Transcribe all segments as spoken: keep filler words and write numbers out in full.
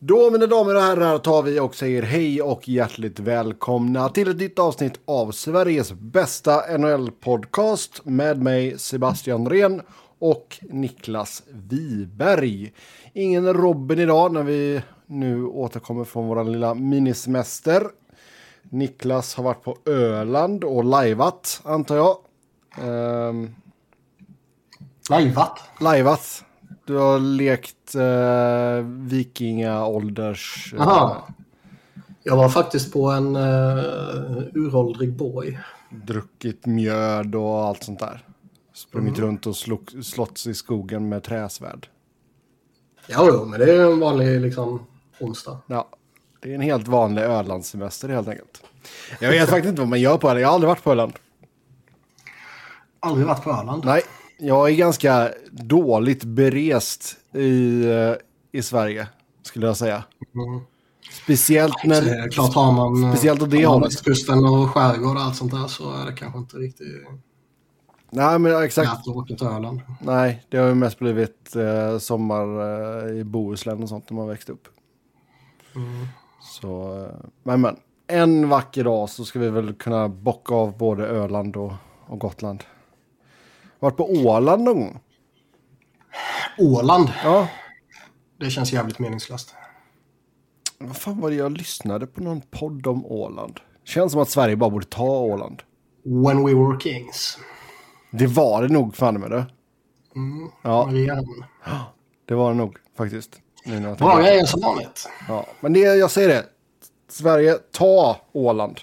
Då, mina damer och herrar, tar vi och säger hej och hjärtligt välkomna till ett nytt avsnitt av Sveriges bästa N H L-podcast med mig, Sebastian Rehn och Niklas Wiberg. Ingen Robin idag när vi nu återkommer från vår lilla minisemester. Niklas har varit på Öland och lajvat, antar jag. Um, lajvat? Lajvat. Du har lekt uh, vikingaålders... Uh, Aha. Jag var faktiskt på en uh, uråldrig borg. Druckit mjöd och allt sånt där. Sprungit mm. runt och slog, slått i skogen med träsvärd. Ja, jo, men det är en vanlig liksom onsdag. Ja, det är en helt vanlig Ölandssemester helt enkelt. Jag vet faktiskt inte vad man gör på Öland. Jag har aldrig varit på Öland. Aldrig varit på Öland? Nej, jag är ganska dåligt berest i, i Sverige, skulle jag säga. Mm. Speciellt när... Det är klart, har man, speciellt det har man västkusten och skärgård och allt sånt där så är det kanske inte riktigt... Nej, men exakt. Att åka till Öland. Nej, det har ju mest blivit eh, sommar eh, i Bohuslän och sånt när man växte upp. Mm. Så, eh, men men. En vacker dag så ska vi väl kunna bocka av både Öland och, och Gotland. Varit på Åland någon gång? Åland? Ja. Det känns jävligt meningslöst. Vad fan var det jag lyssnade på någon podd om Åland? Känns som att Sverige bara borde ta Åland. When we were kings. Det var det nog fan med det. Mm, ja. Ja, det var det nog faktiskt. Bra grejer som vanligt. Ja, men det, jag säger det. Sverige, ta Åland.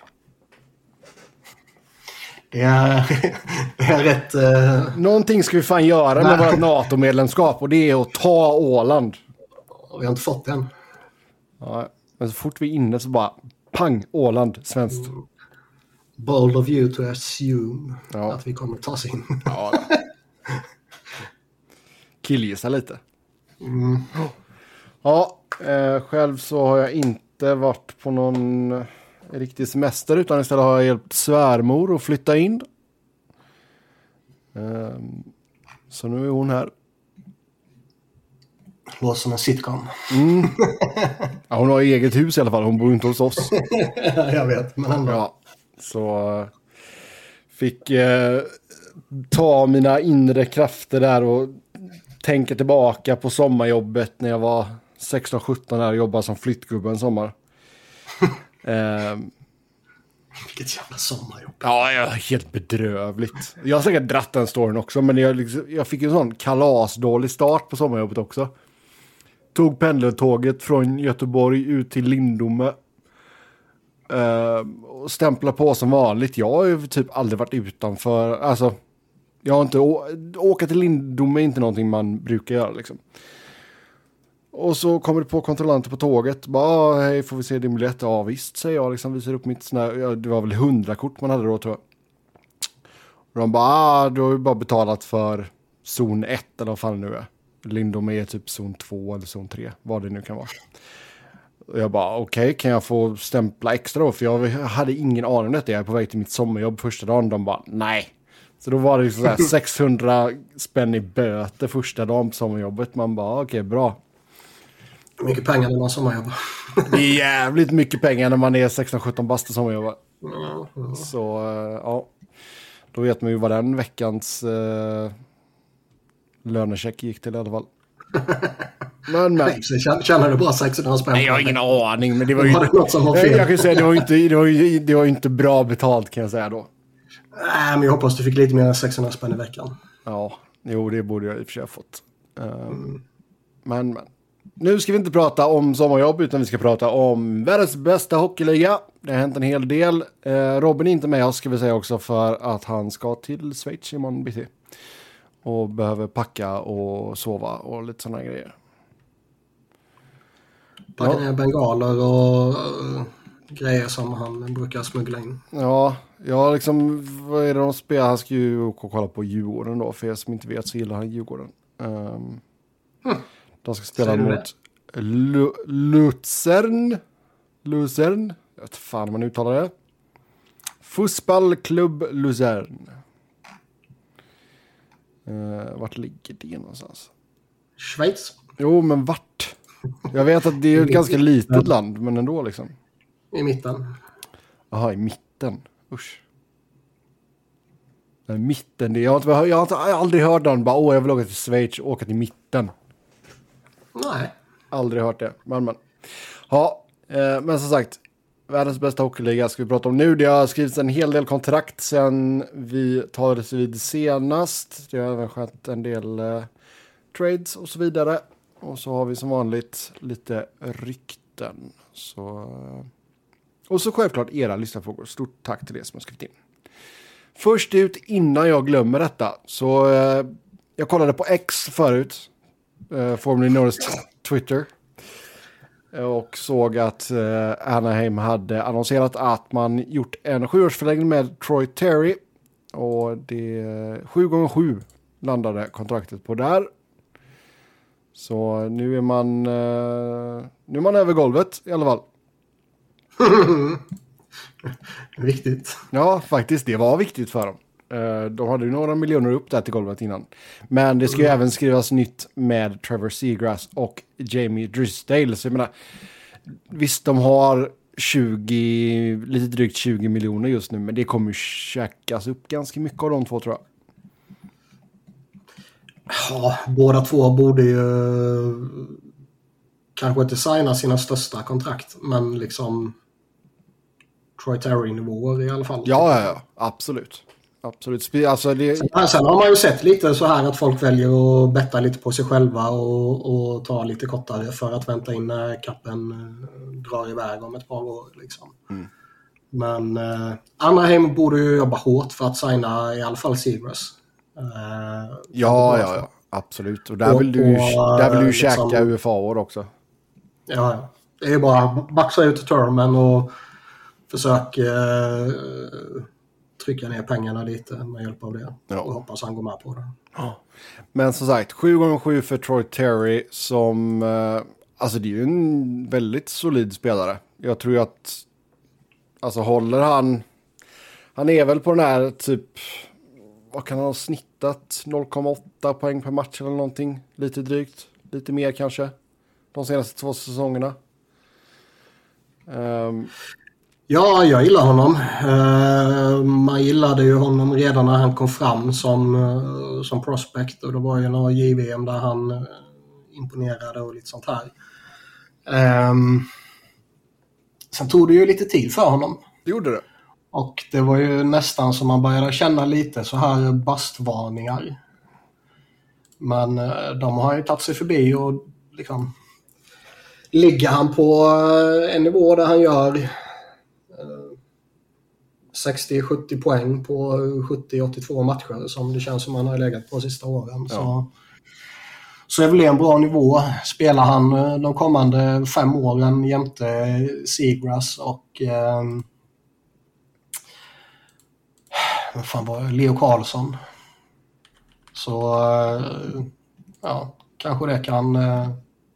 Det är, det är rätt... Uh... Någonting ska vi fan göra med vårt NATO-medlemskap och det är att ta Åland. Vi har inte fått det än. Ja, men så fort vi är inne så bara pang, Åland, svenskt. Mm. Bold of you to assume ja. att vi kommer ta oss in. Ja. Killgissa lite. Mm. Ja, eh, själv så har jag inte varit på någon riktig semester utan istället har jag hjälpt svärmor att flytta in. Eh, så nu är hon här. Låter som en sitcom. Mm. Ja, hon har eget hus i alla fall, hon bor inte hos oss. Jag vet, men ändå. Ja. Så fick eh, ta mina inre krafter där och tänka tillbaka på sommarjobbet när jag var sexton sjutton här och jobbade som flyttgubbe en sommar. eh, Vilket jävla sommarjobb. Ja, jag är helt bedrövligt. Jag har säkert dratt den storyn också, men jag, liksom, jag fick en sån kalasdålig start på sommarjobbet också. Tog pendeltåget från Göteborg ut till Lindome. Uh, och stämpla på som vanligt. Jag har ju typ aldrig varit utanför. Alltså, jag har inte å- åka till Lindome är inte någonting man brukar göra liksom. Och så kommer det på kontrollanter på tåget. Bara, hej, får vi se din biljett? Ja, visst, säger jag. Liksom, visar upp mitt sån här, ja, det var väl hundra kort man hade då, tror jag. Och de bara, ah, du har ju bara betalat för zon ett eller vad fan det nu är. Lindome är typ zon två eller zon tre. Vad det nu kan vara. Och jag bara, okej, okay, kan jag få stämpla extra då? För jag hade ingen aning om detta. Jag är på väg till mitt sommarjobb första dagen. De bara, nej. Så då var det sådär sexhundra spänn i böter första dagen på sommarjobbet. Man bara, okej, okay, bra. Mycket pengar när man sommarjobbar. Det är jävligt mycket pengar när man är sexton sjutton bast och sommarjobbar. Mm, mm. Så, ja. Då vet man ju vad den veckans uh, lönecheck gick till i alla fall. Men, men. Känner du bara sexhundra spänn? Nej, jag har ingen aning, men det var ju var det något som var fel? Jag kan säga det var ju inte det var ju, det var ju inte bra betalt, kan jag säga då. Nej, men jag hoppas du fick lite mer än sexhundra spänn i veckan. Ja, jo, det borde jag i och för sig ha fått. Um, mm. Men men. Nu ska vi inte prata om sommarjobb utan vi ska prata om världens bästa hockeyliga. Det har hänt en hel del. Uh, Robin är inte med oss, ska vi säga också, för att han ska till Schweiz imorgon bitti. Och behöver packa och sova och lite sådana grejer. Packa ja. ner bengaler och uh, grejer som han brukar smuggla in. Ja, ja liksom, vad är det de spelar? Han ska ju åka och kolla på Djurgården då. För er som inte vet så gillar han Djurgården. Um, mm. De ska spela mot Lu- Luzern. Luzern? Jag vet fan om man uttalar det. Fußballklubb Luzern. Uh, vart ligger det någonstans? Schweiz. Jo, men vart? Jag vet att det är ett ganska litet land, men ändå liksom. I mitten. Jaha, i mitten. Usch. I mitten, det, jag, har inte, jag har inte, jag har aldrig hört någon bara, åh jag vill åka till Schweiz och åka till mitten. Nej. Aldrig hört det, men men. Ja, eh, men som sagt, världens bästa hockeyliga ska vi prata om nu. Det har skrivits en hel del kontrakt sen vi tagits vid senast. Det har även skett en del eh, trades och så vidare. Och så har vi som vanligt lite rykten. Så, eh, och så självklart era lyssnarfrågor. Stort tack till er som har skrivit in. Först ut innan jag glömmer detta. Så eh, jag kollade på X förut. Eh, formerly known as Twitter. Och såg att eh, Anaheim hade annonserat att man gjort en sjuårsförlängning med Troy Terry. Och det sju gånger sju landade kontraktet på där. Så nu är man eh, nu är man över golvet i alla fall. Viktigt. Ja, faktiskt. Det var viktigt för dem. Uh, de hade ju några miljoner upp där till golvet innan. Men det ska ju mm. även skrivas nytt med Trevor Seagrass och Jamie Drysdale. Så jag menar, visst de har tjugo, lite drygt tjugo miljoner just nu. Men det kommer ju käkas upp ganska mycket av de två, tror jag. Ja, båda två borde ju kanske inte signa sina största kontrakt. Men liksom Troy Terry-nivåer i alla fall. Ja, ja, ja. Absolut. Absolut. Alltså det... sen, sen har man ju sett lite så här att folk väljer att betta lite på sig själva och, och ta lite kortare för att vänta in när kappen drar iväg om ett par år. Liksom. Mm. Men eh, Anaheim borde ju jobba hårt för att signa i alla fall Seagrass. Eh, ja, ja, ja. Absolut. Och där och, vill du ju, där vill du ju liksom, käka U F A-år också. Ja, ja. Det är bara baxa ut termen och försöka eh, trycka ner pengarna lite med hjälp av det. Ja. Och hoppas han går med på det. Ja. Men som sagt, sju gånger sju för Troy Terry som, eh, alltså det är ju en väldigt solid spelare. Jag tror ju att, alltså håller han, han är väl på den här typ, vad kan han ha snittat? noll komma åtta poäng per match eller någonting. Lite drygt, lite mer kanske. De senaste två säsongerna. Um, Ja, jag gillar honom. Uh, man gillade ju honom redan när han kom fram som, uh, som prospect. Och det var ju några J V M där han uh, imponerade och lite sånt här. Um, sen tog det ju lite tid för honom. Det gjorde det. Och det var ju nästan som man började känna lite så här bastvarningar. Men uh, de har ju tagit sig förbi och liksom ligger han på uh, en nivå där han gör sextio sjuttio poäng på sjuttio åttiotvå matcher som det känns som han har legat på sista åren. Ja. Så, så är väl det en bra nivå. Spelar han de kommande fem åren jämte Seagrass och eh, vad fan var det? Leo Carlsson. Så eh, ja, kanske det kan eh,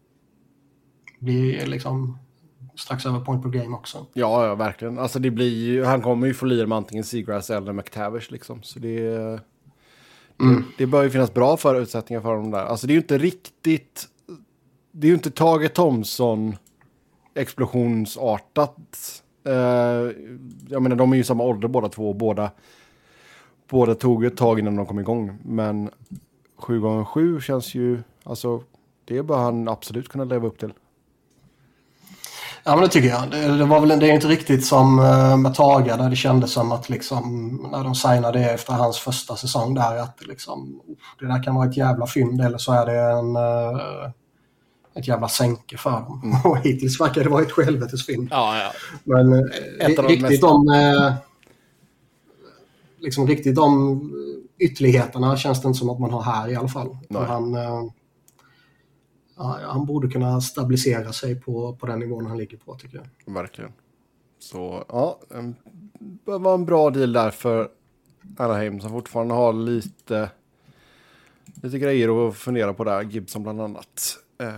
bli liksom strax över point per game också. Ja, ja, verkligen. Alltså det blir ju, han kommer ju få lira med antingen Seagrass eller McTavish liksom. Så det, mm. det, det bör ju finnas bra förutsättningar för dem där. Alltså det är ju inte riktigt, det är ju inte Tage Thompson explosionsartat. Uh, jag menar, de är ju samma ålder båda två. Båda, båda tog ett tag innan de kom igång. Men sju gånger sju känns ju, alltså det bör han absolut kunna leva upp till. Ja, men det tycker jag. Det, det var väl det är inte riktigt som uh, med Taga där det kändes som att liksom när de signade det efter hans första säsong där att liksom det där kan vara ett jävla fynd eller så är det en uh, ett jävla sänke för dem. Mm. Och hittills verkar det vara ett självetesfynd. Ja, ja. Men uh, riktigt de uh, liksom riktigt de ytterligheterna känns det inte som att man har här i alla fall. Han uh, Ja, han borde kunna stabilisera sig på, på den nivån han ligger på, tycker jag. Verkligen. Så ja, det var en bra deal där för Anaheim som fortfarande har lite lite grejer att fundera på där. Gibson bland annat.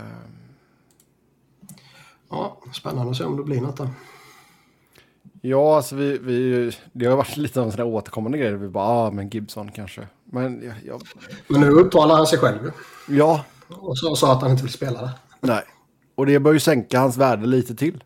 Ja, spännande att se om det blir något där. Ja, alltså vi, vi, det har varit lite av en sån där återkommande grej. Vi bara, ah, men Gibson kanske. Men, jag, jag... men nu uttalar han sig själv. Ja. Och så sa att han inte vill spela det. Nej, Och det bör ju sänka hans värde lite till.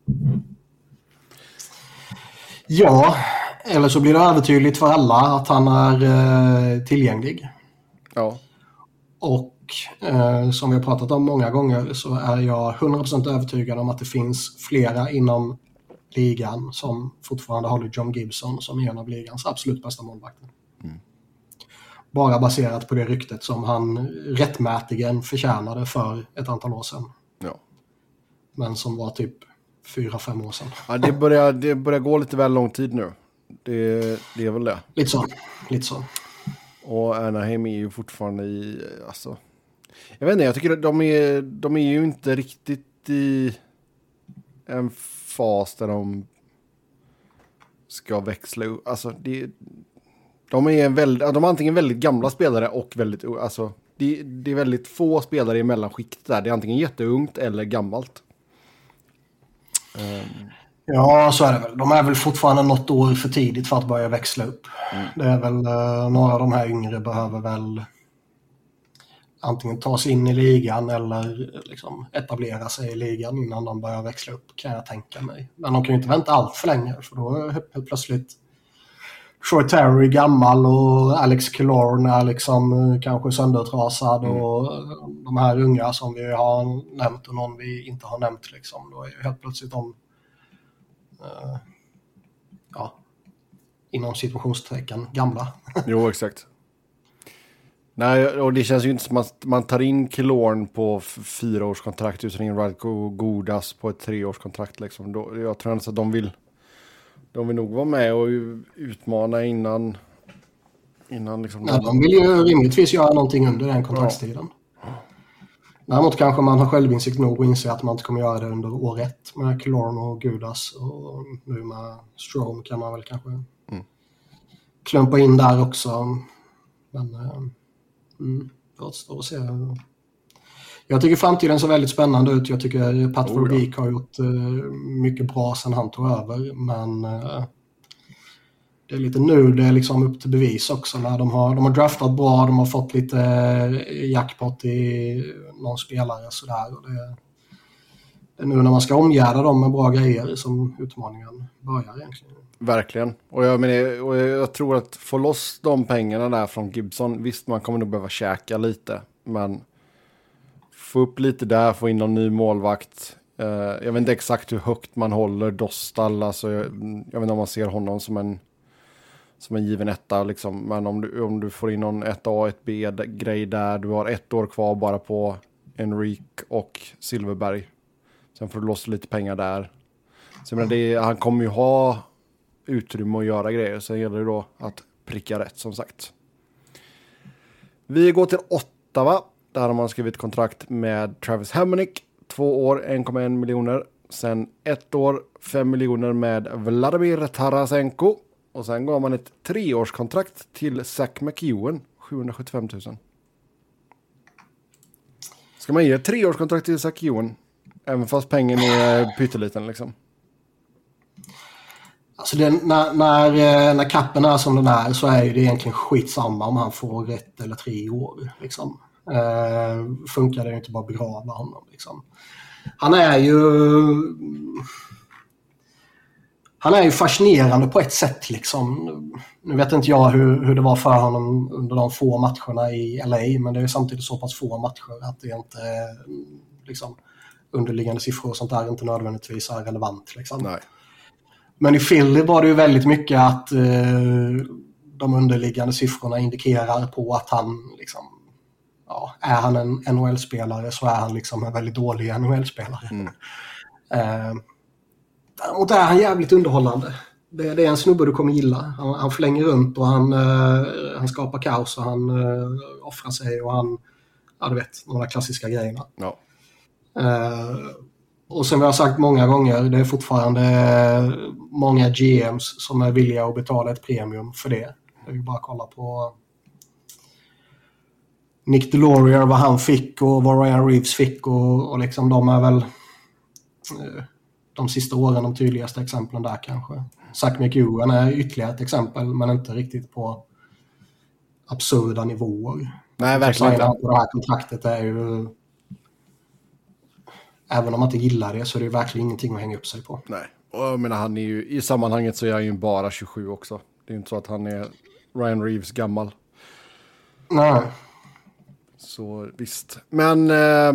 Ja, eller så blir det övertydligt för alla att han är eh, tillgänglig. Ja. Och eh, som vi har pratat om många gånger så är jag hundra procent övertygad om att det finns flera inom ligan som fortfarande håller John Gibson som en av ligans absolut bästa målvakter. Mm. Bara baserat på det ryktet som han rättmätigen förtjänade för ett antal år sedan. Ja. Men som var typ fyra, fem år sedan. Ja, det börjar, det börjar gå lite väl lång tid nu. Det, det är väl det. Lite så. Lite så. Och Anaheim är ju fortfarande i... Alltså, jag vet inte, jag tycker att de är, de är ju inte riktigt i en fas där de ska växla upp. Alltså, det, de, är en väldigt, de är antingen väldigt gamla spelare och väldigt... Alltså, det, det är väldigt få spelare i mellanskiktet där. Det är antingen jätteungt eller gammalt. Um. Ja, så är det väl. De är väl fortfarande något år för tidigt för att börja växla upp. Mm. Det är väl uh, några av de här yngre behöver väl antingen ta sig in i ligan eller liksom etablera sig i ligan innan de börjar växla upp, kan jag tänka mig. Men de kan ju inte vänta allt för länge, för då är helt plötsligt Troy Terry gammal och Alex Killorn är liksom kanske söndertrasad mm. och de här unga som vi har nämnt och någon vi inte har nämnt liksom, då är ju helt plötsligt de uh, ja, inom situationstecken gamla. Jo, exakt. Nej, och det känns ju inte som att man tar in Killorn på f- fyra års kontrakt utan in Radko Gudas på ett treårskontrakt liksom. Då, jag tror att de vill de vill nog vara med och utmana innan innan liksom. Ja, de vill ju rimligtvis göra någonting under den kontraktstiden. Ja. Däremot kanske man har självinsikt nog och inser att man inte kommer göra det under år ett med Killorn och Gudas, och nu med Strome kan man väl kanske mm. klumpa in där också. Men mm, låt stå och se. Jag tycker framtiden ser väldigt spännande ut. Jag tycker Pat oh, Verbeek ja. har gjort uh, mycket bra sedan han tog över. Men uh, det är lite nu det är liksom upp till bevis också. När de, har, de har draftat bra, de har fått lite uh, jackpot i någon spelare. Sådär. Och det, det är nu när man ska omgärda dem med bra grejer som utmaningen börjar egentligen. Verkligen. Och jag, menar, och jag tror att få loss de pengarna där från Gibson, visst man kommer nog behöva käka lite. Men få upp lite där, få in någon ny målvakt. Uh, jag vet inte exakt hur högt man håller Dostal. Alltså, jag, jag vet inte om man ser honom som en, som en given etta. Liksom. Men om du, om du får in någon ett A, ett B-grej där. Du har ett år kvar bara på Enrique och Silverberg. Sen får du loss lite pengar där. Så jag menar, det, han kommer ju ha utrymme att göra grejer. Sen gäller det då att pricka rätt, som sagt. Vi går till Ottawa. Där har man skrivit kontrakt med Travis Hamonic. Två år, en komma en miljoner. Sen ett år, fem miljoner med Vladimir Tarasenko. Och sen går man ett treårskontrakt till Zach McEwen. sjuhundrasjuttiofem tusen. Ska man ge ett treårskontrakt till Zach McEwen? Även fast pengen är pytteliten liksom. Alltså det, när, när, när kappen är som den är så är det egentligen skitsamma om han får ett eller tre år liksom. Uh, funkar det inte bara att begrava honom liksom. Han är ju han är ju fascinerande på ett sätt liksom. Nu vet inte jag hur, hur det var för honom under de få matcherna i L A, men det är samtidigt så pass få matcher att det inte liksom underliggande siffror och sånt där inte nödvändigtvis är relevant liksom. Nej. Men i Philly var det ju väldigt mycket att uh, de underliggande siffrorna indikerar på att han liksom, ja, är han en N H L-spelare så är han liksom en väldigt dålig N H L-spelare. Mm. Uh, däremot är han jävligt underhållande. Det, det är en snubbe du kommer gilla. Han, han flänger runt och han, uh, han skapar kaos och han uh, offrar sig och han, ja du vet, några klassiska grejerna. Ja. Uh, och som vi har sagt många gånger, det är fortfarande många G Ms som är villiga att betala ett premium för det. Det är ju bara att kolla på Nick Delorier, vad han fick och vad Ryan Reeves fick och, och liksom de är väl de sista åren de tydligaste exemplen där kanske. Zach McEwen är ytterligare ett exempel men inte riktigt på absurda nivåer. Nej, verkligen inte. På det här kontraktet är ju även om man inte gillar det så är det verkligen ingenting att hänga upp sig på. Nej, och jag menar han är ju, i sammanhanget så är han ju bara tjugosju också. Det är ju inte så att han är Ryan Reeves gammal. Nej. Så visst. Men eh,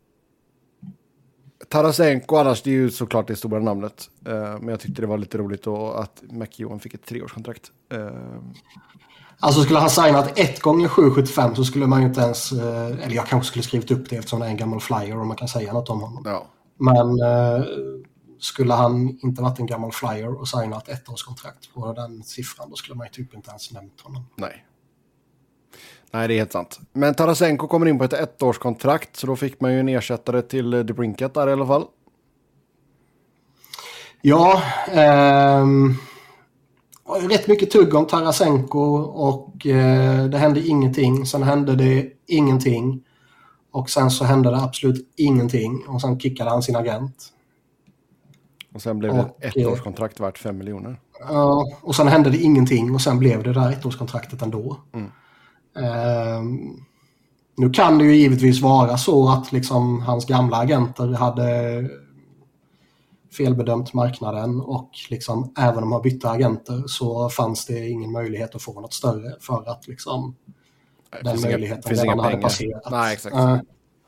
Tarasenko annars, det är ju såklart det stora namnet. Eh, men jag tyckte det var lite roligt då att McEwan fick ett treårskontrakt. Eh, Alltså skulle han signat ett gånger sju komma sjuttiofem så skulle man ju inte ens, eller jag kanske skulle skrivit upp det eftersom det är en gammal flyer och man kan säga något om honom. ja. Men eh, skulle han inte varit en gammal flyer och signat ett årskontrakt på den siffran, då skulle man ju typ inte ens nämnt honom. Nej. Nej, det är helt sant. Men Tarasenko kommer in på ett ettårskontrakt, så då fick man ju en ersättare till DeBrincat där i alla fall. Ja, ehm, rätt mycket tugg om Tarasenko och eh, det hände ingenting. Sen hände det ingenting. Och sen så hände det absolut ingenting. Och sen kickade han sin agent. Och sen blev och, det ett ettårskontrakt värt fem miljoner. Ja, uh, och sen hände det ingenting. Och sen blev det där ettårskontraktet ändå. Mm. Uh, nu kan det ju givetvis vara så att liksom hans gamla agenter hade felbedömt marknaden och liksom även om man bytte agenter så fanns det ingen möjlighet att få något större för att liksom Nej, den möjligheten inga, redan hade pengar. passerat. Nej, exakt. Uh,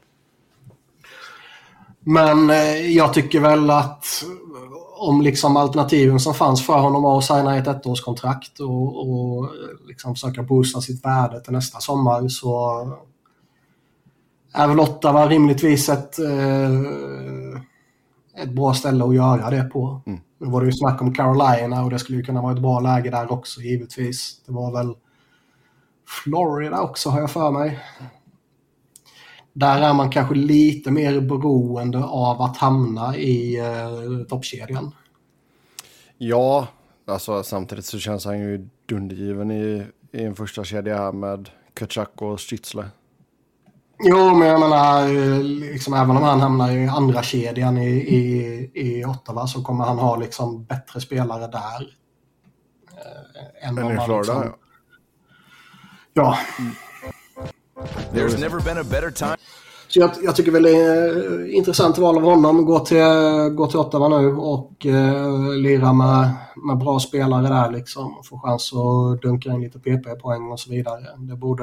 men uh, jag tycker väl att om liksom alternativen som fanns för honom var att signa ett ettårskontrakt och, och liksom försöka boosta sitt värde till nästa sommar, så är väl Ottawa rimligtvis ett uh, ett bra ställe att göra det på. Mm. Nu var det ju snack om Carolina och det skulle ju kunna vara ett bra läge där också givetvis. Det var väl Florida också har jag för mig. Där är man kanske lite mer beroende av att hamna i eh, toppkedjan. Ja, alltså samtidigt så känns han ju dundergiven i, i en första kedja här med Tkachuk och Stützle. Jo, men jag menar, liksom, även om han hamnar i andra kedjan i, i, i Ottawa så kommer han ha liksom bättre spelare där. Eh, än än i Florida, liksom, ja. Ja. Mm. There's never been a better time. Så jag, jag tycker väl det är intressant val av honom. Gå till, gå till Ottawa nu och uh, lira med, med bra spelare där liksom. Få chans att dunka in lite P P-poäng och så vidare. Det borde...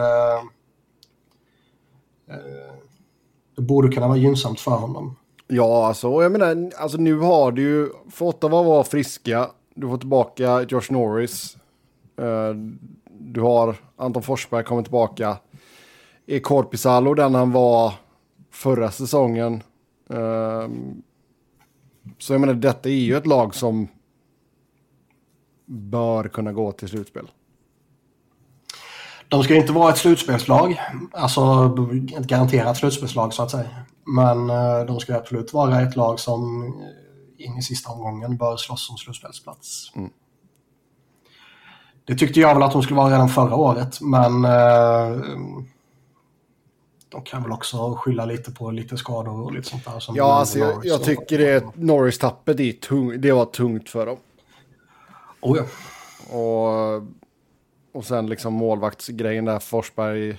Det borde kunna vara gynnsamt för honom. Ja, alltså, jag menar, alltså nu har du ju, för Ottawa var friska, du får tillbaka Josh Norris, du har Anton Forsberg kommer tillbaka, är Korpisalo den han var förra säsongen, så jag menar, detta är ju ett lag som bör kunna gå till slutspel. De ska inte vara ett slutspelslag, alltså ett garanterat slutspelslag så att säga. Men de ska absolut vara ett lag som in i sista omgången bör slåss om slutspelsplats. Mm. Det tyckte jag väl att de skulle vara redan förra året, men eh, de kan väl också skylla lite på lite skador och lite sånt där. Som ja, alltså jag, jag tycker det Norris-tappet är tung, det var tungt för dem. Oh ja. Och... Och sen liksom målvaktsgrejen där, Forsberg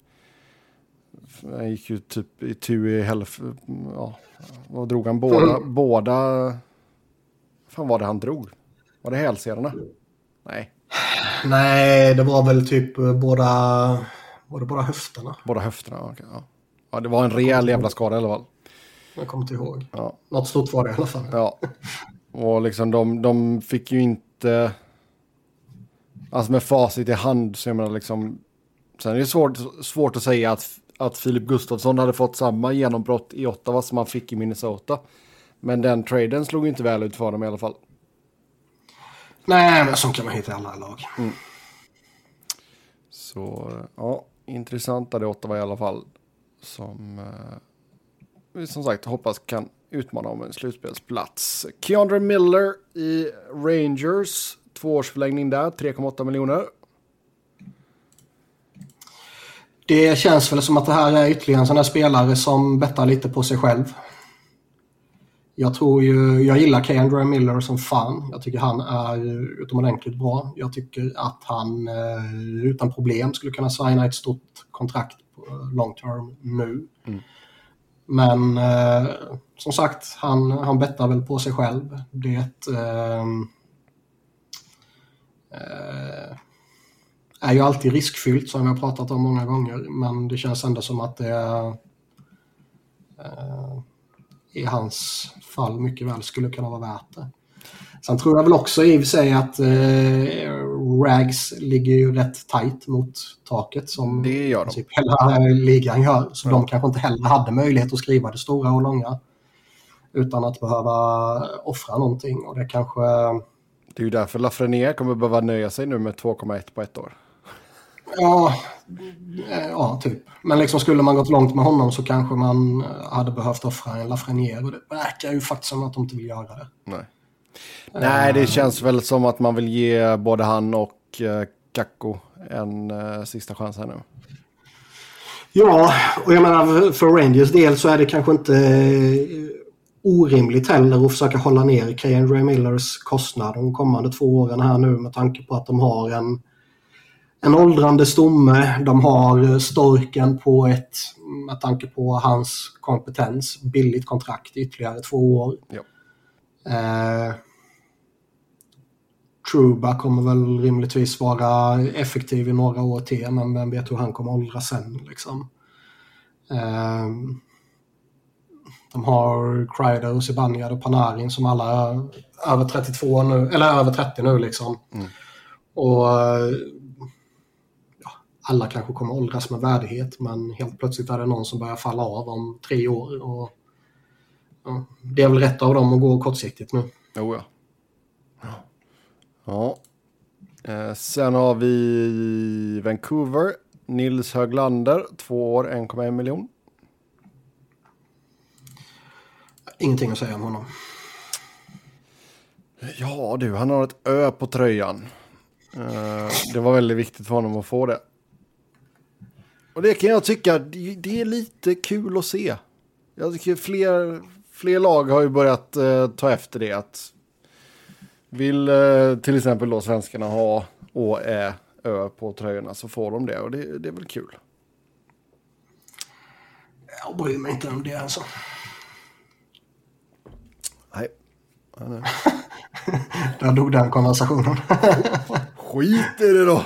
han gick ju typ i tu i hälften, ja, och drog han båda, mm. båda, fan var det han drog? Var det hälsenorna? Nej. Nej, det var väl typ båda, var det båda höfterna? Båda höfterna, okej. Ja. Ja, det var en rejäl jävla skada i alla fall. Jag kommer inte ihåg. Ja. Något stort var det i alla fall. Ja, och liksom de, de fick ju inte... Alltså med facit i hand så jag menar liksom... Sen är det svårt, svårt att säga att, att Filip Gustafsson hade fått samma genombrott i Ottawa som han fick i Minnesota. Men den traden slog inte väl ut för dem i alla fall. Nej, men så kan man hitta i alla lag. Mm. Så ja, intressant det Ottawa i alla fall. Som eh, vi som sagt hoppas kan utmana om en slutspelsplats. Keandre Miller i Rangers. Tvåårsförlängning där, tre komma åtta miljoner. Det känns väl som att det här är ytterligare en sån här spelare som bettar lite på sig själv. Jag tror ju, jag gillar Keandre Miller som fan. Jag tycker han är utomordentligt bra. Jag tycker att han eh, utan problem skulle kunna signa ett stort kontrakt på long term nu. Mm. Men eh, som sagt, han, han bettar väl på sig själv. Det eh, eh, är ju alltid riskfyllt, som jag har pratat om många gånger. Men det känns ändå som att det är, eh, i hans fall mycket väl skulle kunna vara värt det. Sen tror jag väl också i och för sig att eh, Rags ligger ju rätt tajt mot taket som det gör de. Typ hela ligan gör. Så ja. De kanske inte heller hade möjlighet att skriva det stora och långa utan att behöva offra någonting. Och det kanske... Det är ju därför Lafreniere kommer behöva nöja sig nu med två komma ett på ett år. Ja, ja, typ. Men liksom skulle man gått långt med honom så kanske man hade behövt offra en Lafreniere. Och det verkar ju faktiskt som att de inte vill göra det. Nej. Nej, det känns väl som att man vill ge både han och uh, Kakko en uh, sista chans här nu. Ja, och jag menar för Rangers del så är det kanske inte uh, orimligt heller att försöka hålla ner Keandre Millers kostnad de kommande två åren här nu med tanke på att de har en, en åldrande stomme. De har Storken på ett, med tanke på hans kompetens, billigt kontrakt i ytterligare två år. Ja. Uh, Trouba kommer väl rimligtvis vara effektiv i några år till, men vem vet hur han kommer åldra sen liksom. Um, de har Kreider och Zibanejad och Panarin som alla är över trettiotvå nu, eller över trettio nu liksom. Mm. Och ja, alla kanske kommer åldras med värdighet, men helt plötsligt är det någon som börjar falla av om tre år och ja, det är väl rätt av dem att gå kortsiktigt nu. Jo, ja. Ja. Eh, sen har vi Vancouver. Nils Höglander. Två år, en komma en miljon. Ingenting att säga om honom. Ja du, han har ett ö på tröjan. Eh, det var väldigt viktigt för honom att få det. Och det kan jag tycka, det, det är lite kul att se. Jag tycker fler, fler lag har ju börjat eh, ta efter det. Att vill eh, till exempel då svenskarna ha Å, Ä, Ö på tröjorna så får de det. Och det, det är väl kul. Jag bryr mig inte om det alltså. Nej. Ja, nej. Där dog den konversationen. Skit i det då.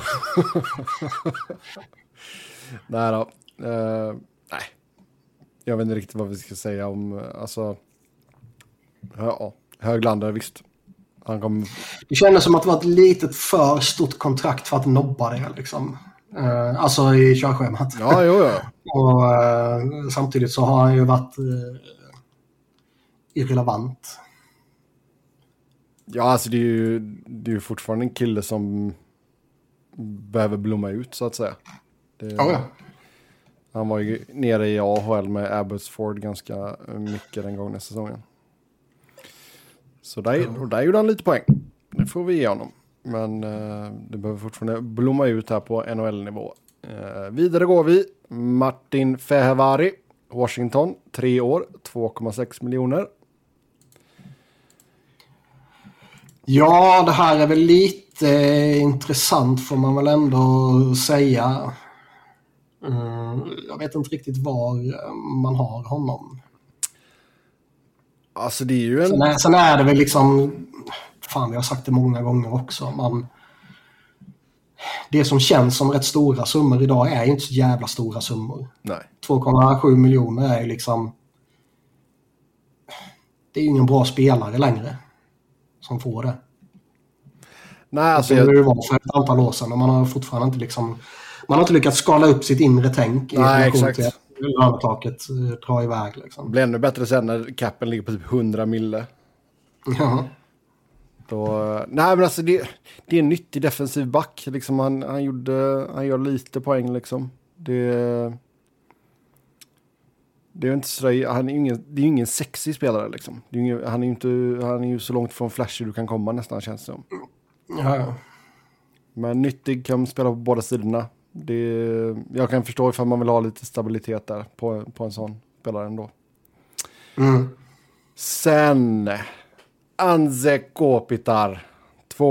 Nej då. Uh, nej. Jag vet inte riktigt vad vi ska säga om, alltså, ja, Höglander, visst. Han kom... Det kändes som att det var ett litet för stort kontrakt för att nobba det liksom. Uh, alltså i körschemat. Ja, jo, ja. Och uh, samtidigt så har han ju varit uh, irrelevant. Ja, alltså det är ju, det är ju fortfarande en kille som behöver blomma ut så att säga. Det, ja, ja. Han var ju nere i A H L med Abbotsford ganska mycket den gången säsongen. Så där, ja. där gjorde han lite poäng. Det får vi ge honom. Men uh, det behöver fortfarande blomma ut här på N H L-nivå. Uh, vidare går vi. Martin Fehervari, Washington. Tre år, två komma sex miljoner. Ja, det här är väl lite intressant får man väl ändå säga. Mm, jag vet inte riktigt var man har honom. Alltså det är ju en... Sen är, sen är det väl liksom... Fan, vi har sagt det många gånger också. Man, det som känns som rätt stora summor idag är ju inte så jävla stora summor. Nej. två komma sju miljoner är ju liksom... Det är ju ingen bra spelare längre som får det. Nej, alltså... Det jag... var för ett antal år sedan och man har fortfarande inte liksom... Man har inte lyckats skala upp sitt inre tänk. Nej, exakt. Lönetaket dra iväg liksom. Det blir ännu bättre sen när capen ligger på typ hundra mille. Ja. Då, nej men alltså det, det är en nyttig defensiv back. Liksom han, han, gjorde, han gör lite poäng liksom. Det, det är inte så, han är ingen, det är ingen sexig spelare liksom. Det är ingen, han, är inte, han är ju så långt från flashy du kan komma nästan känns det som. Ja, ja. Men nyttig, kan spela på båda sidorna. Det, jag kan förstå ifall man vill ha lite stabilitet där på, på en sån spelare ändå. Mm. Sen Anze Kopitar,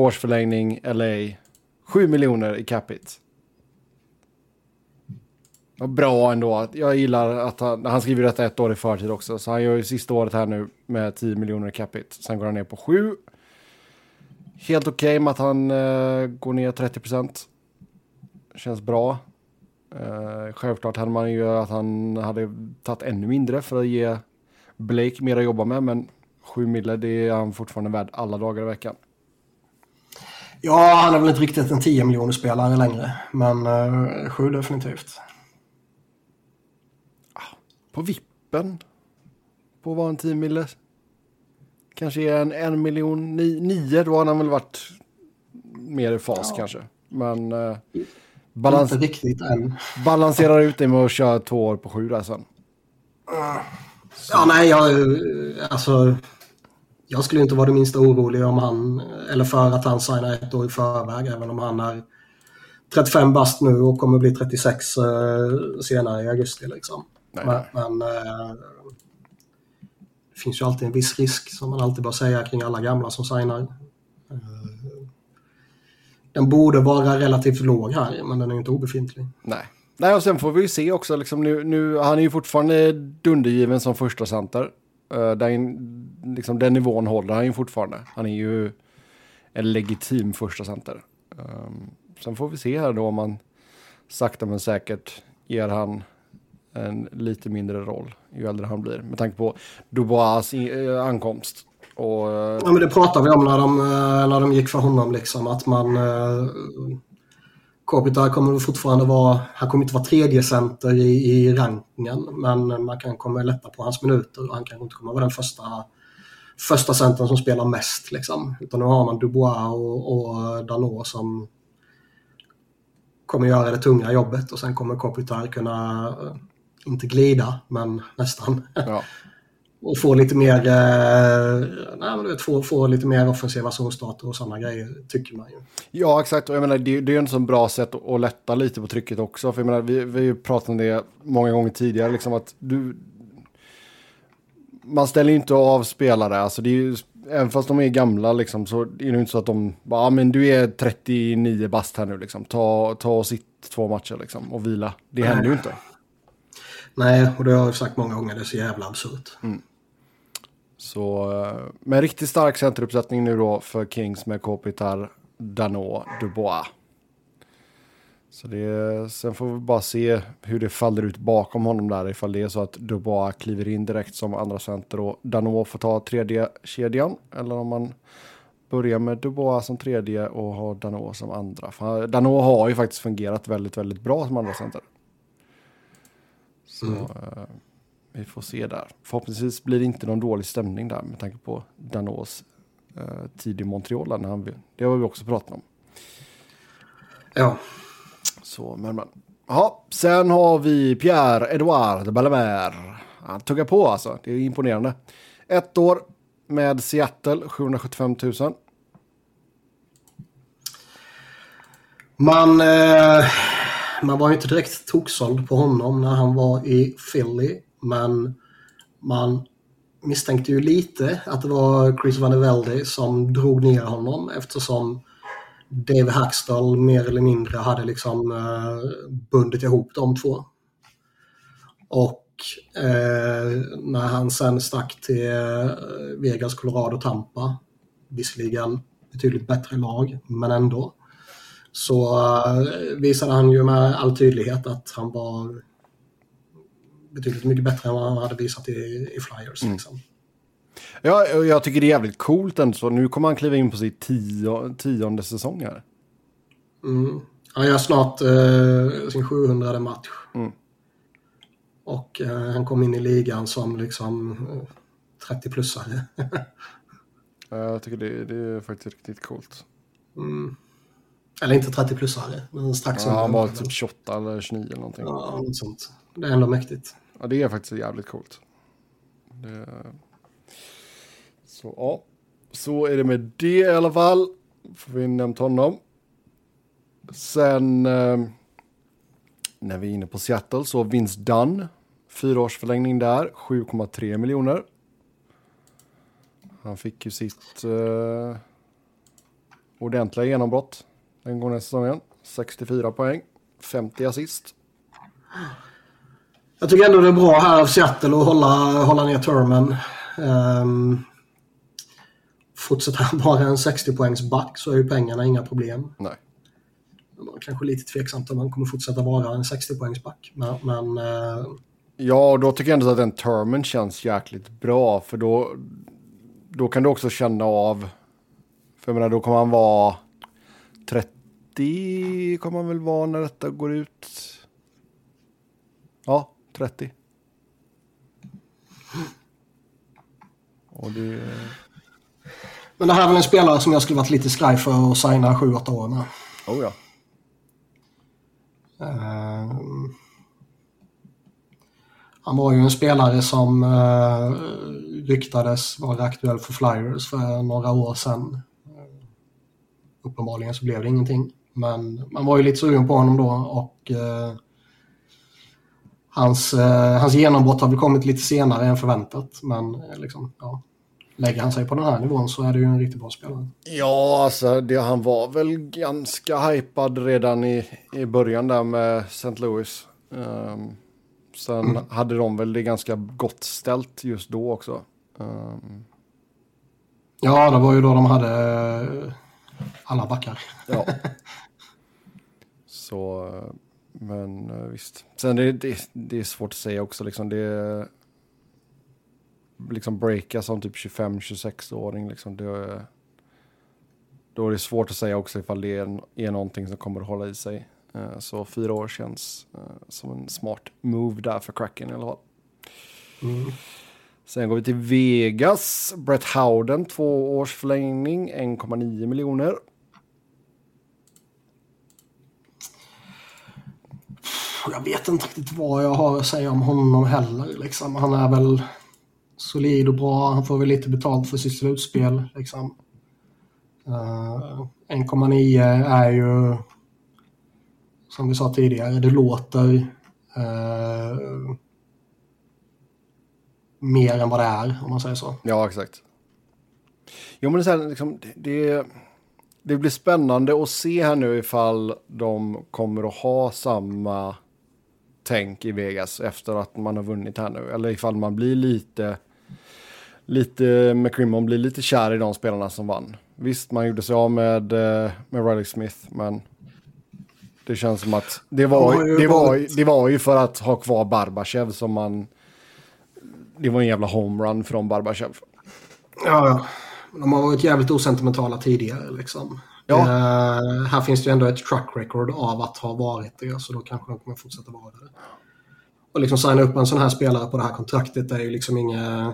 tvåårsförlängning L A, sju miljoner i capita. Ja, bra ändå. Jag gillar att han, han skriver detta ett år i förtid också. Så han gör ju sista året här nu med tio miljoner i capita. Sen går han ner på sju. Helt okej okay med att han uh, går ner trettio procent. Känns bra. Uh, självklart hade man ju att han hade tagit ännu mindre för att ge Blake mer att jobba med. Men sju mille, det är han fortfarande värd alla dagar i veckan. Ja, han är väl inte riktigt en tio miljoner spelare längre. Men uh, sju definitivt. På vippen. På vad en tio mille. Kanske är en en miljon ni, nio. Då har han väl varit mer i fas ja. kanske. Men uh, balans- inte riktigt än. balanserar ut det med att köra två år på sju där sen. Uh, ja, nej, jag, alltså, jag skulle inte vara det minsta orolig om han, eller för att han signar ett år i förväg, även om han är trettiofem bast nu och kommer bli trettiosex uh, senare i augusti liksom. Nej, men men uh, det finns ju alltid en viss risk som man alltid bör säga kring alla gamla som signar. Uh, den borde vara relativt låg här, men den är inte obefintlig. Nej. Nej, och sen får vi ju se också, liksom, nu, nu, han är ju fortfarande dundergiven som första center. Uh, den, liksom, den nivån håller han ju fortfarande. Han är ju en legitim första center. Um, sen får vi se här då om man sakta men säkert ger han en lite mindre roll ju äldre han blir. Med tanke på Dubois uh, ankomst. Och, uh, ja, men det pratade vi om när de, uh, när de gick för honom, liksom, att man... Uh, Kopitar kommer fortfarande vara, han kommer inte vara tredje center i, i rankingen, men man kan komma lätta på hans minuter och han kan inte komma vara den första, första centern som spelar mest liksom. Utan nu har man Dubois och, och Danault som kommer göra det tunga jobbet och sen kommer Kopitar kunna, inte glida, men nästan. Ja. Och få lite mer eh, nej, men du vet, få, få lite mer offensiva zonstarter och sådana grejer, tycker man ju. Ja, exakt. Och jag menar, det, det är ju en sån bra sätt att, att lätta lite på trycket också. För jag menar, vi, vi har ju pratat om det många gånger tidigare, liksom att du... Man ställer ju inte av spelare, alltså det är ju, även fast de är gamla liksom, så är det ju inte så att de bara, ja men du är trettionio bast här nu liksom, ta, ta och sitt två matcher liksom och vila. Det händer ju inte. Nej, och det har jag sagt många gånger, det är så jävla absurt. Mm. Så med riktigt stark centeruppsättning nu då för Kings med Kopitar, Danault, Dubois. Så det, sen får vi bara se hur det faller ut bakom honom där, ifall det är så att Dubois kliver in direkt som andra center och Danault får ta tredje kedjan, eller om man börjar med Dubois som tredje och har Danault som andra. För Danault har ju faktiskt fungerat väldigt, väldigt bra som andra center. Så mm. uh, vi får se där. Förhoppningsvis blir det inte någon dålig stämning där med tanke på Danaults uh, tid i Montreal. När han, det har vi också pratat om. Ja. Så, men men. Ja, sen har vi Pierre-Edouard Bellemare. Han tuggar på alltså. Det är imponerande. Ett år med Seattle, sjuhundrasjuttiofem tusen. Man... Eh... Man var ju inte direkt toksåld på honom när han var i Philly, men man misstänkte ju lite att det var Chris Van de Velde som drog ner honom, eftersom Dave Hackstall mer eller mindre hade liksom eh, bundit ihop de två. Och eh, när han sen stack till eh, Vegas, Colorado, Tampa, visserligen betydligt bättre lag, men ändå, så uh, visade han ju med all tydlighet att han var betydligt mycket bättre än vad han hade visat i, i Flyers. Mm. Liksom. Ja, jag tycker det är jävligt coolt ändå. Så nu kommer han kliva in på sitt tio, tionde säsong här. Mm. Han gör snart uh, sin sjuhundrade match. Mm. Och uh, han kom in i ligan som liksom uh, trettio-plussare. Jag tycker det, det är faktiskt riktigt coolt. Mm. Eller inte trettio-plussare, men strax ja, han var typ tjugoåtta eller tjugonio eller någonting. Ja, något sånt. Det är ändå mäktigt. Ja, det är faktiskt jävligt coolt. Det... Så, ja. Så är det med det i alla fall. Får vi nämnt honom. Sen, eh, när vi är inne på Seattle, så Vince Dunn. Fyraårsförlängning där, sju komma tre miljoner. Han fick ju sitt eh, ordentliga genombrott den gången säsongen. sextiofyra poäng, femtio assist. Jag tycker ändå det är bra här av Seattle att hålla, hålla ner Thurman. Um, fortsätter han bara en sextio-poängs back så är ju pengarna inga problem. Nej. Kanske lite tveksamt om man kommer fortsätta vara en sextio-poängs back. Men, men uh... ja, då tycker jag ändå att den Thurman känns jäkligt bra. För då, då kan du också känna av... För jag menar, då kommer han vara trettio kommer han väl vara när detta går ut. Ja, trettio. Och det... Men det här är väl en spelare som jag skulle varit lite skraj för att signa sju åtta år med. Oh ja. Uh, han var ju en spelare som uh, ryktades vara aktuell för Flyers för några år sedan. Uh, uppenbarligen så blev det ingenting. Men man var ju lite sugen på honom då och uh, hans, uh, hans genombrott har väl kommit lite senare än förväntat. Men uh, liksom, ja. Lägger han sig på den här nivån så är det ju en riktigt bra spelare. Ja, alltså det, han var väl ganska hypad redan i, i början där med Saint Louis. Um, sen mm. hade de väl det ganska gott ställt just då också. Um. Ja, det var ju då de hade alla backar. Ja. Så, men visst. Sen det, det, det är svårt att säga också liksom det... liksom breaka som typ tjugofem tjugosex-åring liksom, det, då är det svårt att säga också ifall det är, är någonting som kommer att hålla i sig. Uh, så fyra år känns uh, som en smart move där för Kraken i alla fall. Mm. Sen går vi till Vegas. Brett Howden, två års förlängning, en komma nio miljoner. Jag vet inte riktigt vad jag har att säga om honom heller. Liksom. Han är väl solid och bra. Han får väl lite betalt för sitt slutspel. Liksom. Uh, en komma nio är ju, som vi sa tidigare, det låter uh, mer än vad det är, om man säger så. Ja, exakt. Jo, men det, är så här, liksom, det, det blir spännande att se här nu ifall de kommer att ha samma tänk i Vegas efter att man har vunnit här nu. Eller ifall man blir lite... Lite McCrimmon blir lite kär i de spelarna som vann. Visst, man gjorde sig av med, med Riley Smith, men det känns som att det var, det var, det var ju för att ha kvar Barbashev som man... Det var en jävla homerun från Barbashev. Ja, ja. De har varit jävligt osentimentala tidigare liksom. Ja. Uh, här finns det ju ändå ett track record av att ha varit det, så då kanske de kommer fortsätta vara det. Och liksom signa upp en sån här spelare på det här kontraktet är ju liksom inga...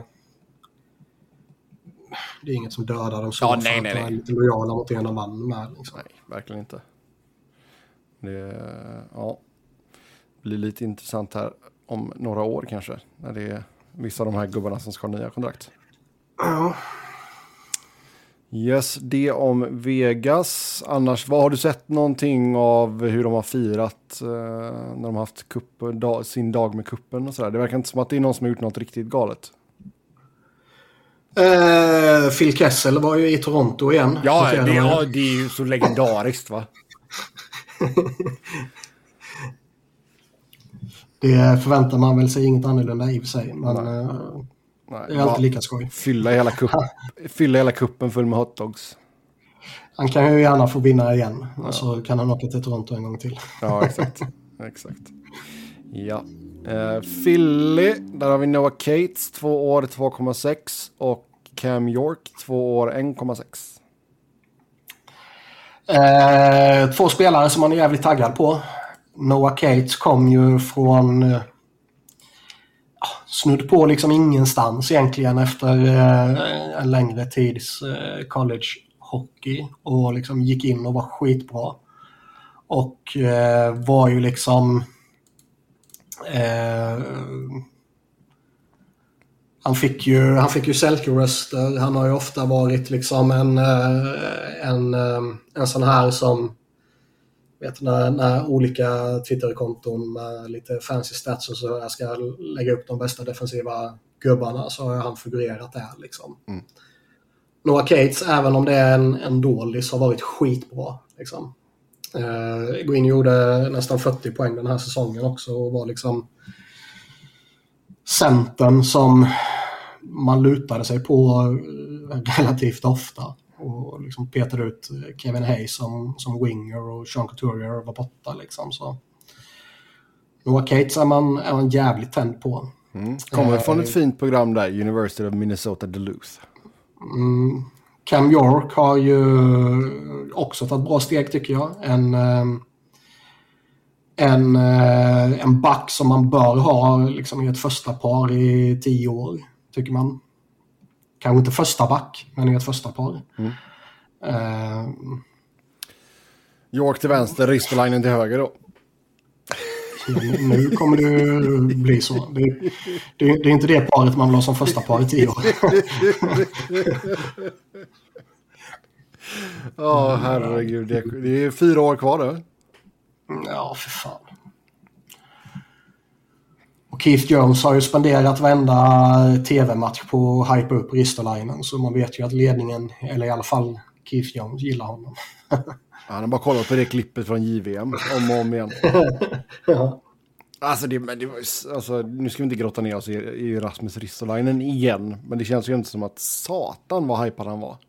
Det är inget som dödar dem så ja, för nej, att nej, de är lite lojala mot en av mannen med. Liksom. Nej, verkligen inte. Det ja, blir lite intressant här om några år kanske. När det är vissa av de här gubbarna som ska ha nya kontrakt. Ja. Yes, det om Vegas. Annars, vad har du sett någonting av hur de har firat eh, när de har haft kupp, dag, sin dag med kuppen och sådär? Det verkar inte som att det är någon som har gjort något riktigt galet. Uh, Phil Kessel var ju i Toronto igen. Ja, det, ja, det är ju så legendariskt, va? Det förväntar man väl sig inget annorlunda i och för sig. Men Nej. Uh, Nej, det är alltid lika skoj. Fylla hela, kupp, fylla hela kuppen full med hotdogs. Han kan ju gärna få vinna igen. Ja. Och så kan han åka till Toronto en gång till. Ja, exakt. exakt. Ja. Uh, Philly, där har vi Noah Cates, två år två komma sex och Cam York, två år en komma sex. Uh, två spelare som man är jävligt taggad på. Noah Cates kom ju från uh, snudd på liksom ingenstans egentligen efter uh, en längre tids uh, college hockey och liksom gick in och var skitbra. Och uh, var ju liksom Eh, han fick ju han fick ju Selke-röster. Han har ju ofta varit liksom en en, en sån här som vet när, när olika Twitter-konton med lite fancy stats och så jag ska lägga upp de bästa defensiva gubbarna, så har han figurerat där liksom. Mm. Noah Cates, även om det är en, en dålig, så har varit skitbra liksom. Uh, Green gjorde nästan fyrtio poäng den här säsongen också och var liksom centern som man lutade sig på relativt ofta och liksom petade ut Kevin Hayes som, som winger och Sean Couturier var borta liksom. Så Noah Cates är man, är man jävligt tänd på. Mm. Kommer från ett fint program där, University of Minnesota Duluth. Mm. Cam York har ju också tagit bra steg tycker jag. En, en, en back som man bör ha liksom i ett första par i tio år, tycker man. Kanske inte första back, men i ett första par. Mm. Uh, York till vänster, Ristolainen till höger då. Nu kommer det bli så. Det, det, det är inte det paret man vill ha som första par i tio år. Ja, oh, herregud. Det, det är fyra år kvar då. Ja, för fan. Och Keith Jones har ju spenderat varenda tv-match på att hypa upp Ristolainen. Så man vet ju att ledningen, eller i alla fall Keith Jones, gillar honom. Han har bara kollat på det klippet från J V M om och om igen. Ja. Alltså, det, det var, alltså, nu ska vi inte grotta ner oss i, i Rasmus Ristolainen igen. Men det känns ju inte som att satan vad hypad han var.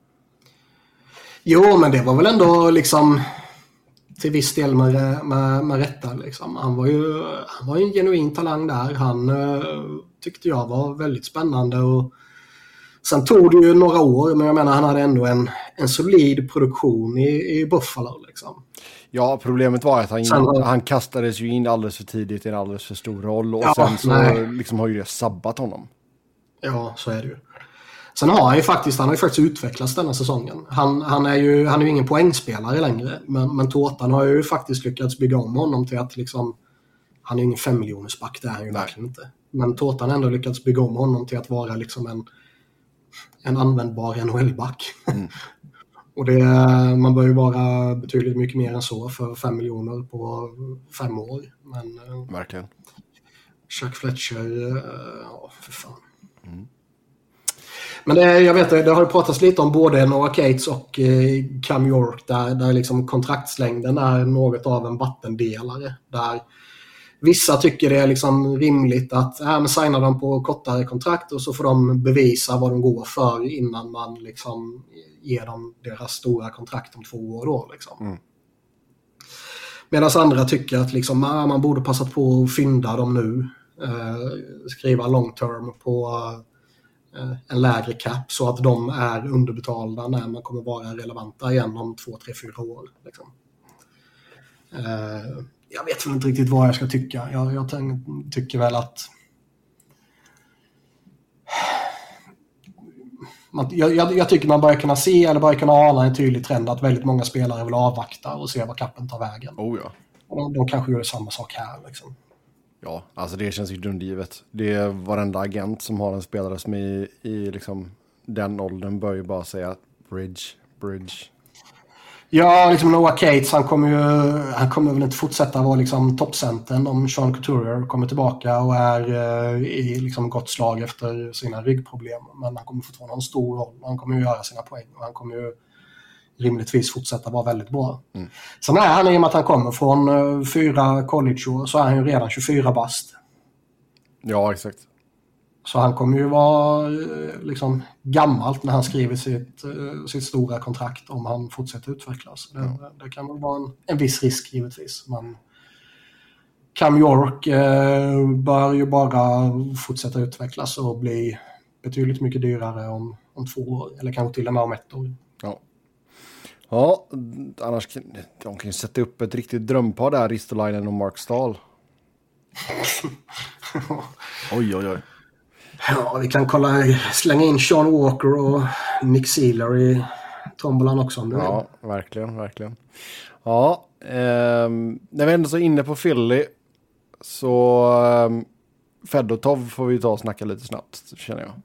Jo, men det var väl ändå liksom till viss del med, med, med rätta. Liksom. Han var ju han var ju en genuin talang där. Han uh, tyckte jag var väldigt spännande. Och sen tog det ju några år, men jag menar han hade ändå en, en solid produktion i, i Buffalo. Liksom. Ja, problemet var att han, sen, han kastades ju in alldeles för tidigt i en alldeles för stor roll. Och ja, sen så liksom har ju det sabbat honom. Ja, så är det ju. Sen har han ju faktiskt, han har ju faktiskt utvecklats denna säsongen. Han, han är ju han är ju ingen poängspelare längre. Men, men Tårtan har ju faktiskt lyckats bygga om honom till att liksom, han är ju ingen fem miljoners back, det är han ju verkligen inte. Men Tårtan har ändå lyckats bygga om honom till att vara liksom en, en användbar N H L-back. Mm. Och det, man bör ju vara betydligt mycket mer än så för fem miljoner på fem år. Men, verkligen. Chuck Fletcher, ja, för fan. Mm. Men det, jag vet, det har ju pratats lite om både Noah Cates och eh, Cam York där, där liksom kontraktslängden är något av en vattendelare. Där vissa tycker det är liksom rimligt att äh, men signa dem på kortare kontrakt och så får de bevisa vad de går för innan man liksom ger dem deras stora kontrakt om två år då. Liksom. Mm. Medan andra tycker att liksom, äh, man borde passat på att fynda dem nu. Eh, skriva long term på en lägre cap så att de är underbetalda när man kommer vara relevanta igen om två, tre, fyra år. Liksom. Uh, jag vet väl inte riktigt vad jag ska tycka. Jag, jag tänk, tycker väl att man, jag, jag tycker man börjar kunna se eller börjar kunna ana en tydlig trend att väldigt många spelare vill avvakta och se vad kappen tar vägen. Oh ja. Och de, de kanske gör samma sak här liksom. Ja, alltså det känns ju dundergivet. Det är varenda agent som har en spelare som är i, i liksom den åldern bör ju bara säga bridge, bridge. Ja, liksom Noah Cates, han kommer ju han kommer väl inte fortsätta vara liksom toppcentern om Sean Couturier kommer tillbaka och är uh, i liksom gott slag efter sina ryggproblem. Men han kommer fortfarande ha en stor roll. Han kommer ju göra sina poäng och han kommer ju rimligtvis fortsätta vara väldigt bra. Mm. Sen är han, i och med att han kommer från uh, fyra collegeår, så är han ju redan tjugofyra bast. Ja, exakt. Så han kommer ju vara uh, liksom gammalt när han skriver sitt, uh, sitt stora kontrakt om han fortsätter utvecklas. Det, mm. det kan väl vara en, en viss risk givetvis. Men Cam York uh, bör ju bara fortsätta utvecklas och bli betydligt mycket dyrare om, om två år. Eller kanske till och med om ett år. Ja. Ja, annars kan de kan ju sätta upp ett riktigt drömpar där, Ristolainen och Mark Stahl. Oj, oj, oj. Ja, vi kan kolla, slänga in Sean Walker och Nick Sealer i tombolan också om du vill. Ja, verkligen, verkligen. Ja, eh, när vi ändå så inne på Philly så eh, Fedotov får vi ta och snacka lite snabbt, känner jag.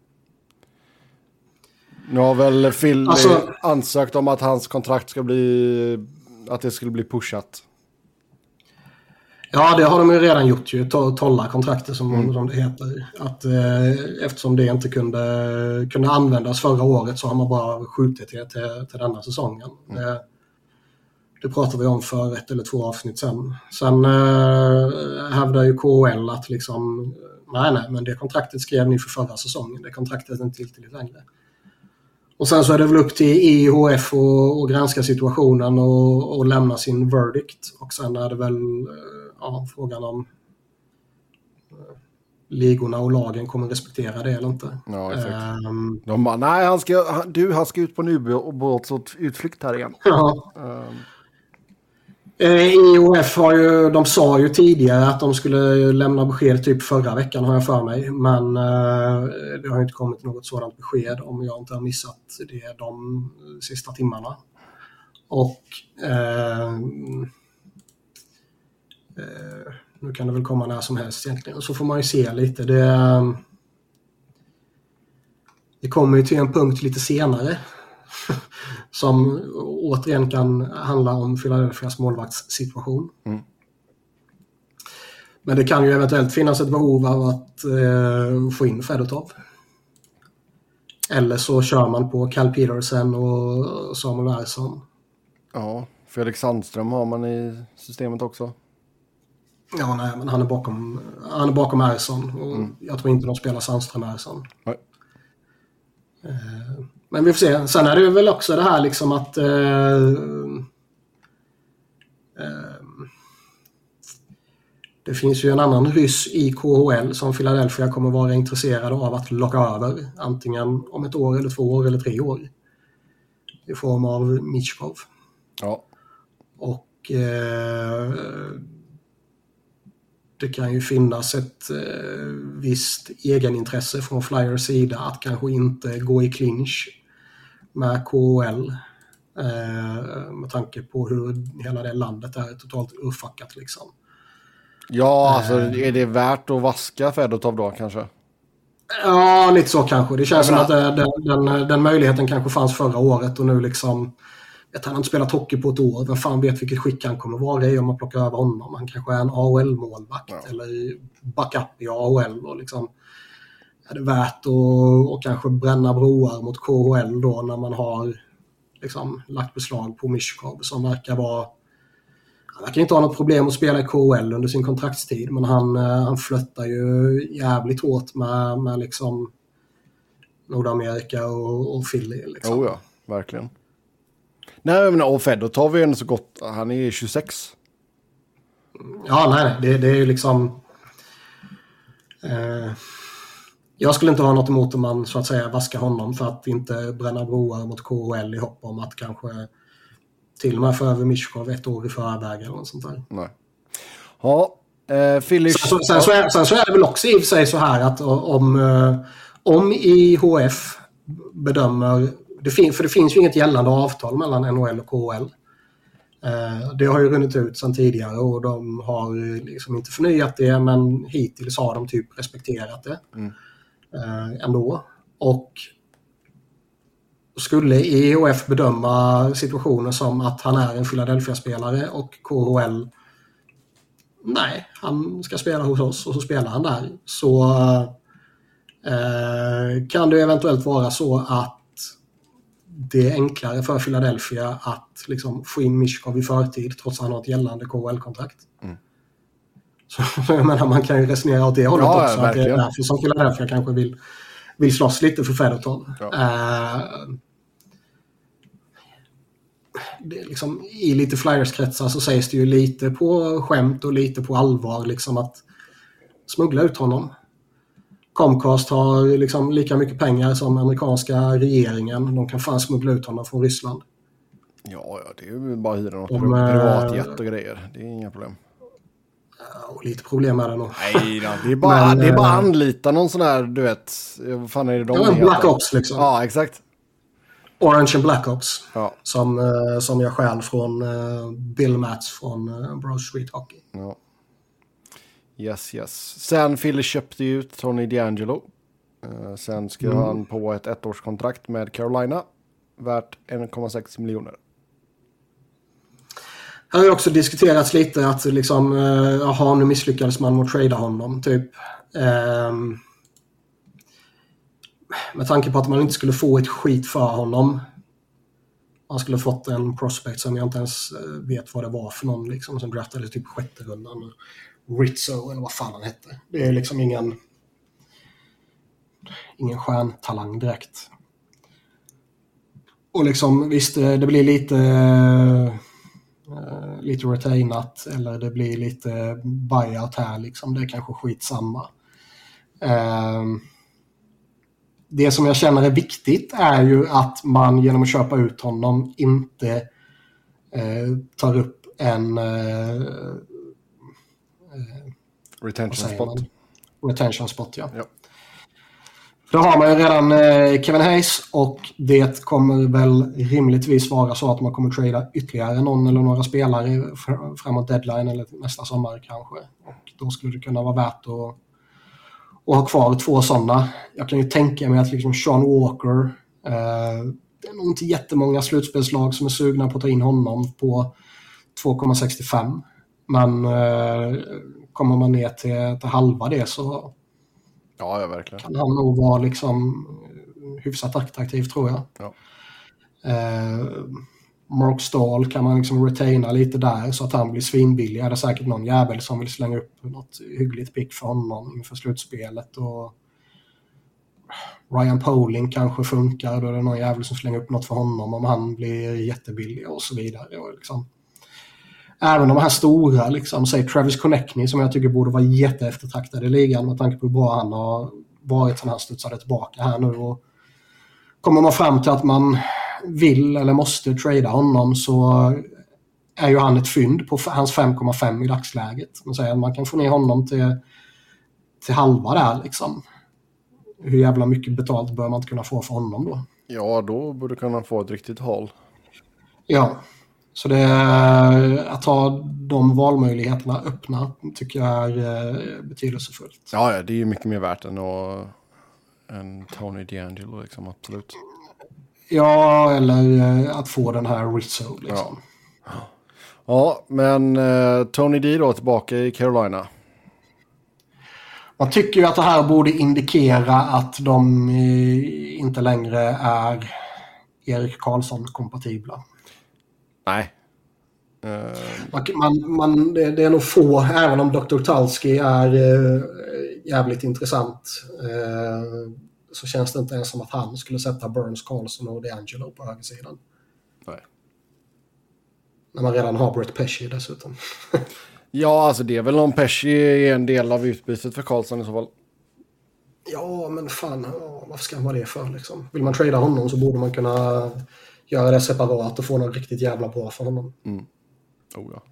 Nu har väl Phil alltså, ansökt om att hans kontrakt ska bli, att det skulle bli pushat. Ja, det har de ju redan gjort ju, tolla kontrakter som, mm. som det heter. Att, eh, eftersom det inte kunde, kunde användas förra året så har man bara skjutit det till, till denna säsongen. Mm. Det, det pratade vi om för ett eller två avsnitt sen. Sen eh, hävdar ju K H L att liksom, Nej, nej, men det kontraktet skrev ni för förra säsongen. Det kontraktet är inte till till längre. Och sen så är det väl upp till E H F och, och granska situationen och, och lämna sin verdict. Och sen är det väl ja, frågan om ligorna och lagen kommer respektera det eller inte. Ja, exakt. Um, De bara, nej, han ska, han, du, han ska ut på en ubåtsutflykt här igen. Ja. Um. E O F har ju, de sa ju tidigare att de skulle lämna besked typ förra veckan har jag för mig. Men uh, det har inte kommit något sådant besked om jag inte har missat det de sista timmarna. Och uh, uh, nu kan det väl komma när som helst egentligen. Så får man ju se lite. Det, uh, det kommer ju till en punkt lite senare. Som återigen kan handla om Philadelphias målvaktssituation. Mm. Men det kan ju eventuellt finnas ett behov av att eh, få in Fedotov. Eller så kör man på Cal Petersen och Samuel Larsson. Ja, Felix Sandström har man i systemet också. Ja, nej, men han är bakom, han är bakom Larsson. Och mm. jag tror inte de spelar Sandström Larsson. Nej. Eh, Men vi får se. Sen är det väl också det här liksom att eh, eh, det finns ju en annan ryss i K H L som Philadelphia kommer vara intresserade av att locka över. Antingen om ett år eller två år eller tre år. I form av Michkov. Ja. Och eh, det kan ju finnas ett eh, visst egenintresse från Flyers sida att kanske inte gå i clinch med K H L eh, med tanke på hur hela det landet är totalt urfackat liksom. Ja, alltså är det värt att vaska Fedotov då kanske? Ja, lite så kanske. Det känns som att det, den, den, den möjligheten kanske fanns förra året och nu liksom att han har inte spelat hockey på ett år. Vem fan vet vilket skick han kommer vara i om man plockar över honom. Han kanske är en A H L-målvakt ja. Eller backup i A H L och liksom är det värt att, att kanske bränna broar mot K H L då när man har liksom lagt beslag på Michkov som verkar vara han verkar inte ha något problem att spela i K H L under sin kontraktstid men han, han flöttar ju jävligt hårt med, med liksom Nordamerika och, och Philly liksom. Oh ja, verkligen. Nej, men och Fedotov är ändå så gott. Han är tjugosex. Ja, nej, det, det är ju liksom eh, jag skulle inte ha något emot om man så att säga vaskar honom för att inte bränna broar mot K H L i hopp om att kanske till och med få över Michkov ett år i förväg eller något sånt där. Nej. Ja, eh, Phillies... sen, sen, sen, så är, sen så är det väl också i och för sig så här att om, om I H F bedömer det fin, för det finns ju inget gällande avtal mellan N H L och K H L. Eh, det har ju runnit ut sedan tidigare och de har liksom inte förnyat det men hittills har de typ respekterat det mm. eh, ändå. Och skulle E H F bedöma situationen som att han är en Philadelphia-spelare och K H L nej, han ska spela hos oss och så spelar han där så eh, kan det eventuellt vara så att det är enklare för Philadelphia att liksom få in Michkov i förtid trots att han har ett gällande K H L-kontrakt. Mm. Så jag menar, man kan ju resonera åt det hållet ja, också. Att det är därför som Philadelphia kanske vill, vill slåss lite för Fedotov. Ja. Uh, det är liksom, i lite Flyers-kretsar så sägs det ju lite på skämt och lite på allvar liksom att smuggla ut honom. Comcast har liksom lika mycket pengar som amerikanska regeringen. De kan fan smuggla ut honom från Ryssland. Ja, ja det är ju bara hyra något De, privatjet och grejer. Det är inga problem. Ja, och lite problem är det nog. Nej, det är bara, Men, det är bara äh, anlita någon sån här, du vet. Vad fan är det de ja, Black Ops liksom. Ja, exakt. Orange and Black Ops. Ja. Som, uh, som jag själv från uh, Bill Mats från uh, Broad Street Hockey. Ja. Yes, yes. Sen Philly köpte ut Tony DeAngelo. Uh, sen skrev mm. han på ett ettårskontrakt med Carolina. Värt en komma sex miljoner. Här har ju också diskuterats lite att liksom, uh, jaha, nu misslyckades man med att trada honom. Typ. Um, med tanke på att man inte skulle få ett skit för honom. Man skulle fått en prospect som jag inte ens uh, vet vad det var för någon. Liksom, som draftade typ sjätte rundan. Rizzo eller vad fan han hette. Det är liksom ingen ingen stjärntalang direkt. Och liksom visst, det blir lite uh, lite retainat eller det blir lite buyout här liksom. Det är kanske skitsamma. Uh, det som jag känner är viktigt är ju att man genom att köpa ut honom inte uh, tar upp en uh, uh, retention spot. Retention spot, ja. ja. Då har man ju redan eh, Kevin Hayes och det kommer väl rimligtvis vara så att man kommer trada ytterligare någon eller några spelare fr- framåt deadline eller nästa sommar kanske. Och då skulle det kunna vara värt att, att ha kvar två sådana. Jag kan ju tänka mig att liksom Sean Walker, eh, det är nog inte jättemånga slutspelslag som är sugna på att ta in honom på två komma sextiofem. Men eh, kommer man ner till, till halva det så ja, ja, verkligen. Kan han nog vara liksom hyfsat attraktiv tror jag. Ja. Eh, Mark Stahl kan man liksom retaina lite där så att han blir svinbillig. Det är säkert någon jävel som vill slänga upp något hyggligt pick för honom inför slutspelet. Och Ryan Poling kanske funkar. Då är det någon jävel som slänger upp något för honom om han blir jättebillig och så vidare. Och liksom, även de här stora, liksom, säg Travis Konechny som jag tycker borde vara jätteeftertraktad i ligan med tanke på hur bra han har varit sen han studsade tillbaka här nu. Och kommer man fram till att man vill eller måste trada honom så är ju han ett fynd på hans fem komma fem i dagsläget. Man säger att man kan få ner honom till, till halva där liksom. Hur jävla mycket betalt bör man inte kunna få för honom då? Ja, då borde kunna få ett riktigt hål. Ja. Så det är, att ha de valmöjligheterna öppna tycker jag är betydelsefullt. Ja, ja, det är ju mycket mer värt än, att, än Tony DeAngelo, liksom, absolut. Ja, eller att få den här Rizzo, liksom. Ja, ja men uh, Tony D då tillbaka i Carolina. Man tycker ju att det här borde indikera att de inte längre är Erik Karlsson-kompatibla. Nej. Uh... Man, man, man, det, det är nog få, även om doktor Talski är uh, jävligt intressant uh, så känns det inte ens som att han skulle sätta Burns, Karlsson och DeAngelo på högersidan. Nej. När man redan har Brett Pesci dessutom. Ja, alltså det är väl om Pesci är en del av utbytet för Karlsson i så fall. Ja, men fan, ja, varför ska man vara det för liksom? Vill man trada honom så borde man kunna göra det separat och få något riktigt jävla bra för honom. Mm. Oh, ja.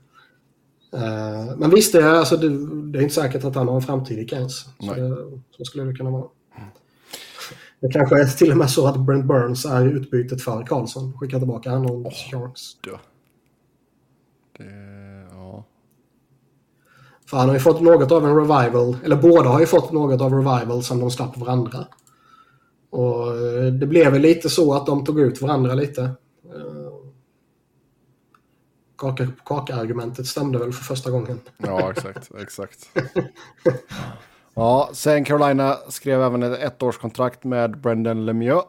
Uh, men visst, det är, alltså, det, det är inte säkert att han har en framtid i Kens. Så, det, så skulle det kunna vara. Mm. Det kanske är till och med så att Brent Burns är utbytet för Karlsson. Skicka tillbaka honom till Sharks. Det, ja. För han har ju fått något av en revival. Eller båda har ju fått något av revival som de slapp varandra. Och det blev väl lite så att de tog ut varandra lite. Kaka, kaka-argumentet stämde väl för första gången. Ja, exakt. exakt. Ja, sen Carolina skrev även ett ettårskontrakt med Brendan Lemieux.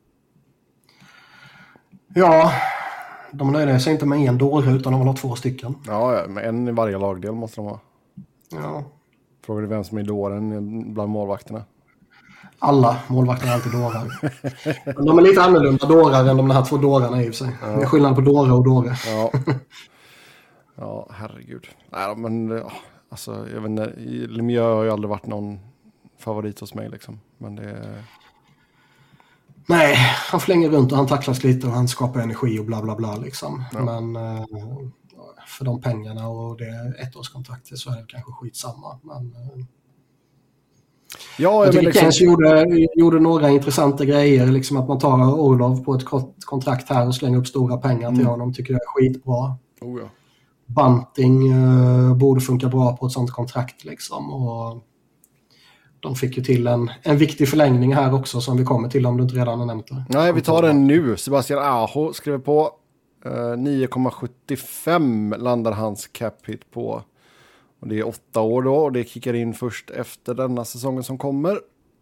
Ja, de nöjde sig inte med en dåre utan de vill ha två stycken. Ja, med en i varje lagdel måste de ha. Ja. Frågar du vem som är dåren bland målvakterna? Alla målvakter är alltid dårar. Men de är lite annorlunda dårar än de här två dårarna i sig. Ja. Det är skillnad på dåre och dåre. Ja, ja herregud. Nej, men alltså, jag vet inte, Lemieux har ju aldrig varit någon favorit hos mig liksom. Men det... Nej, han flänger runt och han tacklas lite och han skapar energi och bla bla bla liksom. Ja. Men uh, för de pengarna och det ettårskontraktet så är det kanske skitsamma. Men... Uh, Ja, jag tycker liksom... Kens gjorde, gjorde några intressanta grejer. Liksom att man tar Orlov på ett kort kontrakt här och slänger upp stora pengar till mm. honom. Tycker jag är skitbra. Oh, ja. Bunting uh, borde funka bra på ett sånt kontrakt. Liksom. Och de fick ju till en, en viktig förlängning här också som vi kommer till om du inte redan har nämnt det. Nej, vi tar den nu. Sebastian Aho skriver på uh, nio komma sjuttiofem landar hans cap hit på. Och det är åtta år då och det kickar in först efter denna säsongen som kommer.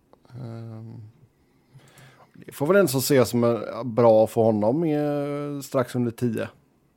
Det får väl ändå så se som är bra för honom i strax under tio.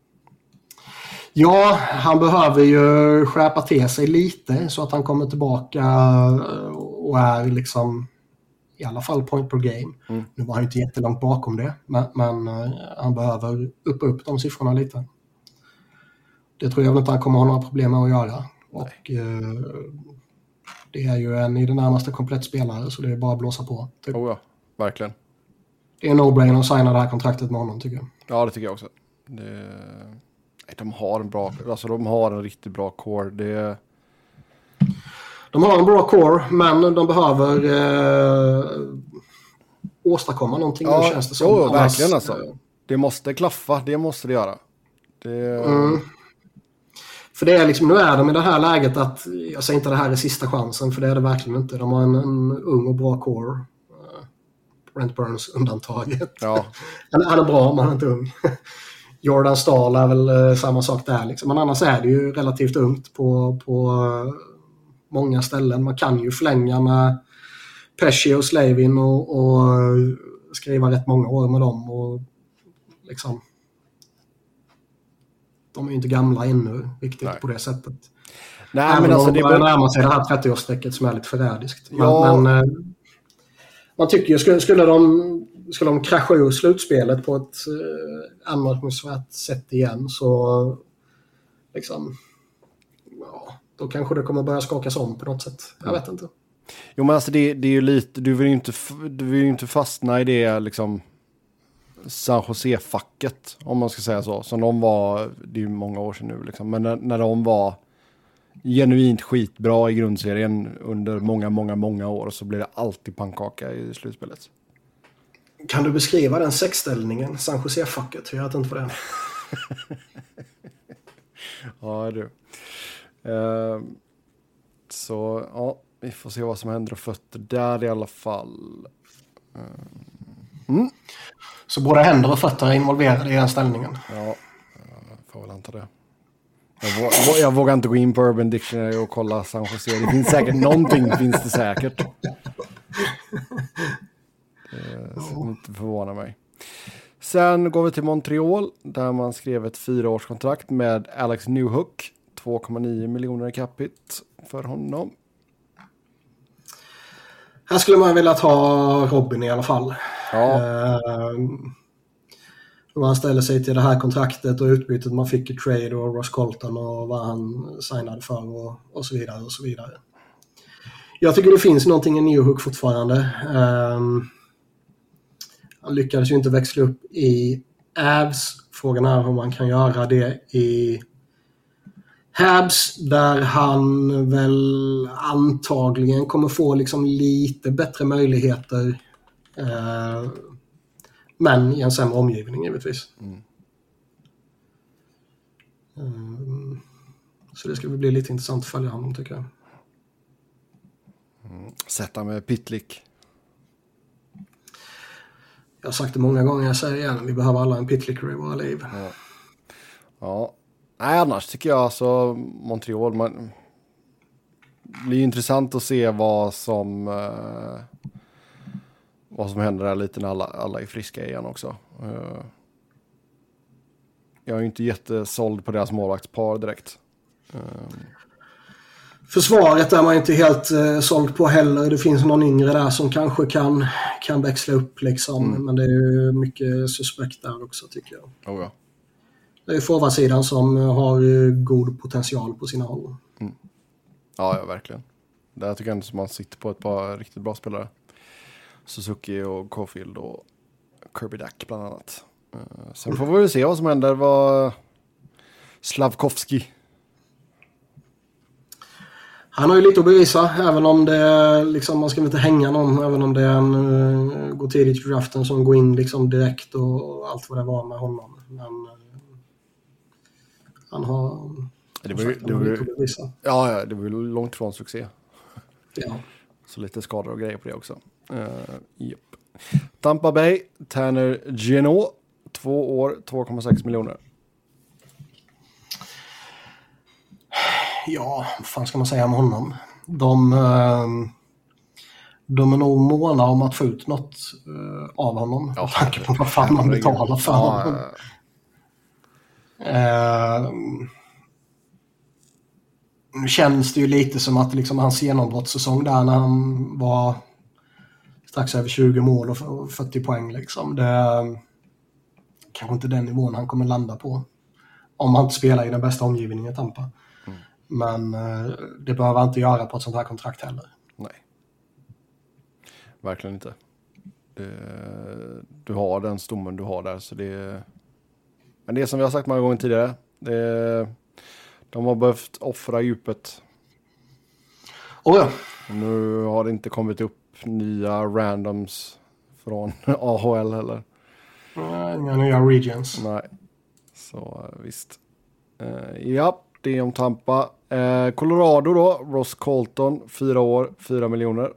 Ja, han behöver ju skärpa till sig lite så att han kommer tillbaka och är liksom i alla fall point per game. Mm. Nu var han inte jättelångt bakom det, men, men uh, han behöver uppa upp de siffrorna lite. Det tror jag väl inte han kommer ha några problem med att göra. Och uh, det är ju en i det närmaste komplett spelare, så det är bara att blåsa på. Typ. Oh ja, verkligen. Det är en no-brainer att signa det här kontraktet med honom, tycker jag. Ja, det tycker jag också. Det... De har en bra, alltså de har en riktigt bra core. Det... De har en bra core, men de behöver eh, åstadkomma någonting. Ja, nu känns det som. Jo, Annars, verkligen alltså. Det måste klaffa, det måste det göra. Det... Mm. För det är liksom, nu är de i det här läget att, jag säger inte att det här är sista chansen, för det är det verkligen inte. De har en, en ung och bra core. Uh, Brent Burns undantaget. Ja. han, han är bra, men han är inte ung. Jordan Stahl är väl uh, samma sak där. Liksom. Men annars är det ju relativt ungt på, på uh, många ställen. Man kan ju förlänga med Pesci och Slavin och, och uh, skriva rätt många år med dem. Och liksom... De är ju inte gamla ännu riktigt Nej. På det sättet. Nej, Även men alltså om de det börjar bör... närma sig det här trettio-årsstrecket som är lite förrädiskt. Ja. Men, men man tycker ju, skulle, skulle, de, skulle de krascha ur slutspelet på ett eh, anmärkningsvärt sätt igen, så liksom, ja, då kanske det kommer börja skakas om på något sätt. Jag vet inte. Jo, men alltså det, det är ju lite, du vill ju inte, du vill ju inte fastna i det liksom San Jose-facket, om man ska säga så. Som de var, det är ju många år sedan nu liksom, men när, när de var genuint skitbra i grundserien under många, många, många år, så blir det alltid pannkaka i slutspelet. Kan du beskriva den sexställningen, San Jose-facket? Jag vet inte vad det är. Ja, du. Uh, så, ja, vi får se vad som händer och fötter där i alla fall. Uh, mm. Så både händer och fötter är involverade i den ställningen. Ja, jag får väl anta det. Jag, våg, jag vågar inte gå in på Urban Dictionary och kolla San Jose. Det finns säkert någonting, finns det säkert. Det som inte förvånar mig. Sen går vi till Montreal, där man skrev ett fyraårskontrakt med Alex Newhook. två komma nio miljoner i capita för honom. Här skulle man vilja ha Robin i alla fall. Ja. Uh, hur han ställer sig till det här kontraktet och utbytet man fick i trade och Ross Colton och vad han signade för och, och så vidare och så vidare. Jag tycker det finns någonting i Newhook fortfarande. Uh, han lyckades ju inte växla upp i Avs. Frågan är om man kan göra det i Habs, där han väl antagligen kommer få liksom lite bättre möjligheter, eh, men i en sämre omgivning givetvis. Mm. Um, så det ska bli lite intressant att följa honom, tycker jag. Mm. Sätta med Pitlick. Jag har sagt det många gånger, jag säger igen, vi behöver alla en Pitlicker i våra liv. Ja. Ja. Nej, annars tycker jag alltså Montreal, man, det blir intressant att se vad som eh, vad som händer där lite när alla, alla är friska igen också. Eh, jag är ju inte jättesåld på deras målvaktspar direkt. Eh. Försvaret är man inte helt eh, såld på heller. Det finns någon yngre där som kanske kan, kan växla upp liksom, mm. men det är ju mycket suspekt där också, tycker jag. Oh ja. Det är forwardsidan som har god potential på sina håll. Mm. Ja, ja, verkligen. Där tycker jag inte som man sitter på ett par riktigt bra spelare. Suzuki och Caulfield och Kirby Dack bland annat. Uh, sen får vi väl se vad som händer. Vad Slavkovski. Han har ju lite att bevisa, även om det liksom, man ska inte hänga någon, även om det är en uh, går tidigt i draften som går in liksom direkt och allt vad det var med honom. Men uh, han har det var, sagt, det var, lite att bevisa. Ja, ja, det var ju långt från succé. Ja. Så lite skador och grejer på det också. Uh, yep. Tampa Bay, Tanner Geno, två år, två komma sex miljoner. Ja, vad fan ska man säga om honom? De, de är nog måna om att få ut något av honom. Ja, tanke på vad fan man betalar för ja, honom. Uh, nu känns det ju lite som att liksom hans genombrottssäsong där när han var strax över tjugo mål och fyrtio poäng liksom. Det är kanske inte den nivån han kommer landa på. Om han inte spelar i den bästa omgivningen i Tampa. Mm. Men det behöver han inte göra på ett sånt här kontrakt heller. Nej. Verkligen inte. Det, du har den stommen du har där. Så det, men det är som vi har sagt många gånger tidigare. Det, de har behövt offra djupet. Oh ja. Nu har det inte kommit upp nya randoms från A H L heller. Nej, inga nya regions. Nej, så visst. Uh, ja, det är om Tampa. Uh, Colorado då, Ross Colton, fyra år, fyra miljoner.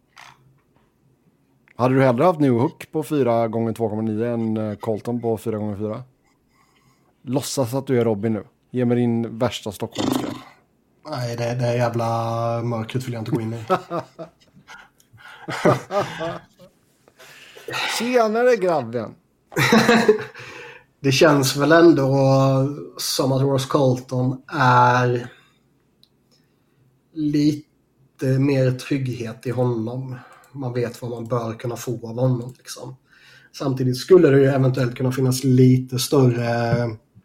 Hade du hellre haft Newhook på fyra gånger två komma nio än Colton på fyra gånger fyra? Låtsas att du är Robin nu. Ge mig din värsta stockholmska. Nej, det, det är jävla mörkret vill jag inte gå in i. Tjenare grabben. Det känns väl ändå som att Ross Colton är lite mer trygghet i honom. Man vet vad man bör kunna få av honom. Liksom. Samtidigt skulle det ju eventuellt kunna finnas lite större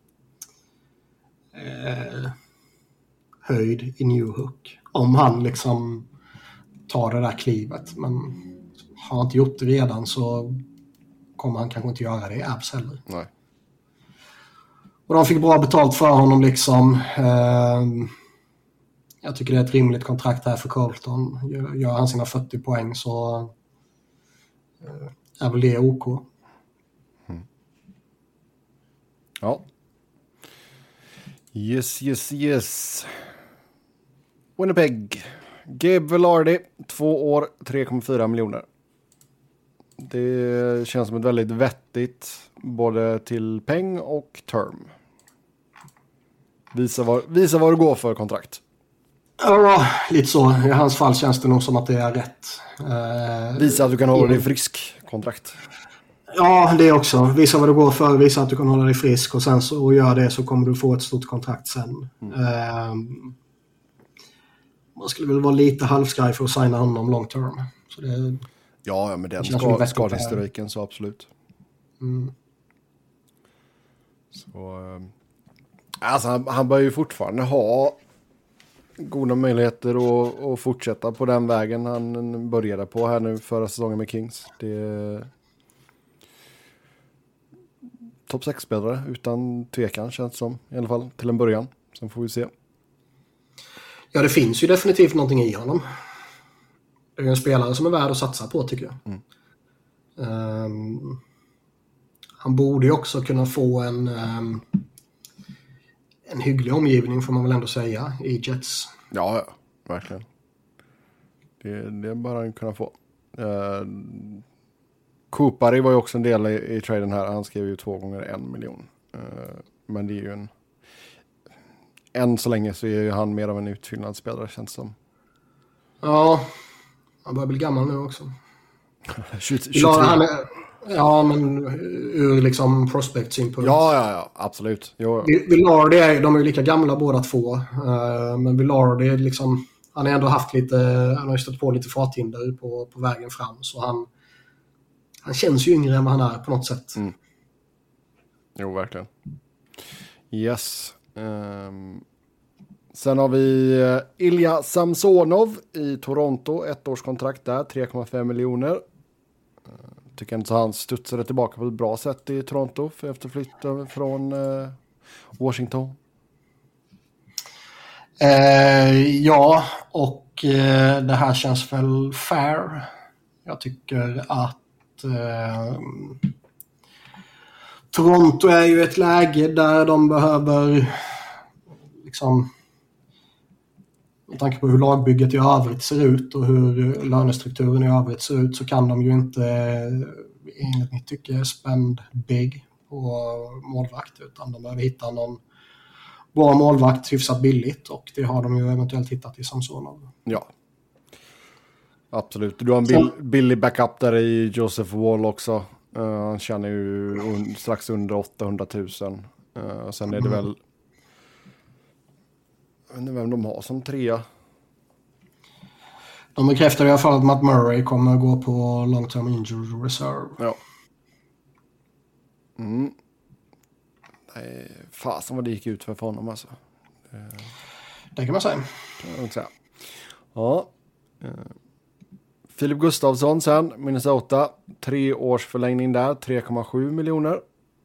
eh, höjd i Newhook. Om han liksom tar det där klivet. Men har han inte gjort det redan så kommer han kanske inte göra det i Abs heller. Nej. Och de fick bra betalt för honom liksom. Eh, jag tycker det är ett rimligt kontrakt här för Colton. Gör, gör han sina fyrtio poäng så eh, är väl det OK. Mm. Ja. Yes, yes, yes. Winnipeg. Gabe Velarde, två år, tre komma fyra miljoner. Det känns som ett väldigt vettigt både till peng och term. Visa vad, visa vad du går för kontrakt. Ja, lite så. I hans fall känns det nog som att det är rätt. Eh, visa att du kan hålla dig frisk kontrakt. Ja, det också. Visa vad du går för, visa att du kan hålla dig frisk och sen så och gör det så kommer du få ett stort kontrakt sen. Mm. Eh, man skulle väl vara lite halvskraj för att signa honom long term. Så det, ja, ja, men den ska, skadehistoriken så absolut. Mm. Så, alltså han, han bör ju fortfarande ha goda möjligheter att, att fortsätta på den vägen han började på här nu förra säsongen med Kings. Det är topp sex-spelare utan tvekan känns det som i alla fall till en början. Sen får vi se. Ja, det finns ju definitivt någonting i honom. Det är en spelare som är värd att satsa på tycker jag. Mm. Um, han borde ju också kunna få en um, en hygglig omgivning får man väl ändå säga i Jets. Ja, ja verkligen. Det, det bör han kunna få. Uh, Kupari var ju också en del i, i traden här. Han skrev ju två gånger en miljon. Uh, men det är ju en än så länge så är ju han mer av en utfyllnadsspelare känns som. Ja, han börjar bli gammal nu också. tjugotre Han är, ja, men ur liksom prospect-synpunkt. Ja, ja, ja, absolut. Jo. Villard är, de är ju lika gamla båda två. Uh, men Villard är liksom, han har ändå haft lite, han har stött på lite farthinder på, på vägen fram. Så han, han känns ju yngre än vad han är på något sätt. Mm. Jo, verkligen. Yes. Um, sen har vi Ilja Samsonov i Toronto, ett års kontrakt där, tre komma fem miljoner. Uh, tycker inte så han studsade tillbaka på ett bra sätt i Toronto för efter flytten från uh, Washington. Uh, ja, och uh, det här känns väl fair. Jag tycker att uh, Toronto är ju ett läge där de behöver liksom, med tanke på hur lagbygget i övrigt ser ut och hur lönestrukturen i övrigt ser ut så kan de ju inte enligt mitt tycke spend big på målvakt utan de behöver hitta någon bra målvakt hyfsat billigt och det har de ju eventuellt hittat i Samsonov. Ja. Absolut. Du har en bill, billig backup där i Joseph Wall också. Uh, han tjänar ju un, strax under åttahundratusen. Uh, sen är det väl jag vet inte vem de har som trea. De bekräftar i alla fall att Matt Murray kommer gå på long term injury reserve. Ja. Mm. Nej, fasen vad det gick ut för honom alltså. Det kan man säga. Kan man säga. Ja. Filip Gustafsson sen, Minnesota. Tre års förlängning där, tre komma sju miljoner.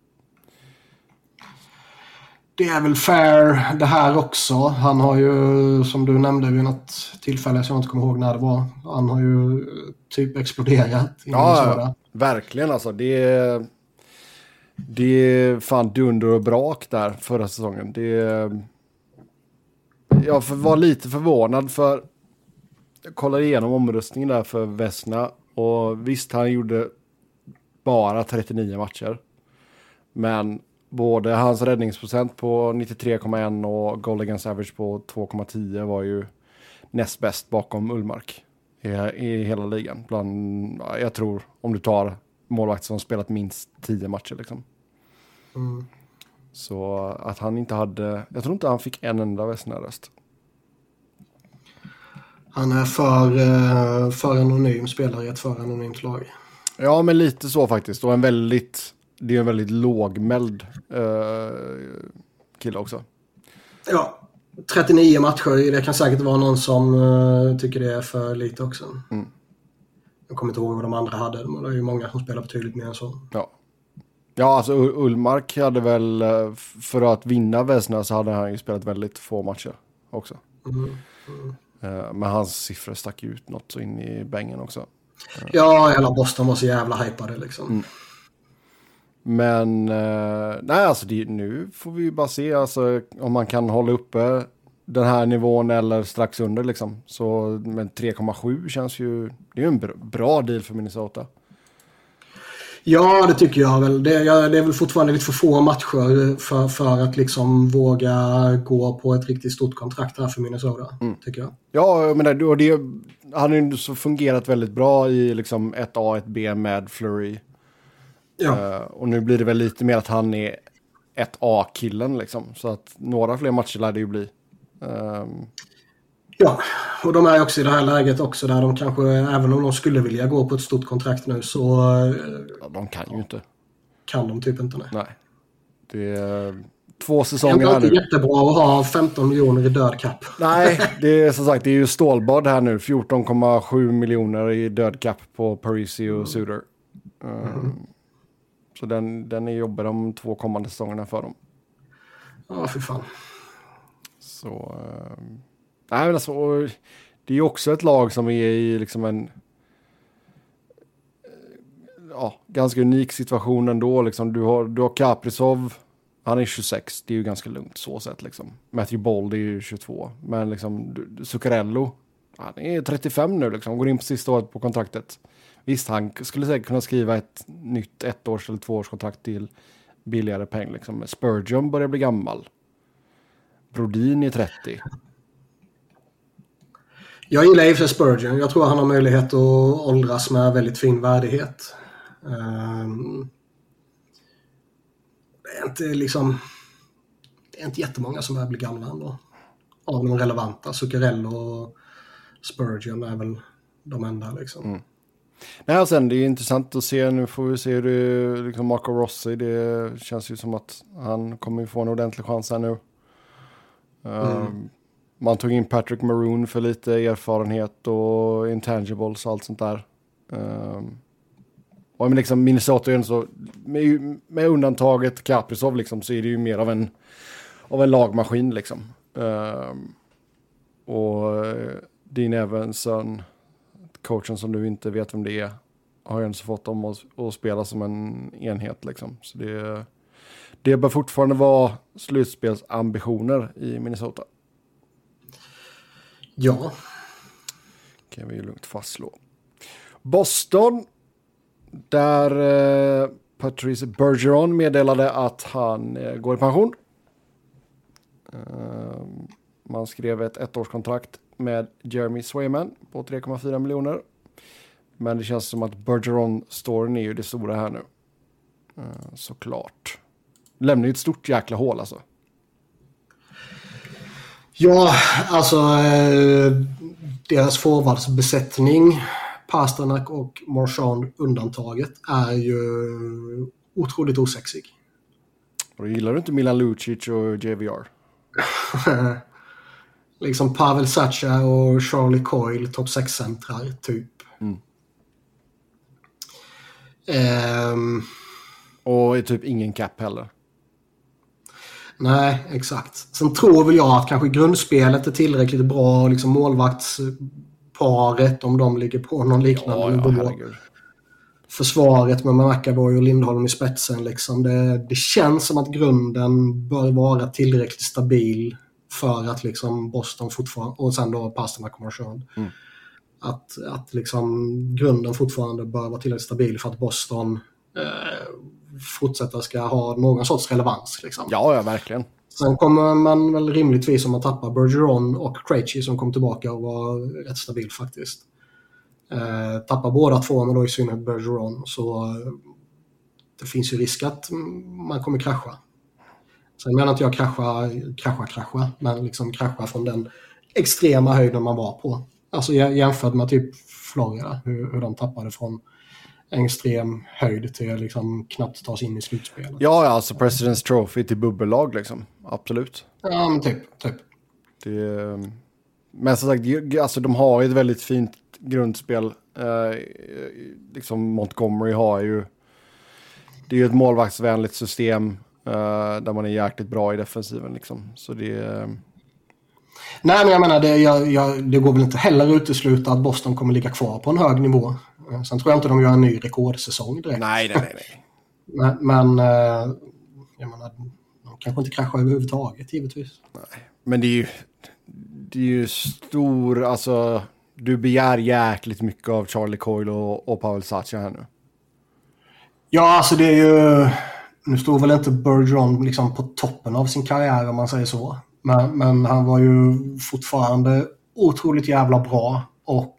Det är väl fair det här också. Han har ju, som du nämnde vid något tillfälle, så jag inte kommer ihåg när det var. Han har ju typ exploderat. Ja, ja, verkligen alltså. Det är, det är fan dunder och brak där förra säsongen. Det är, jag var lite förvånad för jag kollade igenom omröstningen där för Vesna. Och visst, han gjorde bara trettionio matcher. Men både hans räddningsprocent på nittiotre komma ett och goal against average på två komma tio var ju näst bäst bakom Ullmark i, i hela ligan. Bland, jag tror, om du tar målvakt som spelat minst tio matcher liksom. Mm. Så att han inte hade, jag tror inte han fick en enda Vesna-röst. Han är för, för anonym spelare i ett för anonymt lag. Ja, men lite så faktiskt. Och en väldigt, det är en väldigt lågmäld uh, kille också. Ja, trettionio matcher. Det kan säkert vara någon som uh, tycker det är för lite också. Mm. Jag kommer inte ihåg vad de andra hade. Men det är ju många som spelar betydligt mer än så. Ja. Ja, alltså Ullmark hade väl, för att vinna Vesna så hade han ju spelat väldigt få matcher också. Mm. Mm. Men hans siffror stack ut något så in i bängen också. Ja, hela Boston var så jävla hypade liksom. Mm. Men nej, alltså det, nu får vi bara se alltså, om man kan hålla uppe den här nivån eller strax under liksom. Så med tre komma sju känns ju, det är ju en bra deal för Minnesota. Ja, det tycker jag väl. Det, ja, det är väl fortfarande lite för få matcher för, för att liksom våga gå på ett riktigt stort kontrakt här för Minnesota, mm. tycker jag. Ja, men det, och det han har ju så fungerat väldigt bra i liksom ett A, ett B med Fleury. Ja. Uh, och nu blir det väl lite mer att han är ett A-killen liksom. Så att några fler matcher lär det ju bli. Um... Ja, och de är också i det här läget också där de kanske, även om de skulle vilja gå på ett stort kontrakt nu så... Ja, de kan ju inte. Kan de typ inte, nej. Nej. Det är två säsonger här nu. Det är inte jättebra att ha femton miljoner i död cap. Nej, det är som sagt, det är ju stålbad här nu. fjorton komma sju miljoner i död cap på Parisi och mm. Suter. Um, mm. Så den, den är jobbig de två kommande säsongerna för dem. Ja, för fan. Så... Um... Nej, men alltså, det är ju också ett lag som är i liksom en ja, ganska unik situation ändå. Liksom. Du har, du har Kaprizov, han är tjugosex, det är ju ganska lugnt så sett. Liksom. Matthew Bold är ju tjugotvå, men liksom, Zuccarello, han är trettiofem nu, liksom, går in på sista året på kontraktet. Visst, han skulle säkert kunna skriva ett nytt ettårs eller tvåårskontrakt till billigare peng. Liksom. Spurgeon börjar bli gammal. Brodin är trettio. Jag gillar i och för sig Spurgeon. Jag tror han har möjlighet att åldras med väldigt fin värdighet. Um, det är inte liksom... Det är inte jättemånga som börjar bli gamla ändå. Av de relevanta. Zuccarello och Spurgeon är väl de enda liksom. Mm. Nej, och sen det är intressant att se. Nu får vi se hur det liksom Marco Rossi. Det känns ju som att han kommer få en ordentlig chans här nu. Um, mm. Man tog in Patrick Maroon för lite erfarenhet och intangibles och allt sånt där. Um, och liksom Minnesota är så, med, med undantaget Kaprizov liksom, så är det ju mer av en, av en lagmaskin liksom. Um, och Dean Evanson, coachen som du inte vet vem det är, har ju ändå fått dem att, att spela som en enhet liksom. Så det, det bör fortfarande vara slutspelsambitioner i Minnesota. Ja. Kan vi ju lugnt fastslå. Boston. Där eh, Patrice Bergeron meddelade att han eh, går i pension. Uh, man skrev ett ettårskontrakt med Jeremy Swayman på tre komma fyra miljoner. Men det känns som att Bergeron-storyn är ju det stora här nu. Uh, såklart. Lämnar ju ett stort jäkla hål alltså. Ja, alltså eh, deras forwardsbesättning, Pasternak och Marchand undantaget, är ju otroligt osexig. Och då gillar du inte Milan Lucic och J V R? Liksom Pavel Zacha och Charlie Coyle, topp sex-centrar, typ. Mm. Um, och är typ ingen cap heller. Nej, exakt. Sen tror väl jag att kanske grundspelet är tillräckligt bra, liksom målvaktsparet, om de ligger på någon liknande ja, nivå. Ja, Försvaret med McAvoy och Lindholm i spetsen. Liksom. Det, det känns som att grunden bör vara tillräckligt stabil för att liksom Boston fortfarande, och sen då Pasternak och Marchand. Mm. Att, att liksom grunden fortfarande bör vara tillräckligt stabil för att Boston eh, fortsätta ska ha någon sorts relevans. Liksom. Ja, ja, verkligen. Sen kommer man väl rimligtvis om att tappa Bergeron och Krejci som kom tillbaka och var rätt stabil faktiskt. Eh, tappa båda två, men då i synnerhet Bergeron, så eh, det finns ju risk att man kommer krascha. Sen menar inte jag krascha, krascha, krascha, men liksom krascha från den extrema höjden man var på. Alltså jämfört med typ Florida, hur, hur de tappade från en extrem höjd till liksom knappt ta sig in i slutspelet. Ja, ja, alltså President's Trophy till bubbellag liksom. Absolut. Ja, men typ. typ. Det, men som sagt, alltså, de har ju ett väldigt fint grundspel. Eh, liksom Montgomery har ju... Det är ju ett målvaktsvänligt system eh, där man är jäkligt bra i defensiven. Liksom. Så det... Eh... Nej, men jag menar, det, jag, jag, det går väl inte heller utesluta att Boston kommer ligga kvar på en hög nivå. Sen tror jag inte de gör en ny rekordsäsong direkt. Nej, nej, nej. nej. men, men jag menar, de kanske inte kraschar överhuvudtaget, givetvis. Nej, men det är ju, det är ju stor, alltså, du begär jäkligt mycket av Charlie Coyle och, och Pavel Zacha här nu. Ja, alltså det är ju, nu står väl inte Bergeron liksom på toppen av sin karriär om man säger så. Men, men han var ju fortfarande otroligt jävla bra och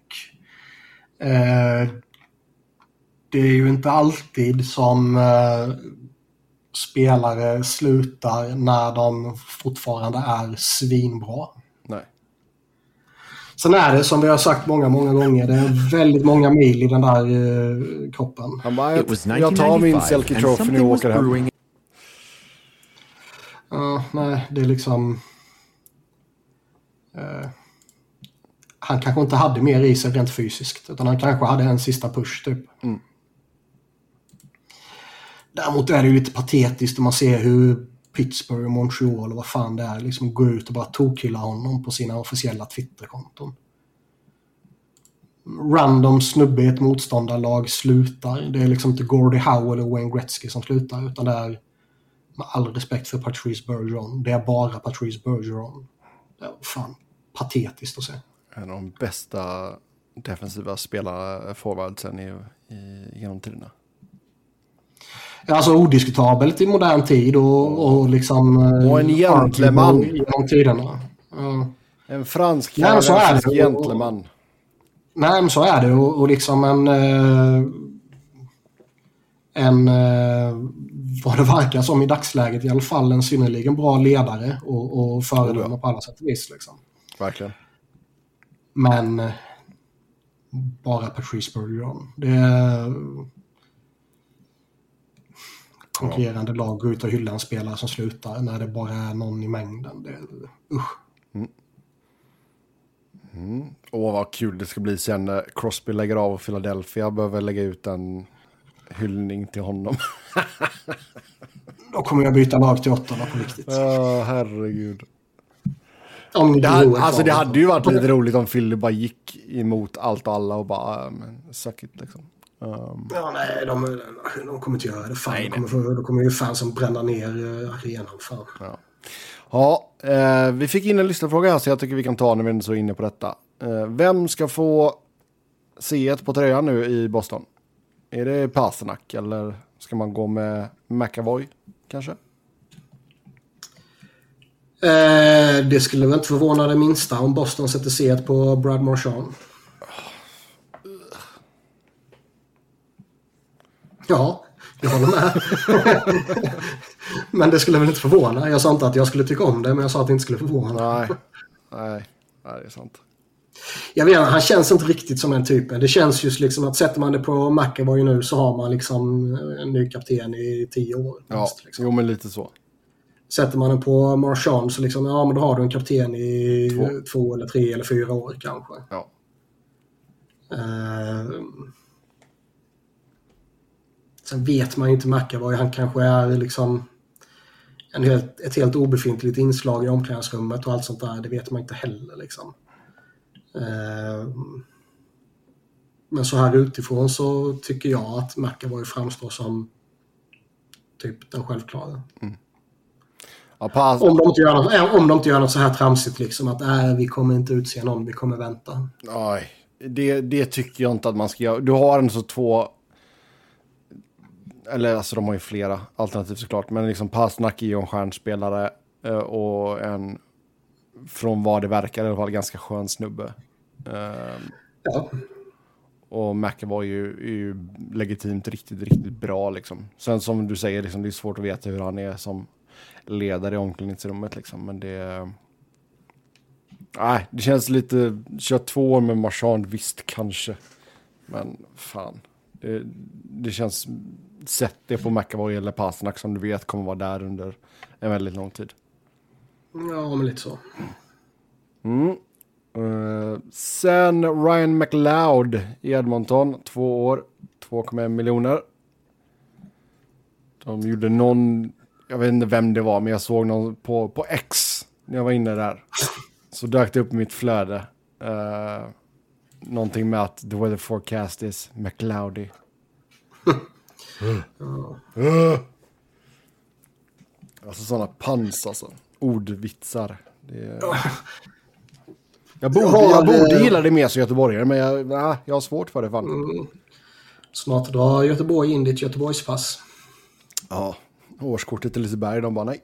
eh, det är ju inte alltid som eh, spelare slutar när de fortfarande är svinbra. Nej. Sen är det som vi har sagt många, många gånger, det är väldigt många mil i den där eh, kroppen. Han bara, jag, jag tar min Selke Trophy nu och åker hem. Ja, uh, nej, det är liksom... Uh, han kanske inte hade mer i sig rent fysiskt, utan han kanske hade en sista push typ. Mm. Däremot är det ju lite patetiskt om man ser hur Pittsburgh och Montreal och vad fan det är liksom går ut och bara tokkilla honom på sina officiella Twitterkonton. Random snubbe i ett motståndarlag slutar. Det är liksom inte Gordie Howe eller Wayne Gretzky som slutar, utan det är, med all respekt för Patrice Bergeron, det är bara Patrice Bergeron. Det är fan patetiskt att se. En av de bästa defensiva spelare forwardsen i, i, genom tiderna. Alltså odiskutabelt i modern tid och, och liksom... Och en gentleman. Genom tiderna. Ja. En fransk Nej, så är det. gentleman. Nej, men så är det. Och, och liksom en... En... Vad det verkar som i dagsläget i alla fall, en synnerligen bra ledare och, och föredöme på alla sätt och vis. Liksom. Verkligen. Men bara Patrice Bergeron. Det är... konkurrerande lag går ut och hyllar en spelare som slutar när det bara är någon i mängden. Det, usch. Mm. Mm. Åh, vad kul det ska bli sen när Crosby lägger av och Philadelphia behöver lägga ut en hyllning till honom. Då kommer jag byta lag till åttorna på riktigt. Ja, oh, herregud. Om det, hade, alltså, det hade ju varit lite roligt om Philly bara gick emot allt och alla och bara, men suck it liksom. Um. Ja, nej, de, de kommer inte göra det. Fan, nej, de, kommer, de kommer ju fansen bränna ner arenan. Fan. Ja, ja eh, vi fick in en lyssnarfråga här så jag tycker vi kan ta när vi är så inne på detta. Eh, vem ska få C ett på tröjan nu i Boston? Är det Pasternak eller ska man gå med McAvoy kanske? Eh, det skulle väl inte förvåna det minsta om Boston sätter C ett på Brad Marchand. Ja, jag håller med. Men det skulle väl inte förvåna. Jag sa inte att jag skulle tycka om det, men jag sa att det inte skulle förvåna. Nej. Nej, nej, det är sant. Jag vet inte, han känns inte riktigt som den typen. Det känns just liksom att sätter man det på McAvoy nu så har man liksom en ny kapten i tio år. Ja, mest, liksom. Jo men lite så. Sätter man den på Marchand så liksom, ja men då har du en kapten i två, två eller tre eller fyra år kanske. Ja. Uh, sen vet man ju inte McAvoy. Han kanske är liksom en helt, ett helt obefintligt inslag i omklädningsrummet och allt sånt där. Det vet man inte heller liksom. Uh, men så här utifrån så tycker jag att McAvoy framstår som typ den självklara. Mm. Ja, pass. Om, de inte gör något, om de inte gör något så här tramsigt liksom att äh, vi kommer inte utse någon, vi kommer vänta. Nej, det, det tycker jag inte att man ska göra. Du har en så två, eller alltså de har ju flera alternativ såklart, men liksom Pasternak är ju en stjärnspelare och en, från vad det verkar i alla fall, ganska skön snubbe. Ja. Och McAvoy är ju, är ju legitimt riktigt, riktigt bra liksom. Sen som du säger, liksom, det är svårt att veta hur han är som ledare i omklädningsrummet liksom, men det nej, det känns lite köra två år med Marchand, visst kanske, men fan det, det känns, sätt det på McAvoy eller Pasternak som du vet kommer vara där under en väldigt lång tid. Ja, men lite så. Mm. Uh, sen Ryan McLeod i Edmonton, två år, två komma en miljoner. De gjorde någon, jag vet inte vem det var, men jag såg någon på, på X när jag var inne där. Så dök det upp i mitt flöde. Uh, någonting med att the weather forecast is McLeody. uh. uh. Alltså sådana pans alltså. Ordvitsar. Det är... Jag borde, jag borde gilla det mer som göteborgare, men jag, nej, jag har svårt för det. Fan. Mm. Snart drar Göteborg in ditt Göteborgspass. Ja, årskortet till Liseberg, de bara nej.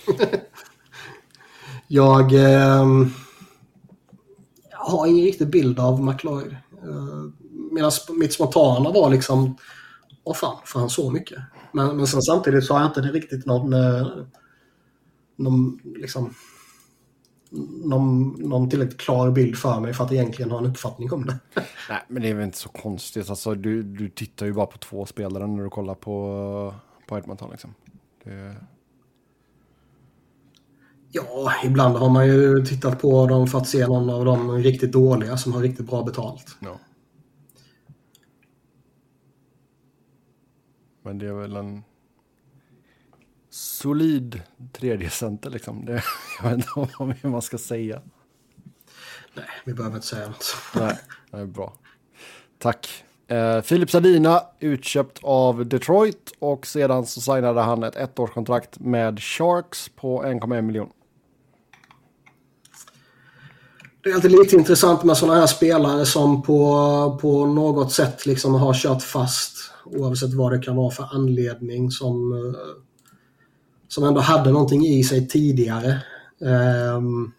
jag, eh, jag har ingen riktig bild av McLeod. Eh, medan mitt spontana var liksom, åh fan, för han så mycket. Men, men sen samtidigt så har jag inte det riktigt någon, eh, någon liksom... Någon, någon tillräckligt klar bild för mig för att egentligen ha en uppfattning om det. Nej, men det är väl inte så konstigt. Alltså, du, du tittar ju bara på två spelare när du kollar på, på Edmonton. Liksom. Det... Ja, ibland har man ju tittat på dem för att se någon av de riktigt dåliga som har riktigt bra betalt. Ja. Men det är väl en solid tredje center liksom. Det, jag vet inte vad man ska säga. Nej, vi behöver inte säga något. Nej, det är bra. Tack. Eh, Filip Zadina utköpt av Detroit och sedan så signade han ett ettårskontrakt med Sharks på en komma en miljon. Det är alltid lite intressant med sådana här spelare som på, på något sätt liksom har kört fast, oavsett vad det kan vara för anledning, som som ändå hade någonting i sig tidigare. Um,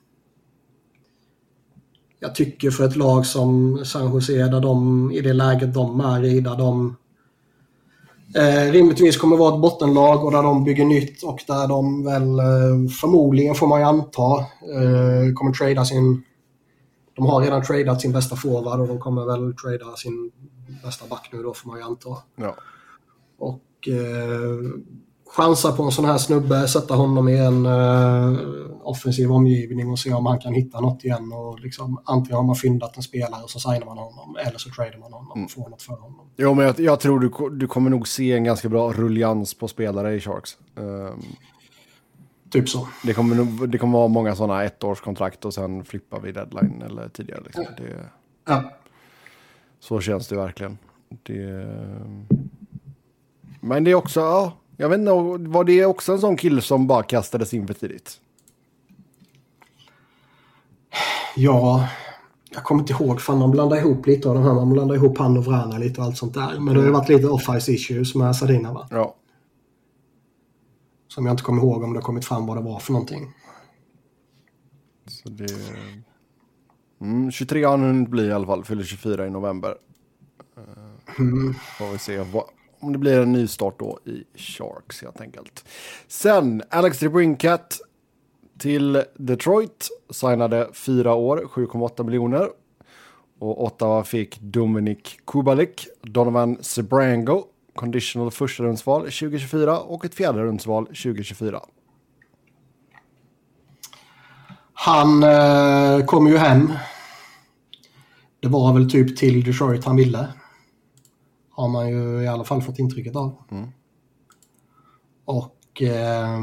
jag tycker för ett lag som San Jose, där de, i det läget de är i, där de eh, rimligtvis kommer vara ett bottenlag och där de bygger nytt och där de väl eh, förmodligen, får man ju anta, eh, kommer trada sin, de har redan tradat sin bästa forward och de kommer väl trada sin bästa back nu då, får man ju anta. Ja. Och eh, chansa på en sån här snubbe, sätta honom i en uh, offensiv omgivning och se om han kan hitta något igen. Och liksom, antingen har man fyndat en spelare och så signar man honom, eller så tradar man honom och får något för honom. Jo, men jag, jag tror du, du kommer nog se en ganska bra rullians på spelare i Sharks. Um, typ så. Det kommer, nog, det kommer vara många sådana ettårskontrakt och sen flippar vi deadline eller tidigare. Liksom. Det, ja. Så känns det verkligen. Det, men det är också... Ja, jag vet inte, var det också en sån kille som bara kastades in för tidigt? Ja, jag kommer inte ihåg, för man blandar ihop lite av de här, man blandar ihop han och Vrana lite och allt sånt där. Men det har ju varit lite off-ice issues med Zadina, va? Ja. Som jag inte kommer ihåg om det har kommit fram vad det var för någonting. Så det... Mm, tjugotre har han hunnit bli i alla fall, fyller tjugofyra i november. Mm. Får vi se vad... Om det blir en ny start då i Sharks helt enkelt. Sen Alex DeBrincat till Detroit. Signade fyra år, sju komma åtta miljoner. Och Ottawa fick Dominik Kubalik, Donovan Sebrango, conditional första rundsval tjugo tjugofyra och ett fjärde rundsval tjugo tjugofyra. Han eh, kom ju hem. Det var väl typ till Detroit han ville. Har man ju i alla fall fått intrycket av. Mm. Och eh,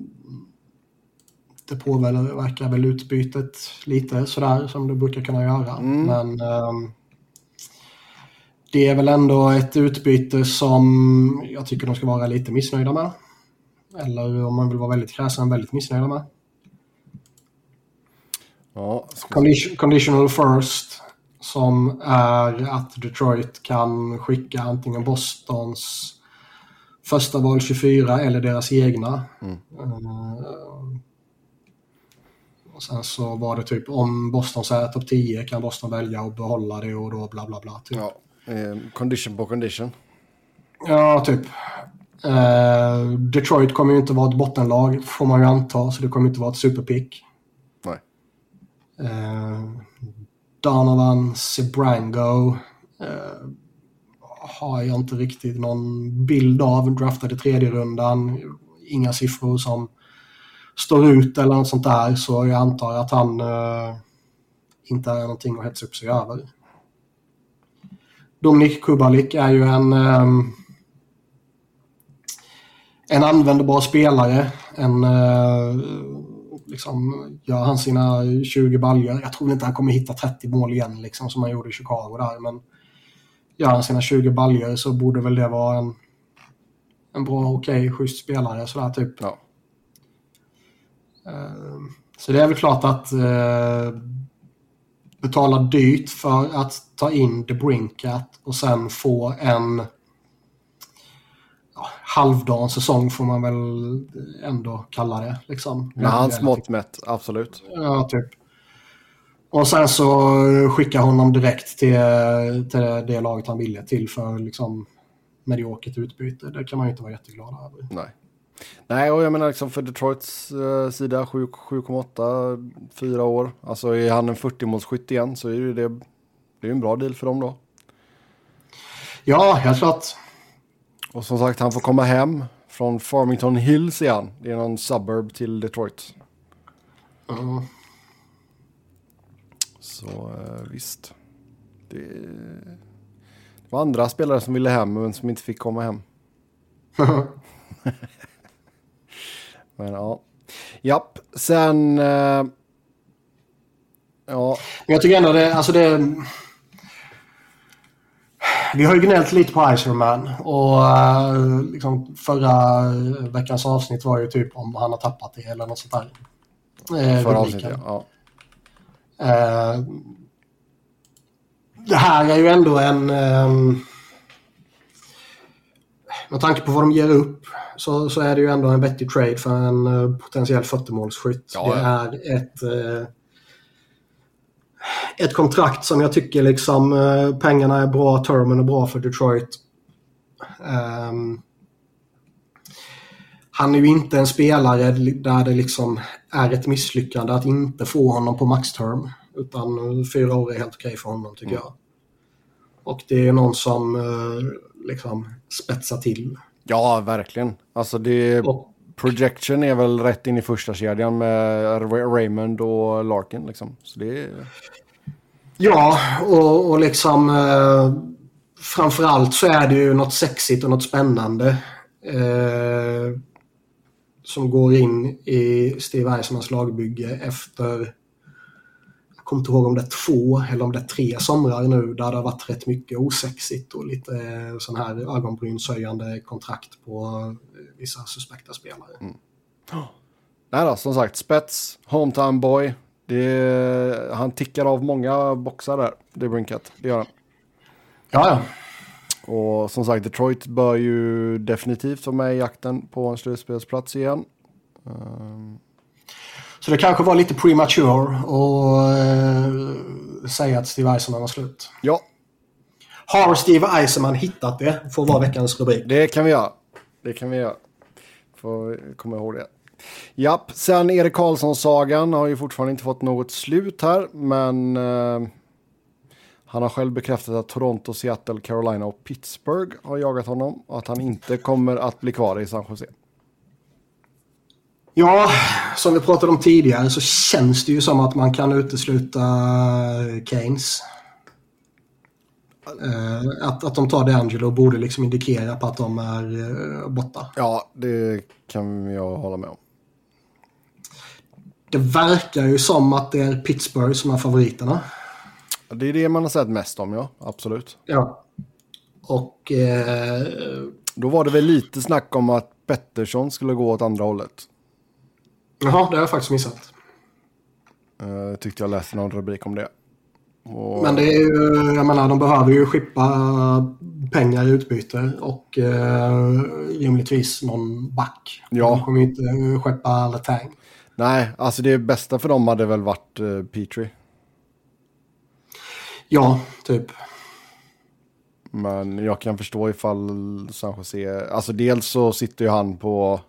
det påverkar väl utbytet lite sådär som det brukar kunna göra. Mm. Men eh, det är väl ändå ett utbyte som jag tycker de ska vara lite missnöjda med. Eller om man vill vara väldigt kräsen, väldigt missnöjda med. Ja, Condition, conditional first, som är att Detroit kan skicka antingen Bostons första val tjugofyra eller deras egna. Mm. Uh, och sen så var det typ om Boston säger topp tio kan Boston välja att behålla det och då bla bla bla. Typ. Ja, eh, condition på condition. Ja, typ. Uh, Detroit kommer ju inte vara ett bottenlag, får man ju anta, så det kommer inte vara ett superpick. Nej. Uh, Donovan Sebrango uh, har jag inte riktigt någon bild av. Draftade tredje rundan, inga siffror som står ut eller något sånt där, så jag antar att han uh, inte är någonting att hetsa upp sig över. Dominik Kubalik är ju en um, en användbar spelare, en uh, liksom, gör han sina tjugo baljor. Jag tror inte han kommer hitta trettio mål igen liksom, som han gjorde i Chicago där, men gör han sina tjugo baljor så borde väl det vara en en bra, okej, okay, schysst spelare sådär typ. Ja. Uh, så det är väl klart att uh, betala dyrt för att ta in DeBrincat och sen få en halvdan säsong får man väl ändå kalla det liksom. Med hans mått mätt, absolut. Ja, typ. Och sen så skickar honom direkt till, till det laget han ville till för liksom mediokert utbyte. Det kan man ju inte vara jätteglad över. Nej. Nej, och jag menar liksom för Detroits uh, sida sju komma åtta, fyra år. Alltså är han en fyrtio-målsskytt igen så är ju det, det är en bra deal för dem då. Ja, helt klart. Och som sagt, han får komma hem från Farmington Hills igen. Det är någon suburb till Detroit. Mm. Så uh, visst. Det, det var andra spelare som ville hem men som inte fick komma hem. Men ja. Japp, sen uh, ja. Men jag tycker ändå det, alltså det vi har ju gnällt lite på Iserman och uh, liksom förra veckans avsnitt var ju typ om han har tappat det eller något sånt där. Uh, förra avsnittet, ja. Uh, det här är ju ändå en um, med tanke på vad de ger upp så, så är det ju ändå en vettig trade för en uh, potentiell fyrtio-målsskytt. Ja, det är ett uh, ett kontrakt som jag tycker liksom uh, pengarna är bra, termen är bra för Detroit. Um, han är ju inte en spelare där det liksom är ett misslyckande att inte få honom på maxterm, utan uh, fyra år är helt okej för honom tycker mm. jag. Och det är någon som uh, liksom spetsar till. Ja, verkligen. Alltså det och, projection är väl rätt in i första kedjan med Raymond och Larkin liksom. Så det är... Ja, och, och liksom eh, framförallt så är det ju något sexigt och något spännande eh, som går in i Steve Eismans lagbygge efter, jag kommer inte ihåg om det är två eller om det är tre somrar nu där det har varit rätt mycket osexigt och lite eh, sån här ögonbrynshöjande kontrakt på eh, vissa suspekta spelare. Mm. Oh. Nej då, som sagt, spets, hometown boy. Det, han tickar av många boxar där, det Brinkat, det gör han. Ja, ja. Och som sagt, Detroit bör ju definitivt vara med i jakten på en slutspelsplats igen. Um... Så det kanske var lite premature att uh, säga att Steve Eisenman var slut. Ja. Har Steve Eisenman hittat det? Får vara veckans rubrik. Det kan vi göra. Det kan vi göra. Får komma ihåg det. Japp, sen Erik Karlsson-sagan har ju fortfarande inte fått något slut här, men eh, han har själv bekräftat att Toronto, Seattle, Carolina och Pittsburgh har jagat honom och att han inte kommer att bli kvar i San Jose. Ja, som vi pratade om tidigare så känns det ju som att man kan utesluta Keynes. Uh, att, att de tar DeAngelo borde liksom indikera på att de är uh, borta. Ja, det kan jag hålla med om. Det verkar ju som att det är Pittsburgh som är favoriterna. Det är det man har sett mest om, ja. Absolut. Ja. Och... Uh, Då var det väl lite snack om att Pettersson skulle gå åt andra hållet. Jaha, det har jag faktiskt missat. Uh, tyckte jag läste någon rubrik om det. Och... Men det är ju, jag menar, de behöver ju skippa pengar i utbyte och eh, rimligtvis någon back. Ja. De kommer ju inte skeppa Letang. Nej, alltså det bästa för dem hade väl varit uh, Petrie. Ja, typ. Men jag kan förstå ifall San Jose... Alltså dels så sitter ju han på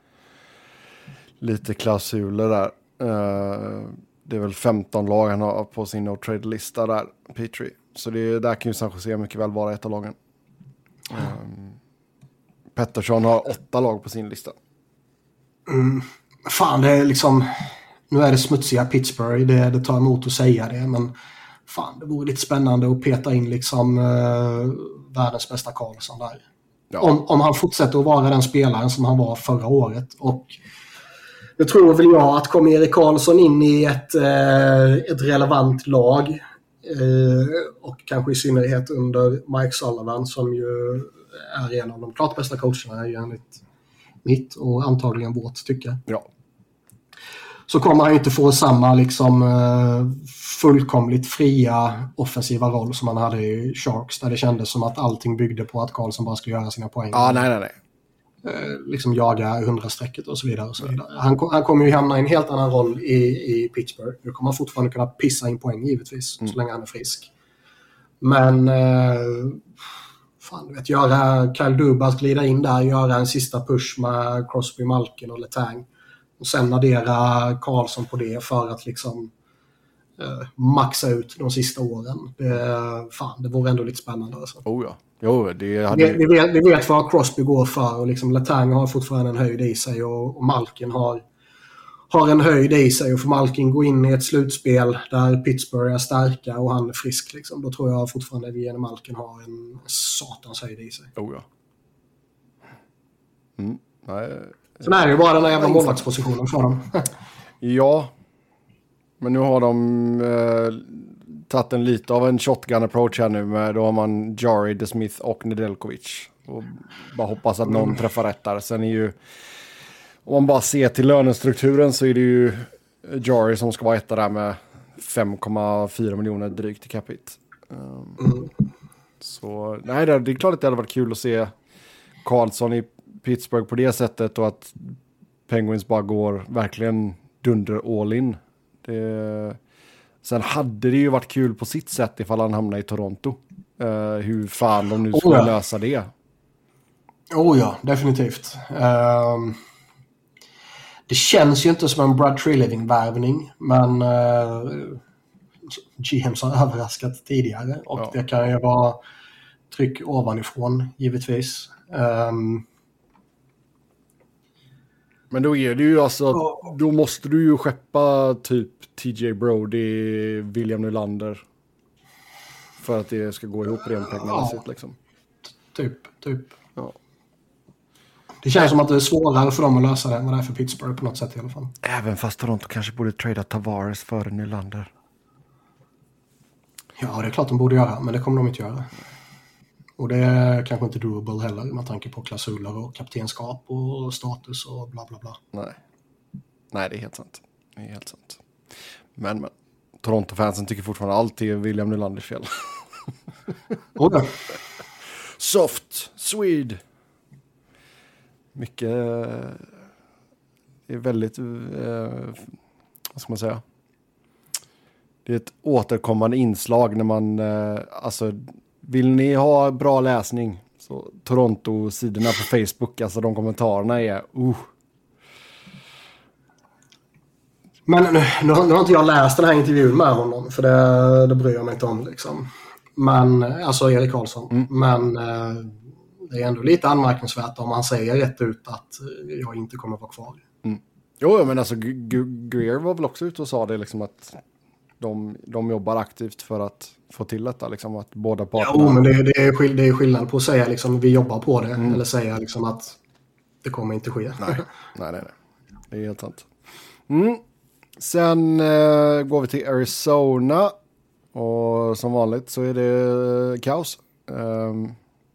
lite klausuler där. Uh, det är väl femton lag han har på sin no-trade-lista där, Petrie. Så det, där kan ju San Jose mycket väl vara ett av lagen. Um, Pettersson har åtta lag på sin lista. Mm. Fan, det är liksom... Nu är det smutsiga Pittsburgh, det, det tar emot att säga det, men fan, det vore lite spännande att peta in liksom uh, världens bästa Karlsson där. Ja. Om, om han fortsätter att vara den spelaren som han var förra året. Och det tror väl jag att kommer Erik Karlsson in i ett, eh, ett relevant lag eh, och kanske i synnerhet under Mike Sullivan som ju är en av de klart bästa coacherna enligt mitt och antagligen vårt tycke. Ja. Så kommer han inte få samma liksom eh, fullkomligt fria offensiva roll som han hade i Sharks där det kändes som att allting byggde på att Karlsson bara skulle göra sina poäng. Ja, nej, nej, nej. Liksom jaga hundrastrecket och så vidare. Och så vidare. Han, han kommer ju hamna i en helt annan roll i, i Pittsburgh. Nu kommer han fortfarande kunna pissa in poäng givetvis mm. så länge han är frisk. Men eh, fan, du vet, göra Kyle Dubas glida in där, göra en sista push med Crosby, Malkin och Letang och sen addera Karlsson på det för att liksom eh, maxa ut de sista åren. Det, fan, det vore ändå lite spännande. Alltså. Oh ja. Jo, det hade... vi, vi, vet, vi vet vad Crosby går för och liksom Letang har fortfarande en höjd i sig och, och Malkin har, har en höjd i sig och för Malkin går in i ett slutspel där Pittsburgh är starka och han är frisk liksom, då tror jag fortfarande att Jenny Malkin har en satans höjd i sig. Oh ja. Mm, nej. Sen är det ju bara den här jävla målvaktspositionen för dem. Ja, men nu har de eh, tagit en lite av en shotgun approach här nu. Med, då har man Jari, DeSmith och Nedeljkovic. Och bara hoppas att någon mm. träffar rätt där. Sen är ju, om man bara ser till lönestrukturen så är det ju Jari som ska vara etta där med fem komma fyra miljoner drygt i capita. Um, mm. Så nej, det är klart att det hade varit kul att se Karlsson i Pittsburgh på det sättet och att Penguins bara går verkligen dunder all in. Det, sen hade det ju varit kul på sitt sätt ifall han hamnar i Toronto. Uh, hur fan de nu skulle oh ja. lösa det. Oh ja, definitivt. Um, det känns ju inte som en Brad Treliving-värvning, men uh, G Ms har överraskat tidigare och ja. det kan ju vara tryck ovanifrån, givetvis. Um, Men då är det ju alltså, oh. då måste du ju skeppa typ T J Brody, William Nylander för att det ska gå ihop rent pengamässigt ja. liksom. Typ, typ. Ja. Det känns som att det är svårare för dem att lösa det än vad det är för Pittsburgh på något sätt i alla fall. Även fast Toronto kanske borde trada Tavares före Nylander. Ja, det är klart de borde göra, men det kommer de inte göra. Och det är kanske inte doable heller med tanke på klausuler och kaptenskap och status och bla bla bla. Nej, Nej det är helt sant. Det är helt sant. Men, men Toronto-fansen tycker fortfarande allt är William Nylanders fel. Oh, Soft, Swede. Mycket, det är väldigt, eh, vad ska man säga? Det är ett återkommande inslag när man, eh, alltså vill ni ha bra läsning så Toronto-sidorna på Facebook, alltså de kommentarerna är uh. Men nu, nu, har, nu har inte jag läst den här intervjun med honom, för det, det bryr jag mig inte om liksom. Men, alltså Erik Karlsson. Mm. Men eh, det är ändå lite anmärkningsvärt om han säger rätt ut att jag inte kommer vara kvar. Mm. Jo, men alltså Greer var väl också ute och sa det liksom, att de, de jobbar aktivt för att få till detta liksom, att båda parterna... Jo, men det, det, är, skill- det är skillnad på att säga liksom vi jobbar på det, mm. eller säga liksom att det kommer inte ske. Nej, nej, nej. nej. Det är helt sant. Mm. Sen eh, går vi till Arizona. Och som vanligt så är det kaos. Um,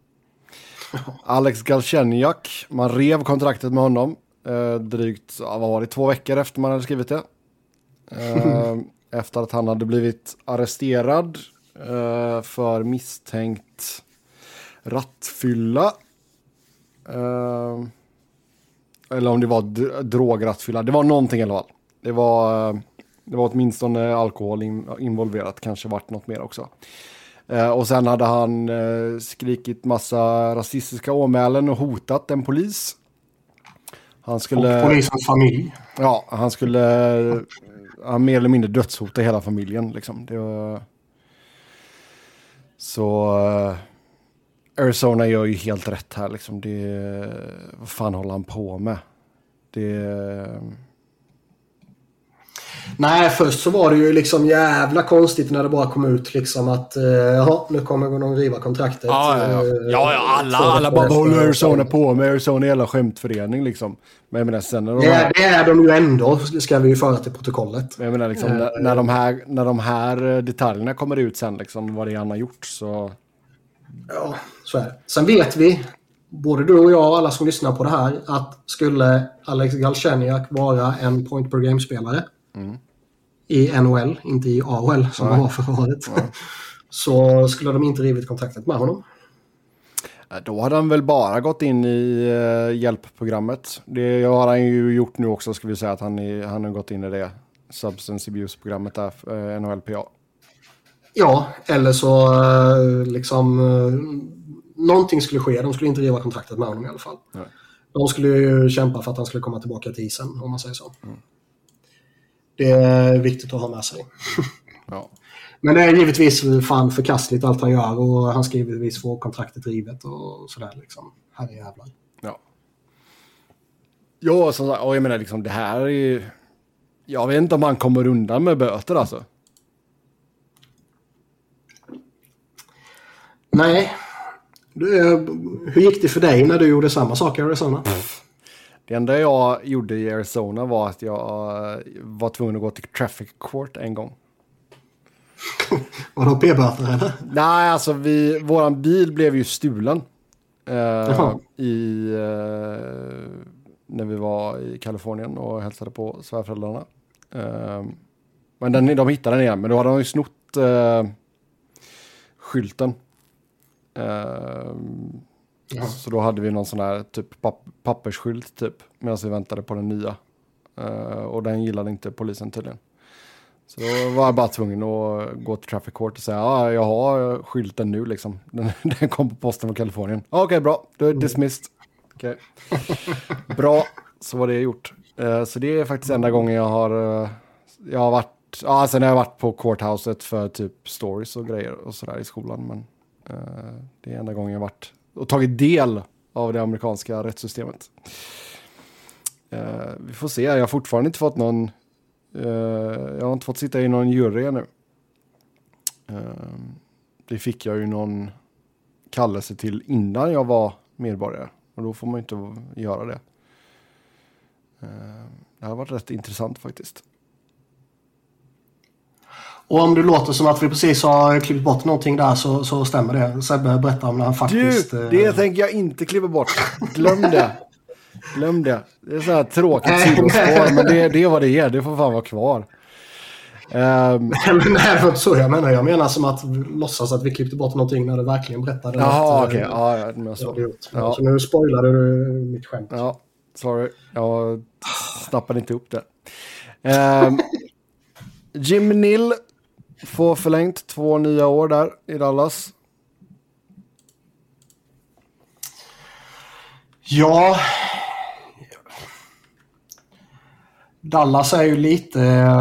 Alex Galchenyuk, man rev kontraktet med honom. Uh, drygt, ja, vad var det, två veckor efter man hade skrivit det. Uh, efter att han hade blivit arresterad uh, för misstänkt rattfylla. Uh, eller om det var d- drograttfylla. Det var någonting i alla fall. Det var, det var åtminstone alkohol in, involverat. Kanske varit något mer också. Eh, och sen hade han eh, skrikit massa rasistiska åmälen och hotat en polis. Han skulle... Och polisens familj. Ja, han skulle... Han mer eller mindre dödshota hela familjen. Liksom. Det var... Så... Eh, Arizona gör ju helt rätt här. Liksom. Det... Vad fan håller han på med? Det... Nej, först så var det ju liksom jävla konstigt när det bara kom ut liksom att uh, jaha, nu kommer någon riva kontraktet. Ja, ja, ja. ja, ja alla, alla bara håller Arizona på med Arizona hela skämtförening liksom. Men jag menar sen när de här... det, det är de ju ändå, ska vi ju föra till protokollet. Men jag menar liksom, uh, när, när, de här, när de här detaljerna kommer ut sen liksom, vad det är han har gjort så... Ja, så är det. Sen vet vi, både du och jag och alla som lyssnar på det här, att skulle Alex Galchenyuk vara en point per game-spelare mm. i N H L, inte i A H L som han var förra året, ja. Så skulle de inte rivit kontraktet med honom. Då hade han väl bara gått in i uh, hjälpprogrammet. Det har han ju gjort nu också, ska vi säga, att han, är, han har gått in i det substance abuse-programmet där, uh, N H L P A. Ja, eller så uh, liksom uh, någonting skulle ske. De skulle inte riva kontraktet med honom i alla fall. Nej. De skulle ju kämpa för att han skulle komma tillbaka till isen, om man säger så. Mm. Det är viktigt att ha med sig. Ja. Men det är givetvis fan förkastligt allt han gör, och han ska givetvis få kontraktet rivet och sådär liksom. Här är jävlar. Ja. Ja, som sagt, och jag menar liksom det här är ju... Jag vet inte om han kommer undan med böter alltså. Nej. Du, hur gick det för dig när du gjorde samma sak i Arizona? Pff. Det enda jag gjorde i Arizona var att jag var tvungen att gå till traffic court en gång. Var det p-böter eller? Nej, alltså vi, våran bil blev ju stulen. Eh, i, eh, när vi var i Kalifornien och hälsade på svärföräldrarna. Eh, men den, de hittade den igen, men då hade de ju snott eh, skylten. Eh, Ja. Så då hade vi någon sån här typ papp- pappersskylt typ, medan vi väntade på den nya. Uh, och den gillade inte polisen tydligen. Så då var jag bara tvungen att gå till traffic court och säga ja, ah, jag har skylten nu liksom. Den, den kom på posten från Kalifornien. Ah, Okej, okay, bra. Du är dismissed. Okay. Bra, så var det gjort. Uh, så det är faktiskt enda gången jag har uh, jag har varit, ja ah, sen har jag varit på courthouset för typ stories och grejer och sådär i skolan. Men uh, det är enda gången jag har varit och tagit del av det amerikanska rättssystemet. Uh, vi får se. Jag har fortfarande inte fått någon... Uh, jag har inte fått sitta i någon jury ännu. Uh, det fick jag ju någon kallelse till innan jag var medborgare. Och då får man inte göra det. Uh, det har varit rätt intressant faktiskt. Och om det låter som att vi precis har klippt bort någonting där så, så stämmer det. Sebbe berättar om när han faktiskt... Du, det äh... tänker jag inte klippa bort. Glöm det. Glöm det. Det är så här tråkigt sidospår, men det, det är vad det är. Det får fan vara kvar. Um... men nej, var så jag menar. Jag menar som att låtsas att vi klippte bort någonting när du verkligen berättade. Jaha, okej. Okay. Ja, ja, men så. Ja. Så nu spoilade du mitt skämt. Ja, sorry. Jag snappade inte upp det. Um... Jim Nill får förlängt två nya år där i Dallas. Ja. Dallas är ju lite...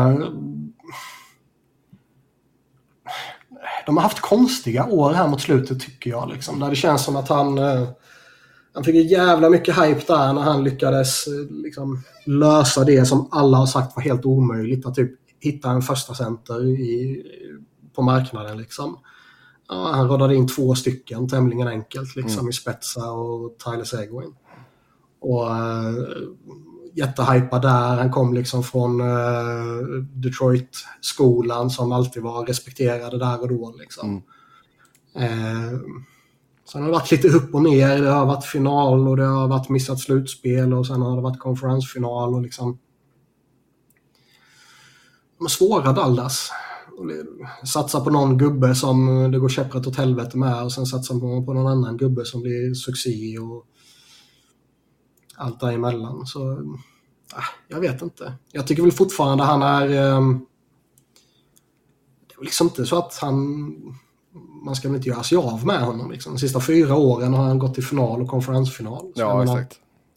De har haft konstiga år här mot slutet tycker jag. Liksom. Där det känns som att han... Han fick ju jävla mycket hype där när han lyckades liksom, lösa det som alla har sagt var helt omöjligt. Att typ hitta en första center i, på marknaden. Liksom. Ja, han rådade in två stycken tämligen enkelt liksom, mm. i Spezza och Tyler Seguin. Och uh, jättehypad där. Han kom liksom från uh, Detroit-skolan som alltid var respekterade där och då. Liksom. Mm. Uh, sen har det varit lite upp och ner. Det har varit final och det har varit missat slutspel och sen har det varit konferensfinal och liksom... De är svåra Dallas. Satsa på någon gubbe som det går käpprätt åt helvete med och sen satsa på, på någon annan gubbe som blir succé och allt däremellan. Så äh, jag vet inte. Jag tycker väl fortfarande han är eh, det är liksom inte så att han man ska väl inte göra sig av med honom liksom. De sista fyra åren har han gått till final och konferensfinal. Så ja, exakt.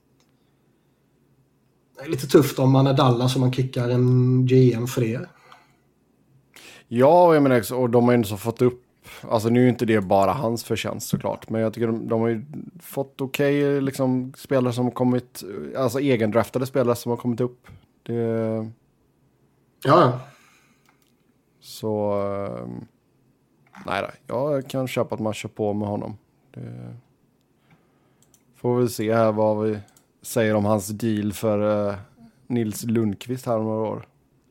Det är lite tufft om man är Dallas och man kickar en G M för det. Ja, jag menar, och de har ju så fått upp, alltså nu är ju inte det bara hans förtjänst såklart, men jag tycker de, de har ju fått okej okay, liksom spelare som har kommit, alltså egendraftade spelare som har kommit upp. Det... Ja. Så, um... nej då, jag kan köpa att man kör på med honom. Det... Får vi se här vad vi säger om hans deal för uh, Nils Lundqvist här om några år.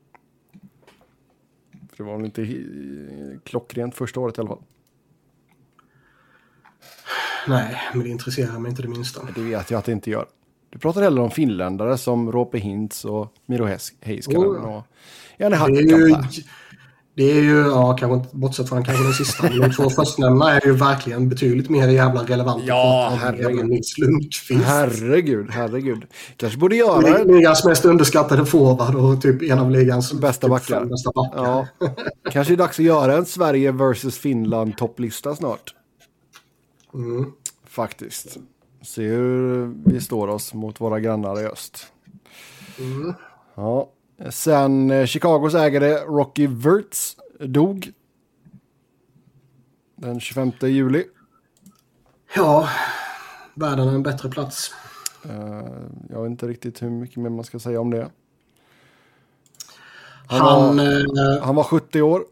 Det var väl inte hi- klockrent första året i alla fall. Nej, men det intresserar mig inte det minsta. Det vet jag att det inte gör. Du pratar heller om finländare som Roope Hintz och Miro Heiskanen. Oh, och Janne Hackkamp. Det är ju, ja, kanske inte, bortsett från kanske den sista. Men de två förstnämnda är ju verkligen betydligt mer jävla relevanta. Ja, herregud. Nils Lundqvist. Herregud, herregud. Kanske borde göra... Ligans mest underskattade forward och typ en av ligans bästa typ backar. Bästa backar. Ja. Kanske är det dags att göra en Sverige versus Finland topplista snart. Mm. Faktiskt. Se hur vi står oss mot våra grannar i öst. Mm. Ja. Sen eh, Chicagos ägare Rocky Wirtz dog den tjugofemte juli. Ja, världen är en bättre plats. Uh, jag vet inte riktigt hur mycket mer man ska säga om det. Han, han, var, eh, han var sjuttio år.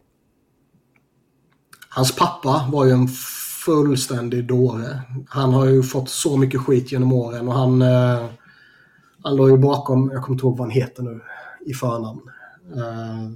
Hans pappa var ju en fullständig dåre. Han har ju fått så mycket skit genom åren och han, eh, han låg ju bakom, jag kommer inte ihåg vad han heter nu i förnamn. Uh,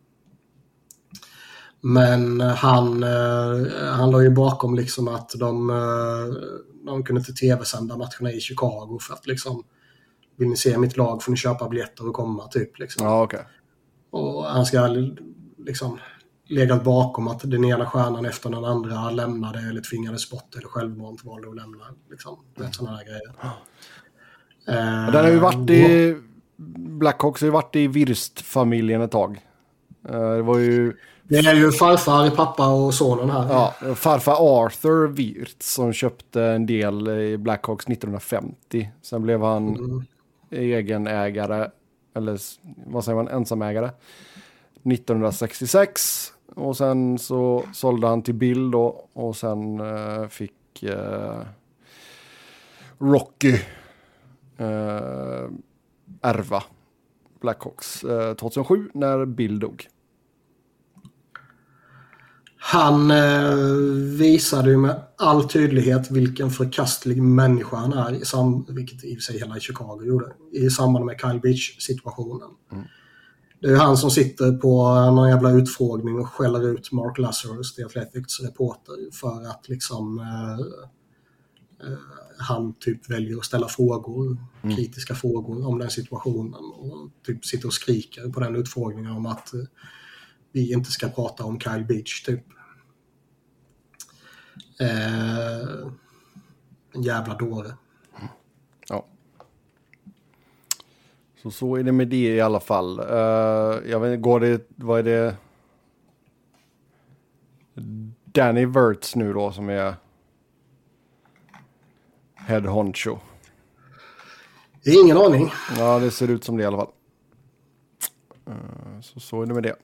men han, uh, han låg ju bakom liksom att de, uh, de kunde inte tv-sända matcherna i Chicago för att liksom, vill ni se mitt lag får ni köpa biljetter och komma typ liksom. Ja, okej. Okay. Och han ska liksom legat bakom att den ena stjärnan efter den andra lämnade eller tvingades bort eller självmant valde att lämna liksom. Det är sådana här grejer. Uh, och den har ju varit i Blackhawks har ju varit i Wirtz-familjen ett tag. Uh, det var ju... Det är ju farfar, pappa och sonen här. Ja, farfar Arthur Wirtz som köpte en del i Blackhawks nittonhundrafemtio. Sen blev han mm. egenägare, eller vad säger man, ensamägare nittonhundrasextiosex. Och sen så sålde han till Bill då, och sen uh, fick uh, Rocky uh, ärva Blackhawks eh, tjugohundrasju när Bill dog. Han eh, visade ju med all tydlighet vilken förkastlig människa han är, i sam- vilket i och för sig hela Chicago gjorde, i samband med Kyle Beach-situationen. Mm. Det är han som sitter på någon jävla utfrågning och skäller ut Mark Lazarus, The Athletics reporter, för att liksom eh, eh, han typ väljer att ställa frågor, mm. kritiska frågor om den situationen och typ sitter och skriker på den utfrågningen om att eh, vi inte ska prata om Kyle Beach typ. Eh, en jävla dåre. Mm. Ja. Så så är det med det i alla fall. Uh, jag vet inte, går det, vad är det? Danny Wirtz nu då som är head honcho. Ingen aning. Ja, det ser ut som det i alla fall. Så så är det med det.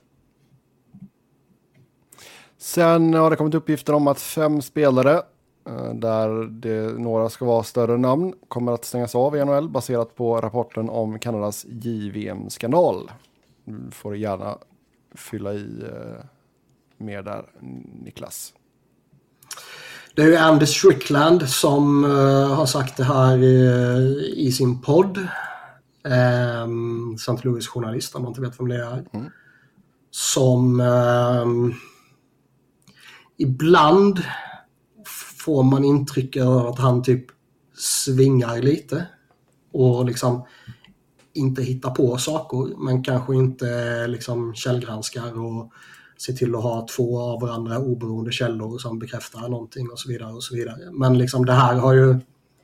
Sen har det kommit uppgifter om att fem spelare, där det, några ska vara större namn, kommer att stängas av i N H L baserat på rapporten om Kanadas J V M-skandal. Du får gärna fylla i eh, mer där, Niklas. Det är ju Andy Strickland som uh, har sagt det här uh, i sin podd. Um, Saint Louis journalist, om man inte vet vem det är. Mm. Som um, ibland får man intryck av att han typ svingar lite. Och liksom inte hittar på saker. Men kanske inte liksom källgranskar och se till att ha två av varandra oberoende källor som bekräftar någonting och så vidare och så vidare. Men liksom det här har ju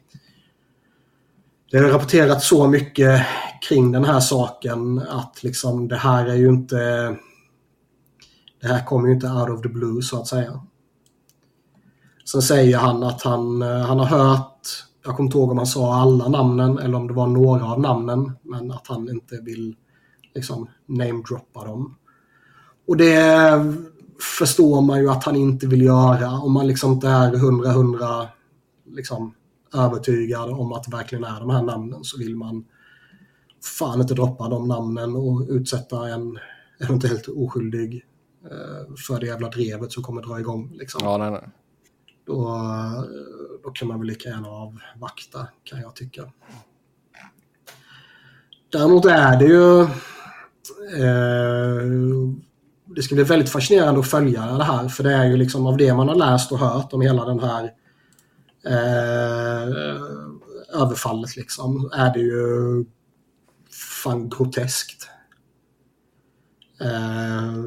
det har rapporterats så mycket kring den här saken att liksom det här är ju inte det här kommer ju inte out of the blue så att säga. Sen säger han att han, han har hört, jag kommer inte ihåg om han sa alla namnen eller om det var några av namnen, men att han inte vill liksom namedroppa dem. Och det förstår man ju att han inte vill göra om man liksom inte är hundra hundra liksom övertygad om att det verkligen är de här namnen, så vill man fan inte droppa de namnen och utsätta en eventuellt oskyldig eh, för det jävla drevet som kommer dra igång liksom. Ja, nej, nej. Då, då kan man väl lika gärna avvakta, kan jag tycka. Däremot är det ju eh, det ska bli väldigt fascinerande att följa det här, för det är ju liksom av det man har läst och hört om hela den här eh, överfallet liksom, är det ju fan groteskt. Eh,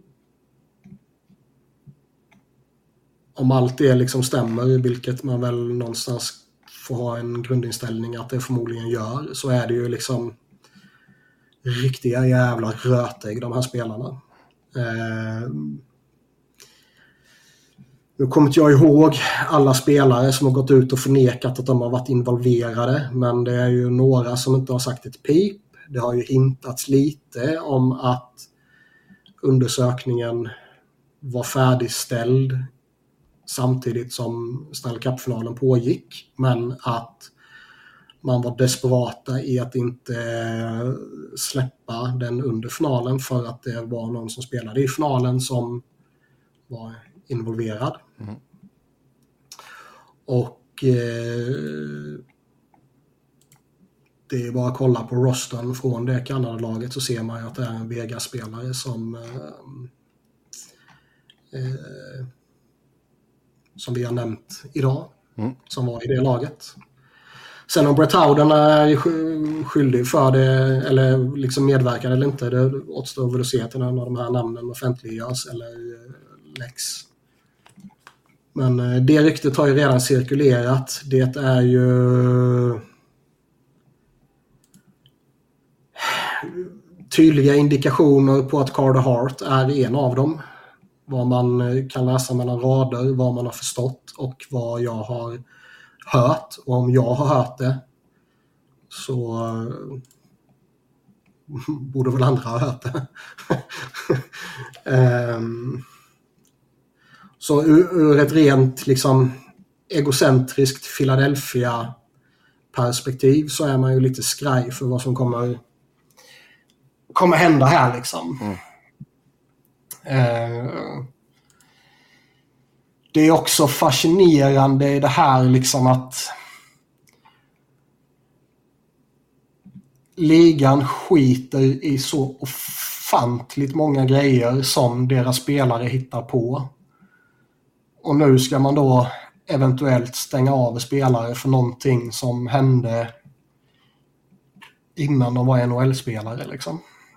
om allt det liksom stämmer, vilket man väl någonstans får ha en grundinställning att det förmodligen gör, så är det ju liksom riktiga jävla rötägg de här spelarna. Eh, nu kommer inte jag ihåg alla spelare som har gått ut och förnekat att de har varit involverade, men det är ju några som inte har sagt ett pip. Det har ju hintats lite om att undersökningen var färdigställd samtidigt som Stanley Cup-finalen pågick, men att man var desperata i att inte släppa den under finalen för att det var någon som spelade i finalen som var involverad. Mm. Och eh, det är bara att kolla på rostern från det Kanada-laget, så ser man ju att det är en Vegas-spelare som eh, eh, som vi har nämnt idag, mm. som var i det laget. Sen om Brett Howden är skyldig för det eller liksom medverkar eller inte, det återstår väl att se till när de här namnen offentliggörs eller läx. Men det ryktet har ju redan cirkulerat. Det är ju tydliga indikationer på att Carter Hart är en av dem. Vad man kan läsa mellan rader, vad man har förstått och vad jag har hört. Och om jag har hört det så borde väl andra ha hört det. um, så ur, ur ett rent liksom egocentriskt Philadelphia perspektiv så är man ju lite skraj för vad som kommer kommer hända här liksom. Mm. Uh, det är också fascinerande i det här liksom att ligan skiter i så ofantligt många grejer som deras spelare hittar på. Och nu ska man då eventuellt stänga av spelare för någonting som hände innan de var N H L-spelare liksom.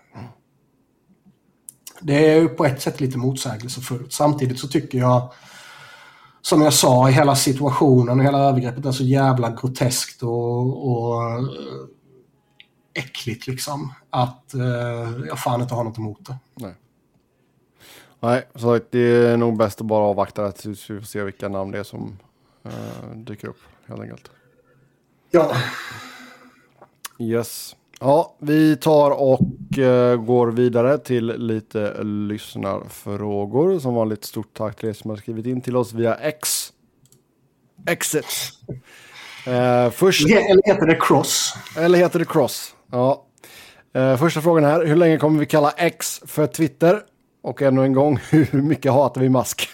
Det är ju på ett sätt lite motsägelsefullt. Samtidigt så tycker jag, som jag sa, i hela situationen och hela övergreppet är så jävla groteskt och, och äckligt liksom, att eh, jag fan inte har något emot det. Nej. Nej, så det är nog bäst att bara avvakta tills vi får se vilka namn det är som eh, dyker upp, helt enkelt. Ja. Yes. Ja, vi tar och och uh, går vidare till lite lyssnarfrågor. Som vanligt stort tack till er som har skrivit in till oss via X. Exit. Uh, först... Eller heter det Cross? Eller heter det Cross, ja. Uh, första frågan här. Hur länge kommer vi kalla X för Twitter? Och ännu en gång, hur mycket hatar vi Musk?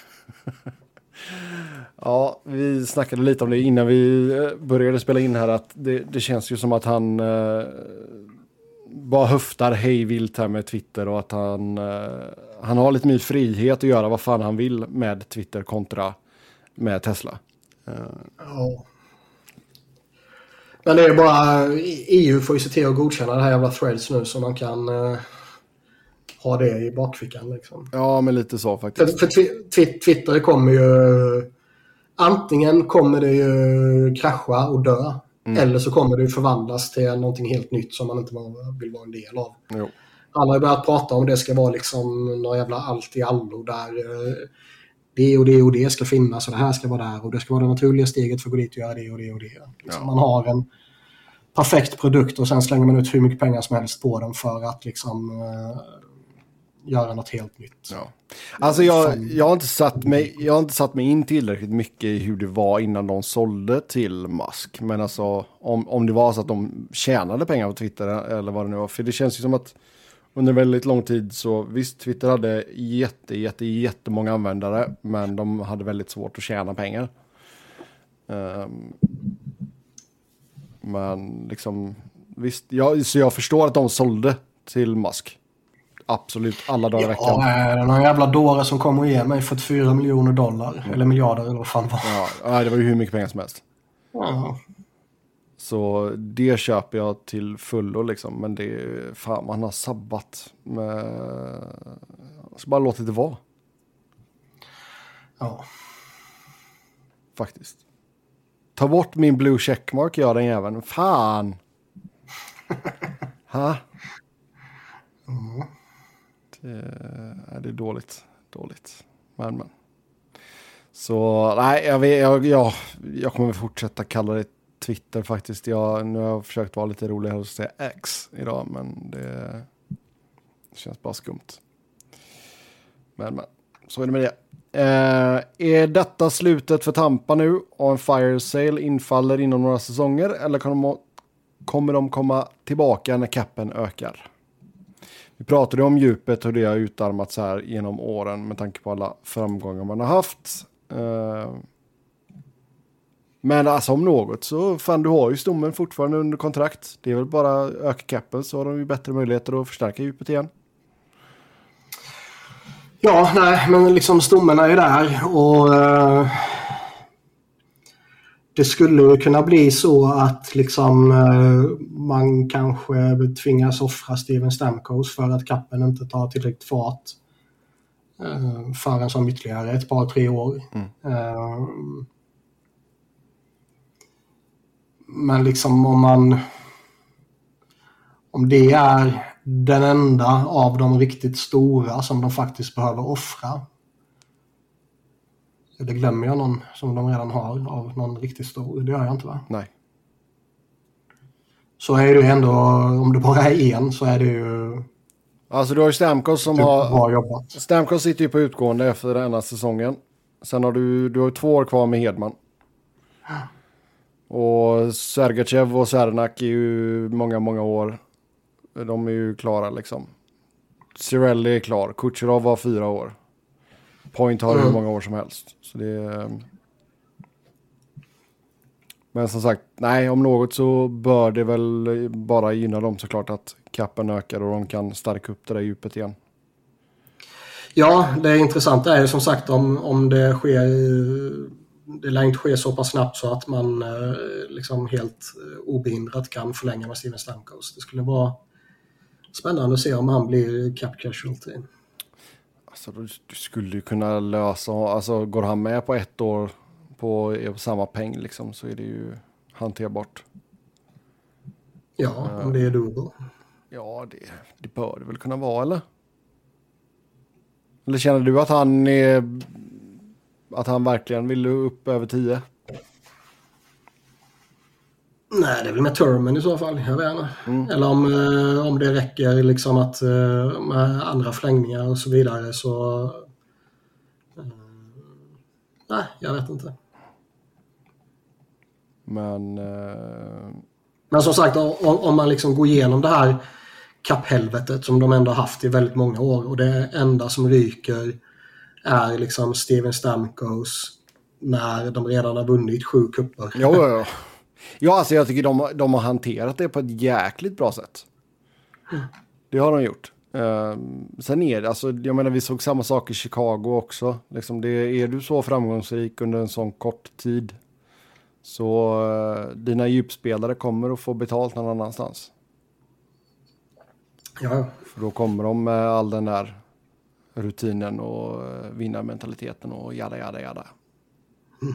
Ja, vi snackade lite om det innan vi började spela in här. Att det, det känns ju som att han uh, bara höftar hej vilt här med Twitter. Och att han, uh, han har lite mer frihet att göra vad fan han vill med Twitter kontra med Tesla. Uh. Ja. Men det är bara, E U får ju se till att godkänna det här jävla threads nu så man kan uh, ha det i bakfickan liksom. Ja, men lite så faktiskt. För, för tw- Twitter kommer ju, antingen kommer det ju krascha och dö, mm. eller så kommer det ju förvandlas till någonting helt nytt som man inte vill vara en del av. Jo. Alla har börjat prata om det ska vara liksom några jävla allt i allo där uh, det och det och det ska finnas och det här ska vara där och det ska vara det naturliga steget för att gå dit och göra det och det och det. Liksom ja. Man har en perfekt produkt och sen slänger man ut hur mycket pengar som helst på den för att liksom uh, göra något helt nytt. Ja. Alltså jag, jag, har inte satt mig, jag har inte satt mig in tillräckligt mycket i hur det var innan de sålde till Musk. Men alltså om, om det var så att de tjänade pengar på Twitter eller vad det nu var. För det känns ju som att under väldigt lång tid så visst, Twitter hade jätte, jätte, jättemånga användare, men de hade väldigt svårt att tjäna pengar. Um, men liksom, visst, jag, så jag förstår att de sålde till Musk. Absolut, alla dagar i veckan. Ja, det är någon jävla dåre som kommer och ger mig fyrtiofyra miljoner dollar, mm. eller miljarder eller vad fan var. Ja, det var ju hur mycket pengar som helst. Ja. Så det köper jag till fullo liksom. Men det är fan, man har sabbat med... Så bara låt det vara. Ja. Faktiskt. Ta bort min blue checkmark, gör den även. Fan! Ha? Mm. Det, det är dåligt. Dåligt. Men, men. Så nej, jag, vet, jag, jag, jag kommer fortsätta kalla det Twitter faktiskt. Jag, nu har jag försökt vara lite rolig och säga X idag, men det, det känns bara skumt. Men, men så är det med det. Eh, är detta slutet för Tampa nu och en fire sale infaller inom några säsonger, eller kommer de, kommer de komma tillbaka när capen ökar? Vi pratade om djupet och det har utarmats här genom åren med tanke på alla framgångar man har haft. Eh, Men alltså om något så fan, du har ju stommen fortfarande under kontrakt. Det är väl bara öka capen så har de ju bättre möjligheter att förstärka djupet igen. Ja, nej, men liksom stommen är ju där och uh, det skulle ju kunna bli så att liksom uh, man kanske tvingas offra Steven Stamkos för att capen inte tar tillräckligt fart uh, för en som ytterligare ett par, tre år. Mm. Uh, Men liksom om man om det är den enda av de riktigt stora som de faktiskt behöver offra, eller glömmer jag någon som de redan har av någon riktigt stor? Det gör jag inte, va? Nej. Så är det ändå, om det bara är en så är det ju... Alltså du har ju Stamkos som har... Bra jobbat. Stamkos sitter ju på utgående efter den här säsongen. Sen har du, du har två år kvar med Hedman. Och Sergachev och Cernak är ju många, många år. De är ju klara liksom. Cirelli är klar. Kucherov var fyra år. Point har ju mm. många år som helst. Så det är... Men som sagt, nej, om något så bör det väl bara gynna dem såklart att kappen ökar och de kan stärka upp det där djupet igen. Ja, det intressanta är ju som sagt om, om det sker... Det lär inte ske så pass snabbt så att man eh, liksom helt obehindrat kan förlänga med Steven Stamkos. Det skulle vara spännande att se om han blir cap casualty. Alltså du, du skulle ju kunna lösa, alltså går han med på ett år på, på samma peng liksom, så är det ju hanterbart. Ja, uh, om det är dubbel. Ja, det, det bör det väl kunna vara, eller? Eller känner du att han är... Att han verkligen vill upp över tio? Nej, det är väl med termen i så fall, jag vet inte. Mm. Eller om, eh, om det räcker liksom att eh, med andra förlängningar och så vidare så... Eh, nej, jag vet inte. Men... Eh... Men som sagt, om, om man liksom går igenom det här kapphelvetet som de ändå haft i väldigt många år och det enda som ryker är liksom Steven Stamkos när de redan har vunnit sju kupper. Jo, jo, jo. Ja, alltså jag tycker de, de har hanterat det på ett jäkligt bra sätt. Mm. Det har de gjort. Uh, sen är det, alltså, jag menar vi såg samma sak i Chicago också. Liksom det, är du så framgångsrik under en sån kort tid så uh, dina djupspelare kommer att få betalt någon annanstans. Ja. För då kommer de med all den där rutinen och uh, vinnarmentaliteten och jada, jada, jada. Mm.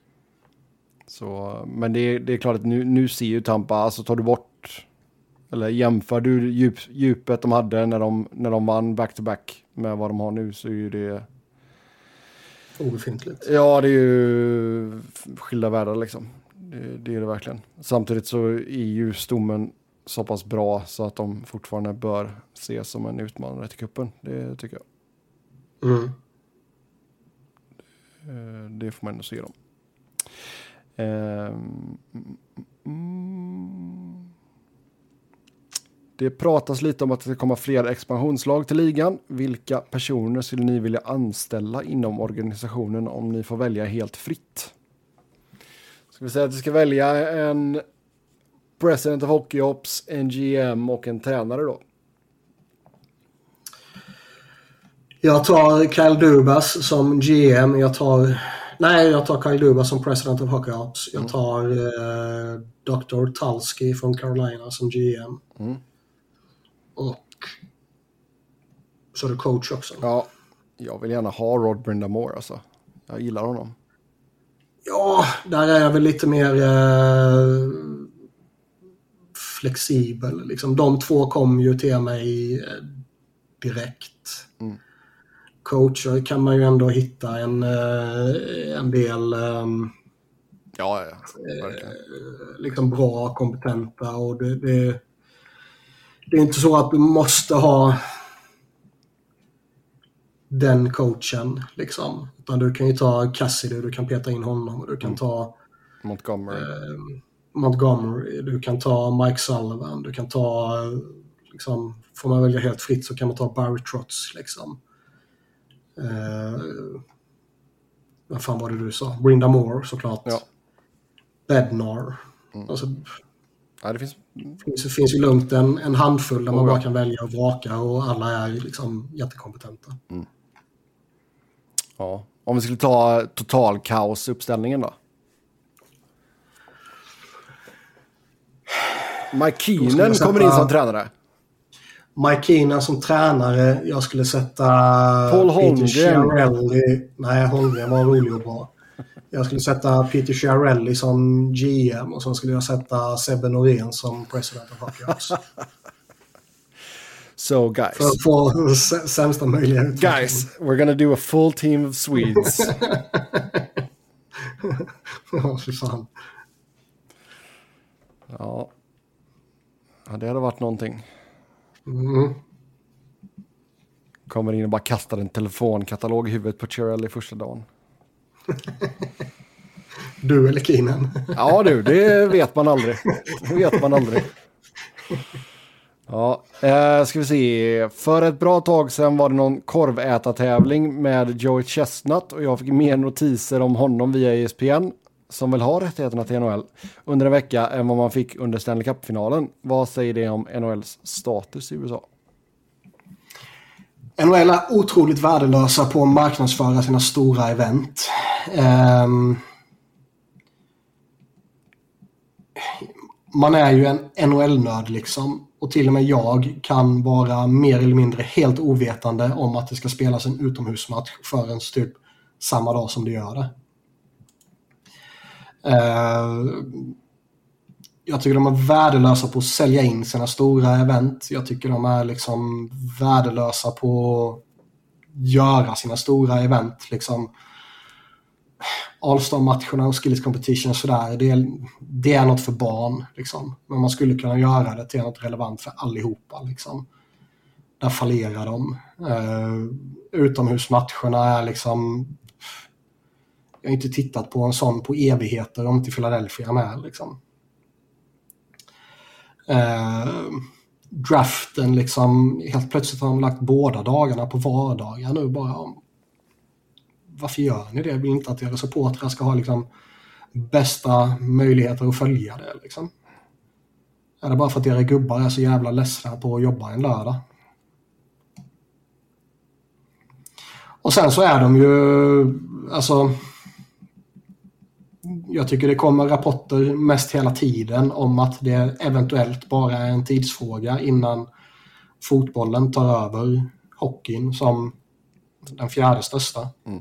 Så, men det är, det är klart att nu, nu ser ju Tampa, alltså tar du bort eller jämför du djup, djupet de hade när de, när de vann back-to-back med vad de har nu så är ju det obefintligt. Ja, det är ju skilda världar liksom. Det, det är det verkligen. Samtidigt så är ju stommen så pass bra så att de fortfarande bör ses som en utmanare till kuppen. Det tycker jag. Mm. Det, det får man ändå se dem. Um, mm, det pratas lite om att det ska komma fler expansionslag till ligan. Vilka personer skulle ni vilja anställa inom organisationen om ni får välja helt fritt? Ska vi säga att du ska välja en president of hockey ops, en G M och en tränare då? Jag tar Kyle Dubas som G M. Jag tar Nej, jag tar Kyle Dubas som president of hockey ops. Jag tar eh, doktor Tulsky från Carolina som G M. Mm. Och så är det coach också. Ja, jag vill gärna ha Rod Brindamore alltså. Jag gillar honom. Ja, där är jag väl lite mer eh, flexibel. Liksom, de två kom ju till mig eh, direkt. Mm. Coacher kan man ju ändå hitta en, en del um, ja, ja, eh, liksom bra, kompetenta och det, det, det är inte så att du måste ha den coachen liksom, utan du kan ju ta Cassidy, du kan peta in honom och du kan ta Montgomery eh, Montgomery, du kan ta Mike Sullivan, du kan ta liksom, får man välja helt fritt så kan man ta Barry Trotz liksom. Uh, vad fan var det du sa? Brinda Moore såklart. Ja. Bednar. Mm. Alltså, ja, det finns... finns, det finns ju lugnt en, en handfull där man oh, bara kan välja och vraka och alla är liksom jättekompetenta. Mm. Ja, om vi skulle ta total kaos uppställningen då? Mike Keenan sätta... kommer in som tränare. Mike Keenan som tränare. Jag skulle sätta Paul Peter Chiarelli. Nej, Holmgren var rolig och bra. Jag skulle sätta Peter Chiarelli som G M och så skulle jag sätta Sebbe Norén som president of hockey ops. So guys. För att få s- sämsta möjliga utveckling. Guys, we're gonna do a full team of Swedes. Ja, för fan. Ja. Ja, det hade varit någonting. Mm. Kommer in och bara kastar en telefonkatalog i huvudet på Chiarelli första dagen. Du eller Keenan? Ja du, det vet man aldrig. Det vet man aldrig. Ja, eh, ska vi se. För ett bra tag sedan var det någon korvätartävling med Joey Chestnut och jag fick mer notiser om honom via E S P N som vill ha rättigheterna till N H L under en vecka än vad man fick under Stanley Cup-finalen. Vad säger det om N H L:s status i U S A? N H L är otroligt värdelösa på att marknadsföra sina stora event. Um, man är ju en N H L-nörd liksom. Och till och med jag kan vara mer eller mindre helt ovetande om att det ska spelas en utomhusmatch förrän typ samma dag som det gör det. Uh, jag tycker de är värdelösa på att sälja in sina stora event. Jag tycker de är liksom värdelösa på att göra sina stora event liksom All-Star-matcherna och skills competition och sådär, det är, det är något för barn liksom. Men man skulle kunna göra det till något relevant för allihopa liksom. Där fallerar de. Uh, utomhusmatcherna är liksom, jag har inte tittat på en sån på evigheter om inte Philadelphia med liksom. Uh, draften liksom, helt plötsligt har de lagt båda dagarna på vardagar nu bara. Varför gör ni det? Jag vill inte att era supportrar ska ha liksom bästa möjligheter att följa det liksom. Är det bara för att era gubbar är så jävla ledsna på att jobba en lördag? Och sen så är de ju, alltså, jag tycker det kommer rapporter mest hela tiden om att det eventuellt bara är en tidsfråga innan fotbollen tar över hockeyn som den fjärde största. Mm.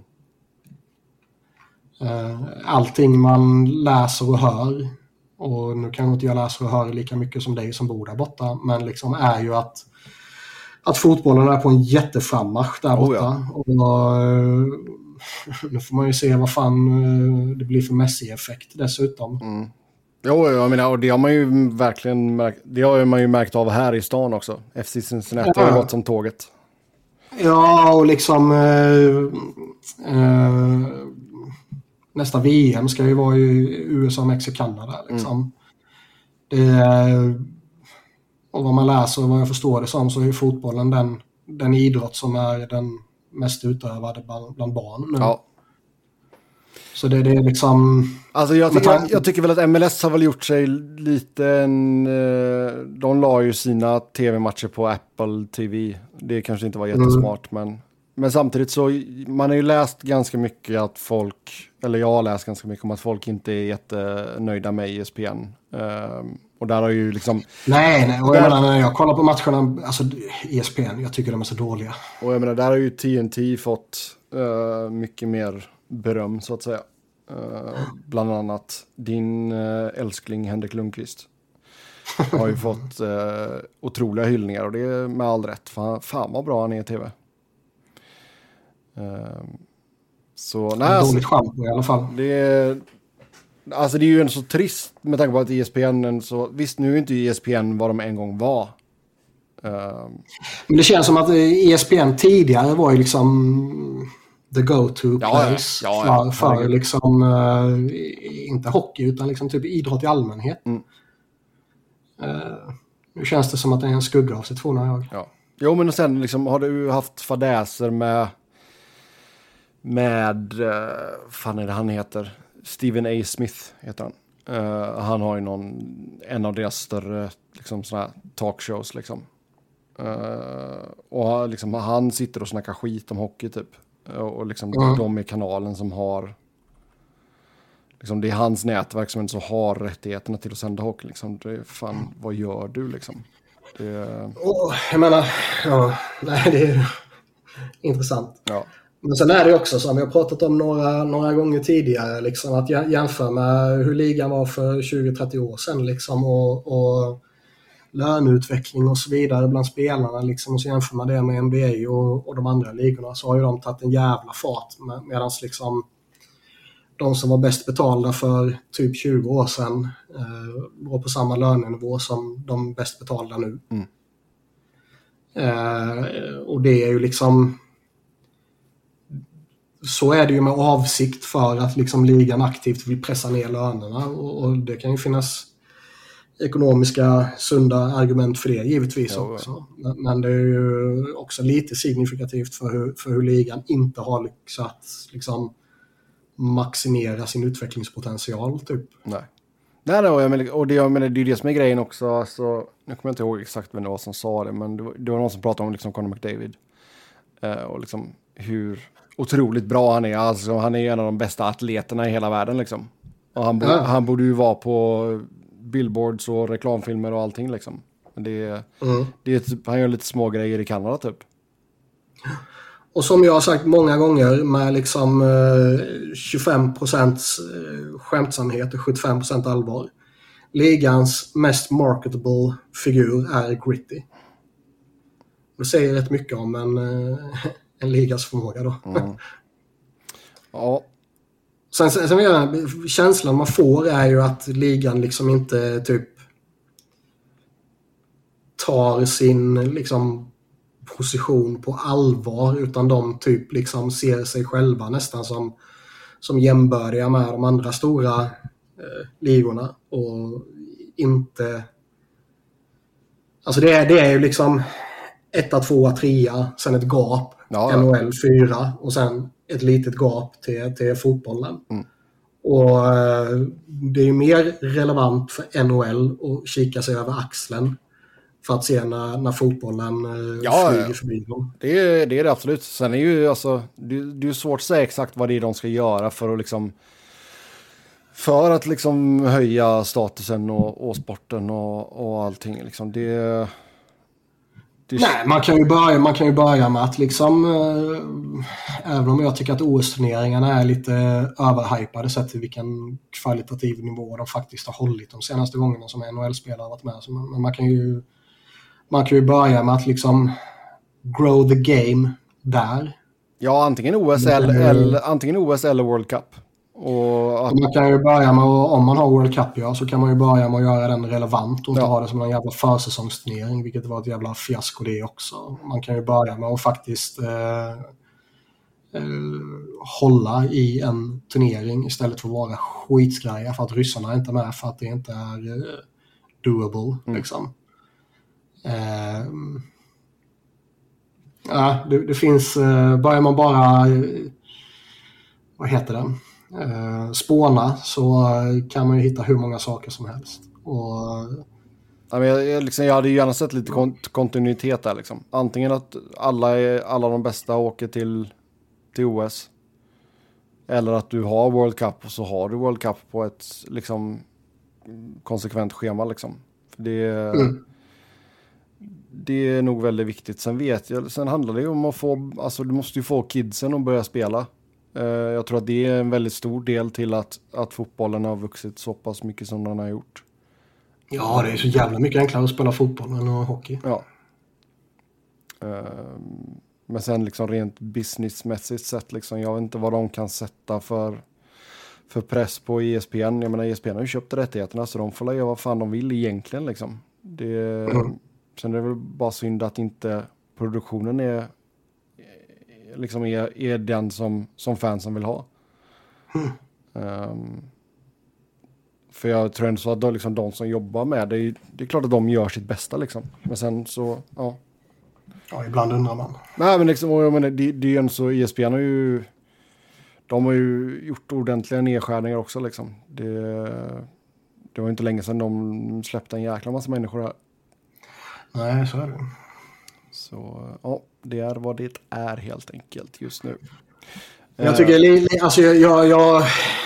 Allting man läser och hör, och nu kan inte jag läsa och höra lika mycket som dig som bor där borta, men liksom är ju att att fotbollen är på en jätteframmarsch där borta. Oh, ja. Och nu får man ju se vad fan det blir för Messi-effekt dessutom. Mm. Jo, jag menar, och det har man ju verkligen märkt, det har man ju märkt av här i stan också. F C Cincinnati ja. har gått som tåget. Ja, och liksom eh, eh, nästa V M ska ju vara i U S A, Mexiko, Kanada liksom. Mm. Det, och vad man läser och vad jag förstår det som, så är fotbollen den, den idrott som är den mest utövade bland, bland barn nu. Ja. Så det, det är liksom... Alltså jag, tycker, jag tycker väl att M L S har väl gjort sig lite en... De la ju sina tv-matcher på Apple T V. Det kanske inte var jättesmart, mm. men... Men samtidigt så, man har ju läst ganska mycket att folk, eller jag har läst ganska mycket om att folk inte är jättenöjda med E S P N. Um, och där har ju liksom... Nej, nej, och jag menar, när jag kollar på matcherna, alltså E S P N, jag tycker de är så dåliga. Och jag menar, där har ju T N T fått uh, mycket mer beröm, så att säga. Uh, bland annat din uh, älskling Henrik Lundqvist har ju fått uh, otroliga hyllningar, och det är med all rätt. Fan, fan vad bra han är i tv. Uh, så nej, alltså, dåligt schampo i alla fall. Det är, alltså det är ju en så trist med tanke på att E S P N så, visst nu är inte E S P N vad de en gång var. Uh, Men det känns som att E S P N tidigare var ju liksom the go-to place ja, ja, ja, för, för liksom uh, inte hockey utan liksom typ idrott i allmänhet. Mm. Uh, nu känns det som att det är en skugga av sitt forna jag. Ja. Jo, men och sen liksom, har du haft fadäser med med uh, fan är det han heter? Stephen A. Smith heter han. Uh, han har ju någon en av deras större liksom såna här talkshows liksom. Uh, och liksom, han sitter och snackar skit om hockey typ. Uh, och liksom mm. de i kanalen som har liksom, det är hans nätverk som inte så har rättigheterna till att sända hockey liksom. Det är fan, vad gör du liksom? Det... Oh, jag menar, ja, nej, det är intressant. Ja. Men sen är det också som vi har pratat om några, några gånger tidigare, liksom, att jämföra med hur ligan var för tjugo till trettio år sedan liksom, och, och löneutveckling och så vidare bland spelarna. Liksom, och så jämför man det med N B A och, och de andra ligorna, så har ju de tagit en jävla fart med, medan liksom, de som var bäst betalda för typ tjugo år sedan eh, var på samma lönenivå som de bäst betalda nu. Mm. Eh, och det är ju liksom, så är det ju med avsikt för att liksom ligan aktivt vill pressa ner lönerna, och, och det kan ju finnas ekonomiska sunda argument för det givetvis ja, också. Men, men det är ju också lite signifikativt för hur, för hur ligan inte har lyckats liksom maximera sin utvecklingspotential typ. Nej. Nej, nej, jag menar, och det, jag menar, det är det som är grejen också. Alltså, nu kommer jag inte ihåg exakt vem det var som sa det, men det var, det var någon som pratade om liksom Conor McDavid. Uh, och liksom hur otroligt bra han är. Alltså, han är en av de bästa atleterna i hela världen liksom. Och han, bo, ja. han borde ju vara på billboards och reklamfilmer och allting liksom. Men det är, mm. det är typ, han gör lite små grejer i Kanada typ. Och som jag har sagt många gånger, med liksom eh, tjugofem procent skämtsamhet och sjuttiofem procent allvar. Ligans mest marketable figur är Gritty. Det säger rätt mycket om en, eh, en ligas förmåga då. Mm. Ja. Sen, sen, sen jag, känslan man får är ju att ligan liksom inte typ tar sin liksom position på allvar, utan de typ liksom ser sig själva nästan som, som jämbördiga med de andra stora eh, ligorna och inte, alltså det är, det är ju liksom etta, tvåa, trea, sen ett gap, ja, ja. N H L fyra och sen ett litet gap till, till fotbollen. Mm. Och eh, det är ju mer relevant för N H L att kika sig över axeln för att se när, när fotbollen eh, ja, flyger förbi dem. Det är, det är det absolut. Sen är ju alltså, det, det är svårt att säga exakt vad det är de ska göra för att liksom för att liksom höja statusen och, och sporten och, och allting. Liksom. Det, det... Nej, man kan ju börja, man kan ju börja med att liksom, eh, även om jag tycker att O S-turneringarna är lite överhypade sett till vilken kvalitativ nivå de faktiskt har hållit de senaste gångerna som N H L-spelare har varit med. Så man, man, kan ju, man kan ju börja med att liksom grow the game där. Ja, antingen O S eller, antingen O S eller World Cup. Och att... Man kan ju börja med, om man har World Cup, ja, så kan man ju börja med att göra den relevant och inte ja. ha det som en jävla försäsongsturnering, vilket var ett jävla fiasko det också. Man kan ju börja med att faktiskt eh, eh, hålla i en turnering istället för att vara skitsgrejer för att ryssarna är inte med, för att det inte är eh, doable. Mm. Liksom. Eh, ja, det, det finns, eh, börjar man bara, eh, vad heter det? Uh, spåna, så uh, kan man ju hitta hur många saker som helst. Och, ja, men jag, jag, liksom, jag hade ju gärna sett lite kont- kontinuitet där. Liksom. Antingen att alla, är, alla de bästa åker till, till O S. Eller att du har World Cup och så har du World Cup på ett liksom, konsekvent schema. Liksom. För det, mm. det är nog väldigt viktigt. Sen vet jag, sen handlar det ju om att få, alltså du måste ju få kidsen att börja spela. Jag tror att det är en väldigt stor del till att, att fotbollen har vuxit så pass mycket som den har gjort. Ja, det är så jävla mycket enklare att spela fotboll än hockey. Ja. Men sen liksom rent businessmässigt sett, liksom, jag vet inte vad de kan sätta för, för press på E S P N. Jag menar, E S P N har ju köpt rättigheterna så de får göra vad fan de vill egentligen. Liksom. Det, mm. Sen är det väl bara synd att inte produktionen är liksom är, är den som, som fansen vill ha. Mm. Um, för jag tror ändå så att de, liksom, de som jobbar med det, det är klart att de gör sitt bästa liksom. Men sen så, ja. Ja, ibland undrar man. Nej, men liksom, jag menar, det, det är ju så, E S P N har ju, de har ju gjort ordentliga nedskärningar också liksom. Det, det var inte länge sedan de släppte en jäkla massa människor här. Nej, så är det. Så, ja, det är vad det är helt enkelt just nu. Jag tycker, alltså jag, jag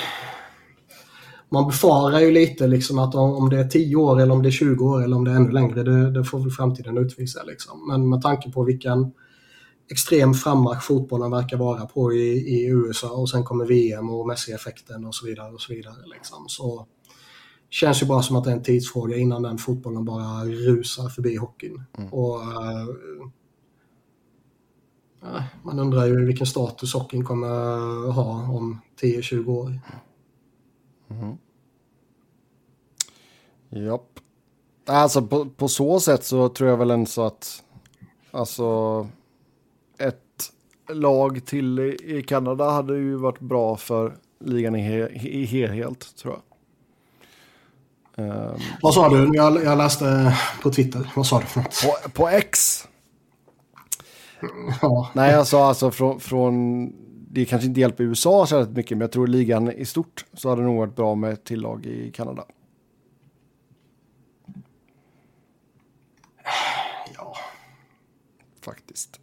man befarar ju lite liksom att om det är tio år eller om det är tjugo år eller om det är ännu längre, det, det får väl framtiden utvisa liksom. Men med tanke på vilken extrem frammarsch fotbollen verkar vara på i, i U S A och sen kommer V M och Messi-effekten och så vidare och så vidare liksom. Så känns ju bara som att det är en tidsfråga innan den fotbollen bara rusar förbi hockeyn. Mm. Och äh, man undrar ju vilken status hockeyn kommer ha om tio tjugo år. Mm. Japp. Alltså på, på så sätt så tror jag väl ändå så att alltså ett lag till i, i Kanada hade ju varit bra för ligan i, he, i helhet, tror jag. Um, Vad sa du? Jag, jag läste på Twitter. Vad sa du för något? På, på X? Ja. Nej, jag sa alltså från, från... Det kanske inte hjälper U S A så rätt mycket, men jag tror ligan i stort så hade det nog varit bra med ett tillag i Kanada. Ja. Faktiskt.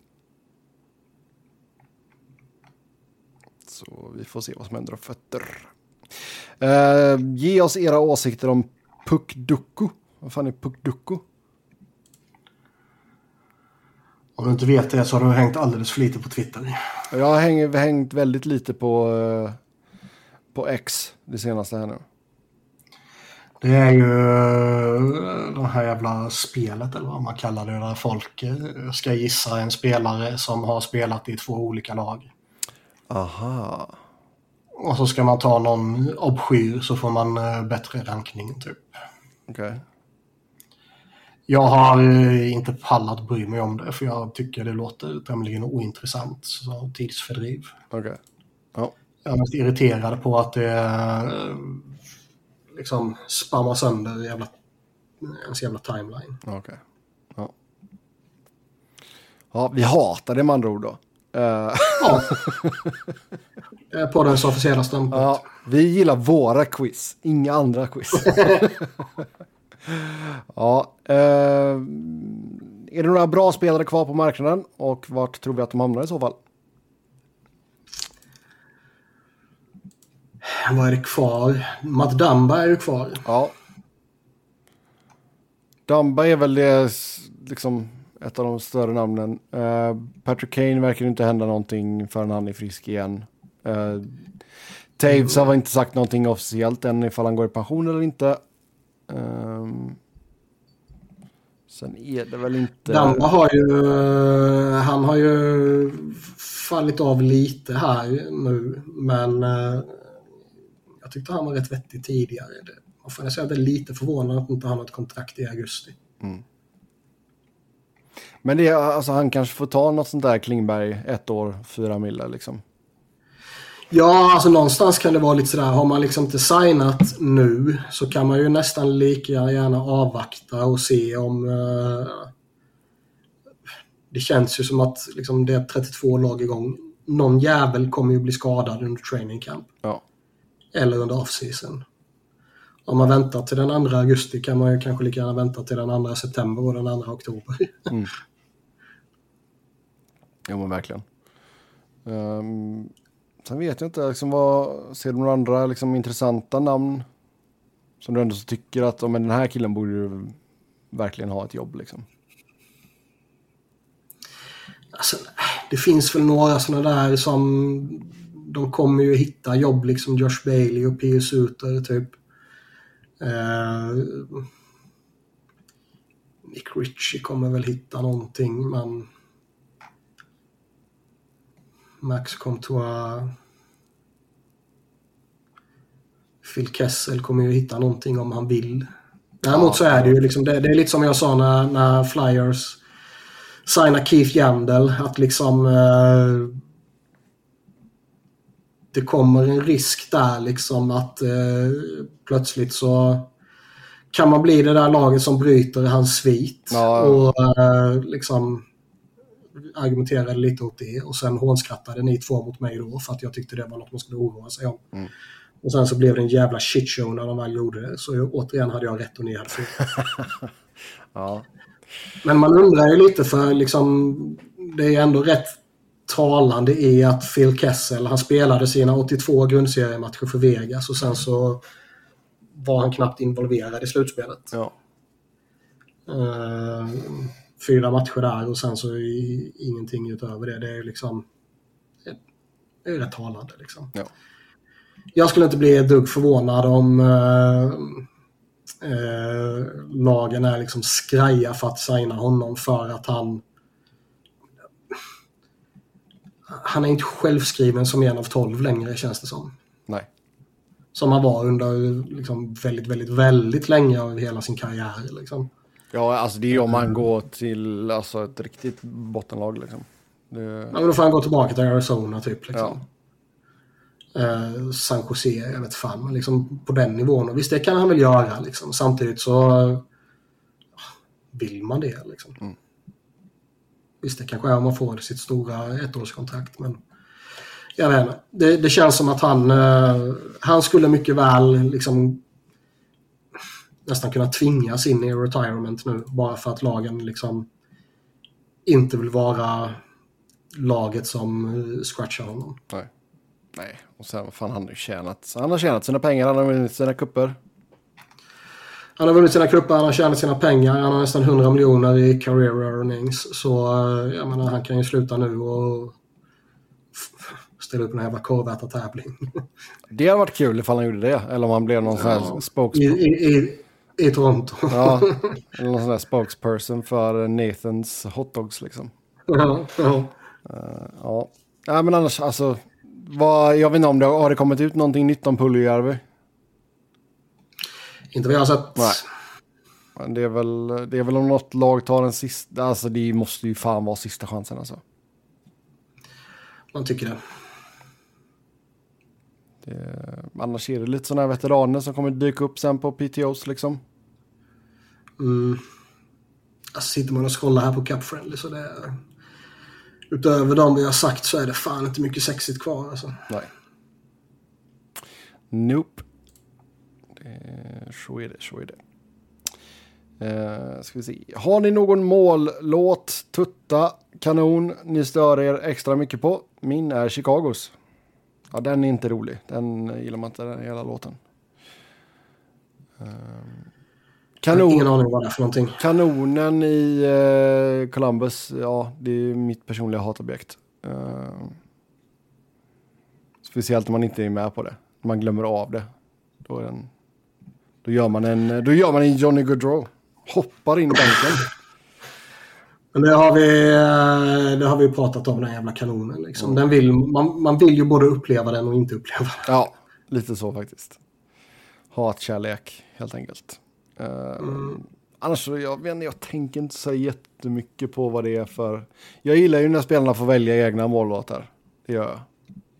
Så vi får se vad som händer av fötter. Uh, ge oss era åsikter om Puckducko. Vad fan är Puckducko? Om du inte vet det så har du hängt alldeles för lite på Twitter. Jag har hängt, hängt väldigt lite på, uh, på X det senaste här nu. Det är ju det här jävla spelet eller vad man kallar det, där folk ska gissa en spelare som har spelat i två olika lag. Aha. Och så ska man ta någon obskyr så får man uh, bättre rankning typ. Okej. Okay. Jag har uh, inte pallat bry mig om det för jag tycker det låter tämligen ointressant så tidsfördriv. Okej. Okay. Ja. Jag är mest irriterad på att det uh, liksom spammar sönder jävla, ens jävla timeline. Okej. Okay. Ja. Ja, vi hatar det med andra ord då. Uh. Ja. På den officiella ståndpunkt. Ja, vi gillar våra quiz, inga andra quiz. Ja, uh, är det några bra spelare kvar på marknaden och vart tror vi att de hamnar i så fall? Vad är det kvar? Matt Dumba är ju kvar. Ja. Dumba är väl det, liksom ett av de större namnen. Uh, Patrick Kane verkar inte hända någonting förrän han är frisk igen. Uh, Taves har inte sagt någonting officiellt än ifall han går i pension eller inte. Um, sen är det väl inte... Dumba har ju, han har ju fallit av lite här nu, men uh, jag tyckte han var rätt vettig tidigare. Man får säga att det är lite förvånande att inte han har ett kontrakt i augusti. Mm. Men det är, alltså, han kanske får ta något sånt där Klingberg ett år, fyra millar liksom. Ja, alltså någonstans kan det vara lite sådär, har man liksom inte signat nu så kan man ju nästan lika gärna avvakta och se om uh, det känns ju som att liksom, det är trettiotvå lag igång. Någon jävel kommer ju bli skadad under training camp. Ja. Eller under off-season. Om man väntar till den andra augusti kan man ju kanske lika gärna vänta till den andra september och den andra oktober. Mm. Ja, men verkligen. Um, sen vet jag inte, liksom, vad, ser du några andra liksom, intressanta namn som du ändå så tycker att oh, men den här killen borde ju verkligen ha ett jobb liksom? Alltså, det finns väl några sådana där som de kommer ju hitta jobb liksom Josh Bailey och P S Suter typ. Uh, Nick Ritchie kommer väl hitta någonting, men Max Comtois, Phil Kessel kommer ju hitta någonting om han vill. Däremot så är det ju liksom, det, det är lite som jag sa när, när Flyers signar Keith Yandel, att liksom uh, det kommer en risk där liksom att uh, plötsligt så kan man bli det där laget som bryter hans svit. Ja, ja. Och uh, liksom argumenterade lite åt det och sen hånskrattade ni två mot mig då för att jag tyckte det var något man skulle oroa sig om. Mm. Och sen så blev det en jävla shitshow när de väl gjorde det. Så jag, återigen hade jag rätt och ni hade fel. Ja. Men man undrar ju lite för liksom, det är ändå rätt talande i att Phil Kessel, han spelade sina åttiotvå grundseriematcher för Vegas och sen så var han knappt involverad i slutspelet. Ja. Uh, fyra matcher där och sen så i, ingenting utöver det. Det är liksom det är rätt talande liksom. Ja. Jag skulle inte bli ett dugg förvånad om uh, uh, lagen är liksom skraja för att signa honom för att han han är inte självskriven som en av tolv längre, känns det som. Nej. Som han var under liksom väldigt, väldigt, väldigt länge av hela sin karriär liksom. Ja, alltså det är om man går till alltså, ett riktigt bottenlag liksom. Det... Ja, men då får han gå tillbaka till Arizona typ liksom. Ja. Eh, San Jose, jag vet fan, liksom på den nivån. Och visst, det kan han väl göra liksom. Samtidigt så vill man det liksom. Mm. Visst, det kanske är om man får sitt stora ettårskontrakt, men jag vet inte. Det, det känns som att han eh, han skulle mycket väl liksom nästan kunna tvingas in i retirement nu bara för att lagen liksom inte vill vara laget som scratchar honom. Nej. Nej, och sen vad fan han har ju tjänat. Han har tjänat sina pengar, han har vunnit sina kupper. Han har vunnit sina kupper, han har tjänat sina pengar, han har nästan hundra miljoner i career earnings. Så jag menar, han kan ju sluta nu och ställa upp en jävla korvätartävling. Det har varit kul ifall han gjorde det, eller om han blev någon ja, sån här spokesperson. I, i, i, I Toronto. Ja, eller någon sån här spokesperson för Nathans hotdogs liksom. Ja, ja. Uh, ja. Ja, men annars, alltså, vad, jag vet inte om det har det kommit ut någonting nytt om Puljujärvi. Inte vad jag har sett. Nej. Men det är väl, det är väl om något lag tar en sista, alltså det måste ju fan vara sista chansen alltså. Man tycker det. det annars är det lite sådana här veteraner som kommer dyka upp sen på P T Os liksom. Mm. Alltså sitter man och scrollar här på Cup Friendly så det är, utöver de vi har sagt så är det fan inte mycket sexigt kvar alltså. Nej. Nope. Det, så är det, så är det. Uh, ska vi se. Har ni någon mållåt, tutta, kanon, ni stör er extra mycket på? Min är Chicagos. Ja, den är inte rolig. Den gillar man inte, den hela låten. Uh, kanon, ingen aning vad det är för någonting. Kanonen i uh, Columbus, ja, det är mitt personliga hatobjekt. Uh, speciellt om man inte är med på det. Man glömmer av det. Då, är den, då, gör man en, då gör man en Johnny Gaudreau. Hoppar in i bänken. Men det har vi det har vi pratat om, den jävla kanonen liksom. Den vill, man, man vill ju både uppleva den och inte uppleva den. Ja, lite så faktiskt. Hatkärlek helt enkelt. Uh, mm. Annars så jag vet inte, jag tänker inte så jättemycket på vad det är för. Jag gillar ju när spelarna får välja egna mållåtar. Det gör jag.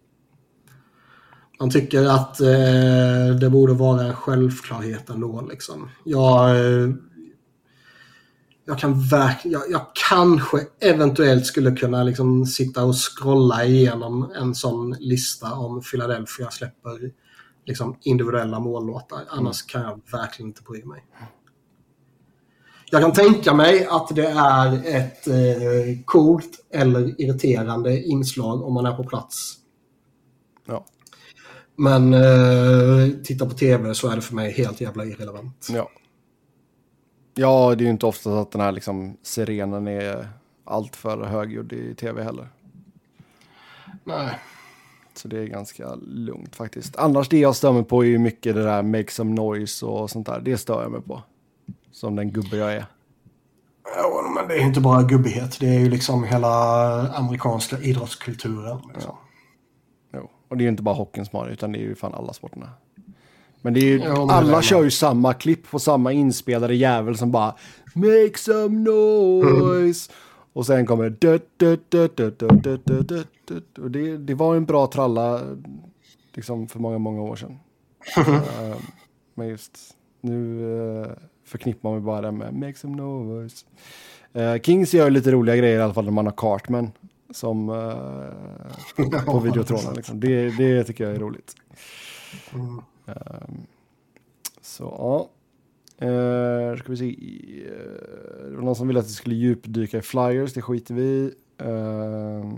Man tycker att eh, det borde vara en självklarhet ändå liksom. Jag eh, Jag kan verkligen, jag, jag kanske eventuellt skulle kunna liksom sitta och scrolla igenom en sån lista om Philadelphia släpper liksom individuella mållåtar. Annars kan jag verkligen inte bry mig. Jag kan tänka mig att det är ett eh, coolt eller irriterande inslag om man är på plats. Ja. Men eh, titta på tv så är det för mig helt jävla irrelevant. Ja. Ja, det är ju inte ofta att den här liksom sirenen är allt för högljudd i tv heller. Nej. Så det är ganska lugnt faktiskt. Annars det jag stör mig på är ju mycket det där make some noise och sånt där. Det stör jag mig på. Som den gubbe jag är. Ja, men det är inte bara gubbighet. Det är ju liksom hela amerikanska idrottskulturen. Liksom. Ja. Jo. Och det är ju inte bara hockeyn som har det, utan det är ju fan alla sporterna. Men det är ju, ja, alla kör ju samma klipp på samma inspelade jävel som bara make some noise. Mm. Och sen kommer dö, dö, dö, dö, dö, dö, dö, dö, dö. Och det, det var en bra tralla liksom för många, många år sedan. uh, men just nu uh, förknippar man bara det med make some noise. Uh, Kings gör ju lite roliga grejer i alla fall när man har Cartman som uh, på videotronen. Liksom. Det, det tycker jag är roligt. Mm. Um, så ja. Uh, ska vi se. Uh, det var någon som ville att vi skulle djupdyka i Flyers. Det skiter vi i. Uh,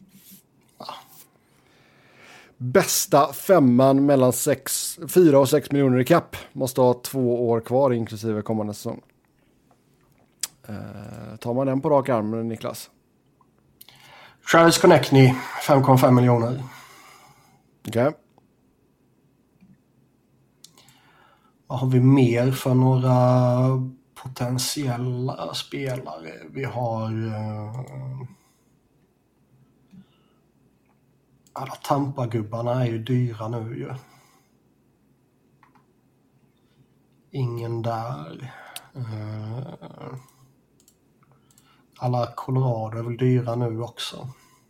bästa femman mellan sex, fyra och sex miljoner i cap. Måste ha två år kvar inklusive kommande säsong. Uh, tar man den på rak arm, Niklas? Travis Konechny, fem komma fem miljoner. Okej. Okay. Vad har vi mer för några potentiella spelare? Vi har uh, alla Tampa-gubbarna är ju dyra nu ju. Ingen där. Uh, alla Colorado är väl dyra nu också.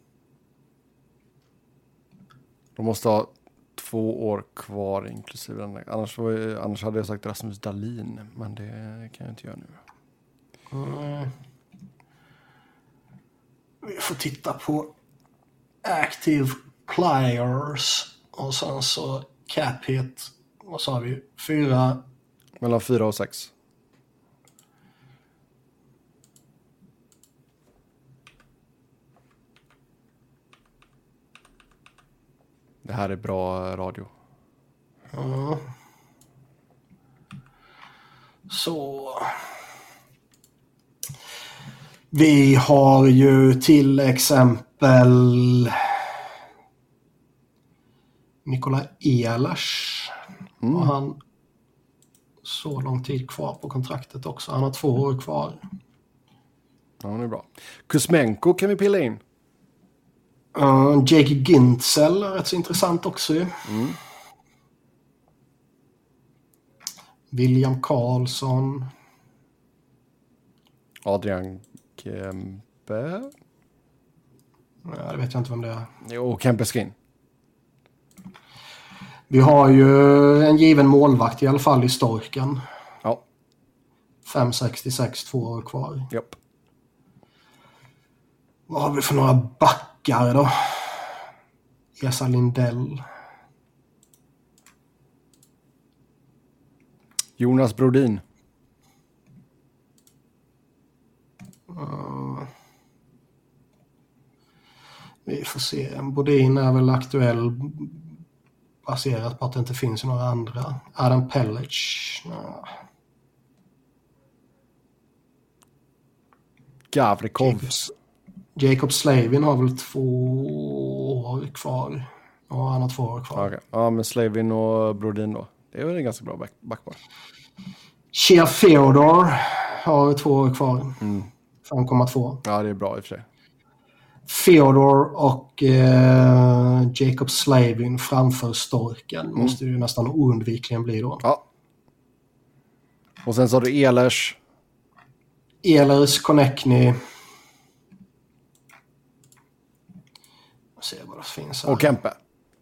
De måste ha två år kvar inklusive den. Annars, var, annars hade jag sagt Rasmus Dahlin, men det kan jag inte göra nu. Mm. Vi får titta på active players och sen så cap hit. Vad sa vi? Fyra. Mellan fyra och sex. Det här är bra radio. Mm. Så. Vi har ju till exempel Nikola Ehlers. Mm. Och han så lång tid kvar på kontraktet också. Han har två år kvar. Ja, det är bra. Kuzmenko kan vi pilla in. Uh, Jake Gintzel är rätt så intressant också ju. Mm. William Karlsson. Adrian Kempe. Ja, det vet jag inte vem det är. Jo, Kempe ska in. Vi har ju en given målvakt i alla fall i Storken. Ja. fem sextiosex, två år kvar. Japp. Vad har vi för några backar då? Esa Lindell. Jonas Brodin. Uh, vi får se. Bodin är väl aktuell baserat på att det inte finns några andra. Adam Pellic. Uh. Gavrikov. Jacobs, Jacob Slavin har väl två år kvar. Ja, han har två år kvar. Okay. Ja, men Slavin och Brodin då. Det är väl en ganska bra back- backbar. Shea Theodore har två år kvar. Mm. fem komma två. Ja, det är bra i och för sig. Theodore och eh, Jacob Slavin framför Storken mm. måste ju nästan oundvikligen bli då. Ja. Och sen så har du Ehlers. Ehlers, Konechny. Se vad det finns här. Och Kempe.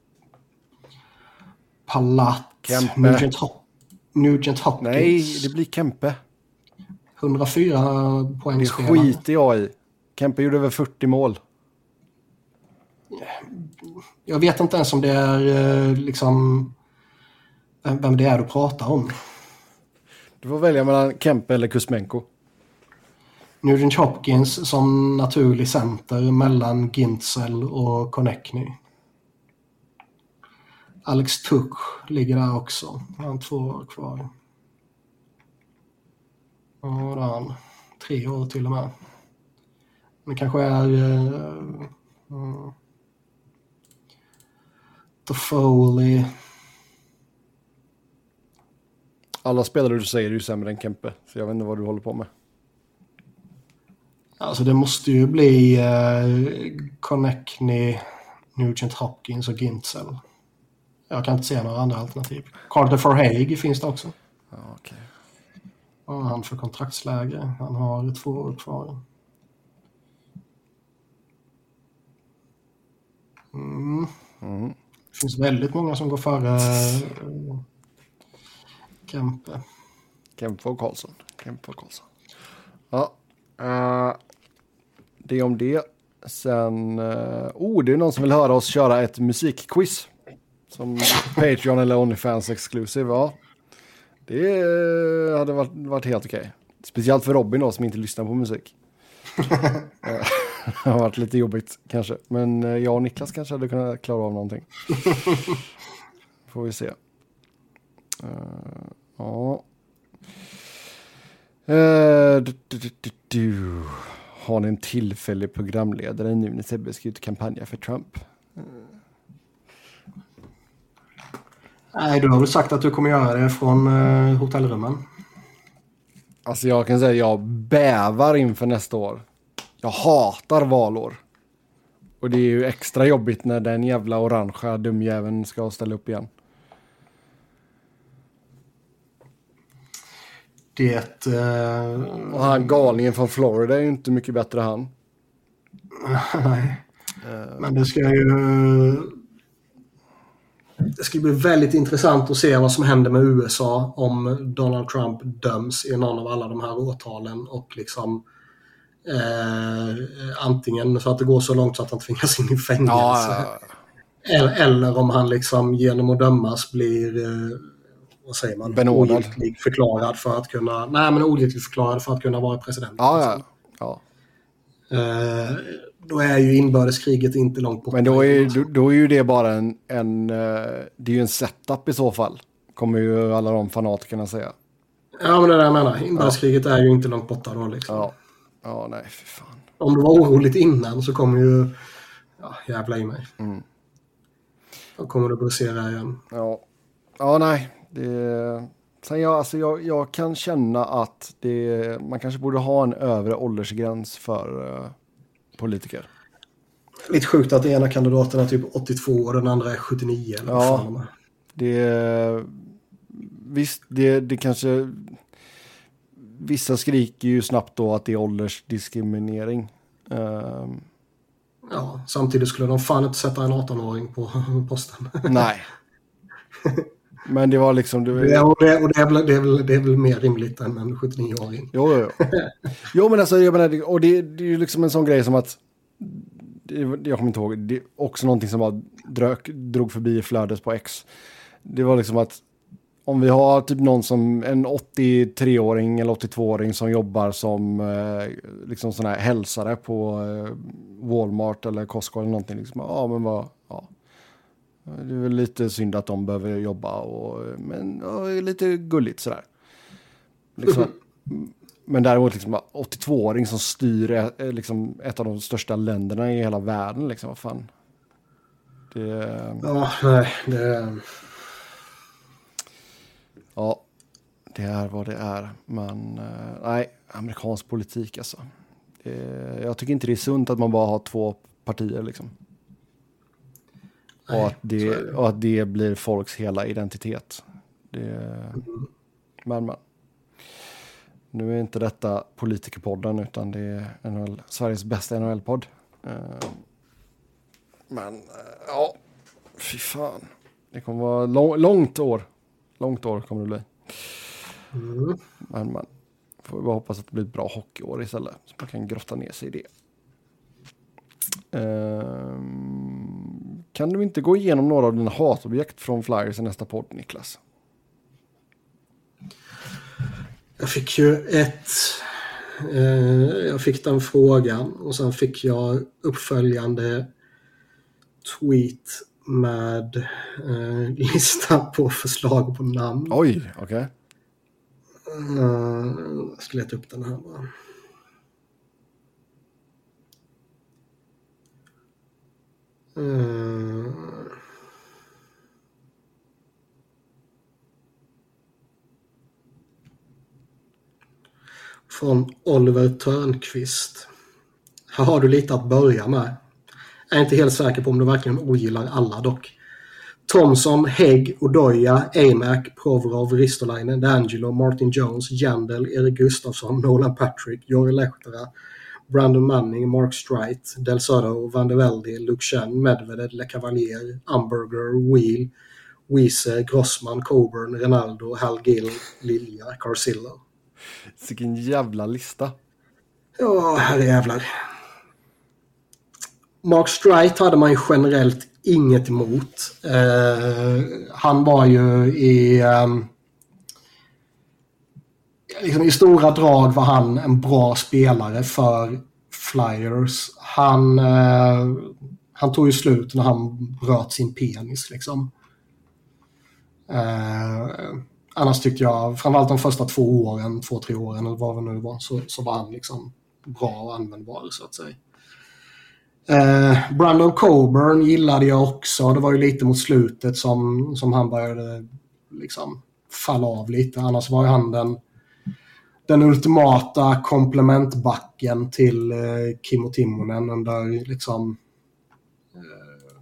Palat. Kempe. Nugent, Hop- Nugent Hopkins. Nej, det blir Kempe. hundrafyra poäng. Det skiter jag i. Kempe gjorde över fyrtio mål. Jag vet inte ens om det är liksom vem det är du pratar om. Du får välja mellan Kempe eller Kuzmenko. Nugent Hopkins som naturlig center mellan Gintzel och Konechny. Alex Tuch ligger där också. Han har två år kvar. Ja, då har han tre år till och med. Det kanske är uh, uh, Toffoli. Alla spelare du säger är ju sämre än Kempe. Så jag vet inte vad du håller på med. Alltså det måste ju bli uh, Konechny, Nugent Hopkins och Gintzel. Jag kan inte se några andra alternativ. Carter Forhaig finns det också. Ja, okej. Ja, han får kontraktsläge. Han har två år kvar. Mm. Mm. Det finns väldigt många som går före uh, Kempe. Kempe och Karlsson. Kempe och Karlsson. Ja. Uh, det om det. Sen... Uh, oh, det är någon som vill höra oss köra ett musikquiz. Som Patreon eller OnlyFans exclusive. Ja. Det uh, hade varit, varit helt okej. Okay. Speciellt för Robin då, som inte lyssnar på musik. Det har varit lite jobbigt kanske. Men uh, jag och Niklas kanske hade kunnat klara av någonting. Får vi se. Uh, ja. Uh, du, du, du, du. Har ni en tillfällig programledare nu när Sebbe ska ut kampanja för Trump? Uh. Nej, du har väl sagt att du kommer göra det från uh, hotellrummen. Alltså jag kan säga att jag bävar inför nästa år. Jag hatar valår. Och det är ju extra jobbigt när den jävla orangea dumjäveln ska ställa upp igen. Det... Uh... Och han galningen från Florida är ju inte mycket bättre han. Nej. Uh... Men det ska ju... Det ska bli väldigt intressant att se vad som händer med U S A om Donald Trump döms i någon av alla de här åtalen och liksom eh, antingen så att det går så långt så att han tvingas in i fängelse ja, ja, ja. Eller, eller om han liksom genom att dömas blir eh, vad säger man? Benådad. Ogiltig förklarad för att kunna nej men ogiltig förklarad för att kunna vara president. Ja, ja. ja. Eh, då är ju inbördeskriget inte långt bort. Men då är, då, då är ju det bara en, en det är ju en setup i så fall. Kommer ju alla de fanatikerna säga. Ja, men det är det jag menar. Inbördeskriget ja. är ju inte långt borta då liksom. Ja, ja nej för fan. Om det var oroligt innan så kommer ju ja, jävla i mig. Mm. Då kommer det brisera igen. Ja, ja nej. Det... Sen jag, alltså jag, jag kan känna att det, man kanske borde ha en övre åldersgräns för uh, politiker. Lite sjukt att den ena kandidaten är typ åttiotvå och den andra är sjuttionio. Eller vad fan de är. Det, visst, det, det kanske... Vissa skriker ju snabbt då att det är åldersdiskriminering. Um, ja, samtidigt skulle de fan inte sätta en arton-åring på posten. Nej. Men det var liksom... Det var... Det, och det, och det, är väl, det, är väl, det är väl mer rimligt än en sjuttionio-åring. Jo, jo, jo. Jo, men alltså, jag menar, och det, det är ju liksom en sån grej som att... Det, jag kommer inte ihåg. Det är också någonting som bara drök, drog förbi flödet på X. Det var liksom att om vi har typ någon som en åttiotre-åring eller åttiotvå-åring som jobbar som eh, liksom sån här hälsare på eh, Walmart eller Costco eller någonting. Liksom, ja, men vad... Ja. Det är väl lite synd att de behöver jobba, och, men ja, lite gulligt sådär. Liksom. Men däremot liksom åttiotvå-åring som styr är, liksom ett av de största länderna i hela världen. Liksom, vad fan. Det... Ja, nej, det... Ja, det är vad det är. Men nej, amerikansk politik alltså. Det, jag tycker inte det är sunt att man bara har två partier liksom. Och att, det, och att det blir folks hela identitet. Det, mm. Men man. Nu är inte detta politikerpodden, utan det är N H L, Sveriges bästa N H L-podd. Men ja, fy fan. Det kommer vara lång, långt år. Långt år kommer det bli. Mm. Men man får bara hoppas att det blir ett bra hockeyår istället. Så man kan grotta ner sig i det. Um, kan du inte gå igenom några av dina hatobjekt från Flyers i nästa podd, Niklas? Jag fick ju ett eh, jag fick den frågan och sen fick jag uppföljande tweet med eh, lista på förslag på namn. Oj, okej. Okay. Uh, jag ska leta upp den här bara. Uh, från Oliver Törnqvist. Här har du lite att börja med. Jag är inte helt säker på om du verkligen ogillar alla dock. Thompson, Hägg, Odoja, Amac, Provorov, Ristolainen, D'Angelo, Martin Jones, Jandel, Erik Gustafsson, Nolan Patrick, Jori Lehtera, Brandon Manning, Mark Streit, Del Soto, Van de Velde, Luke Chen, Medvedev, Le Cavalier, Amberger, Wheel, Wiese, Grossman, Coburn, Ronaldo, Hal Gill, Lilja, Carcillo. Vilken jävla lista. Ja, herrejävlar. Mark Streit hade man ju generellt inget emot. Uh, han var ju i um, liksom i stora drag var han en bra spelare för Flyers. Han, uh, han tog ju slut när han bröt sin penis liksom. Uh, annars tyckte jag, framförallt de första två åren, två, tre åren eller vad det nu var, så, så var han liksom bra och användbar så att säga. Uh, Brandon Coburn gillade jag också. Det var ju lite mot slutet som, som han började liksom falla av lite. Annars var ju han den, den ultimata komplementbacken till uh, Kimmo Timonen under liksom uh,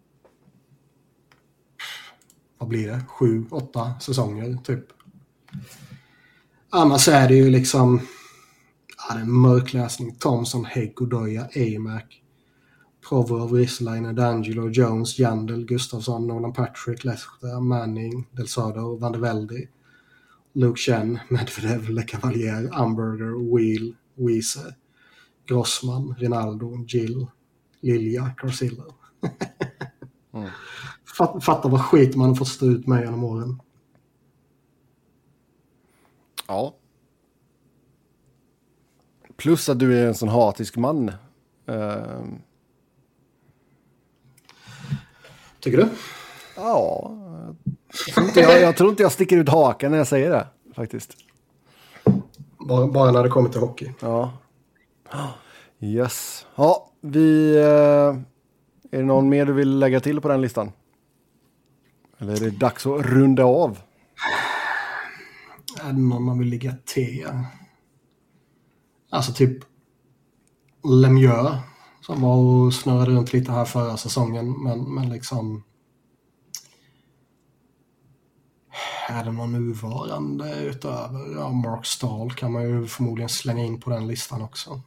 vad blir det? Sju, åtta säsonger typ. Annars är det ju liksom ja, det är en mörk läsning. Thompson, Hägg, Odoja, Amac, Provorov, Ristolainen, D'Angelo, Jones, Jandel, Gustafsson, Nolan Patrick, Lehtera, Manning, Del Soto, Van de Velde, Luke Chen, Medvedev, Le Cavalier, Amberger, Wheel, Wiese, Grossman, Ronaldo, Gill, Lilja, Carcillo. mm. Fatt, fatta vad skit man har fått stå ut med genom åren. Ja. Plus att du är en sån hatisk man. Uh... Tycker du? Ja. Jag tror, inte jag, jag tror inte jag sticker ut hakan när jag säger det, faktiskt. Bara, bara när det kommer till hockey. Ja. Yes. Ja, vi... Uh... Är det någon mer du vill lägga till på den listan? Eller är det dags att runda av? Är det någon man vill lägga till? Alltså typ Lemieux som var och snurrade runt lite här förra säsongen. Men, men liksom... Är det någon nuvarande utöver ja, Mark Stahl kan man ju förmodligen slänga in på den listan också.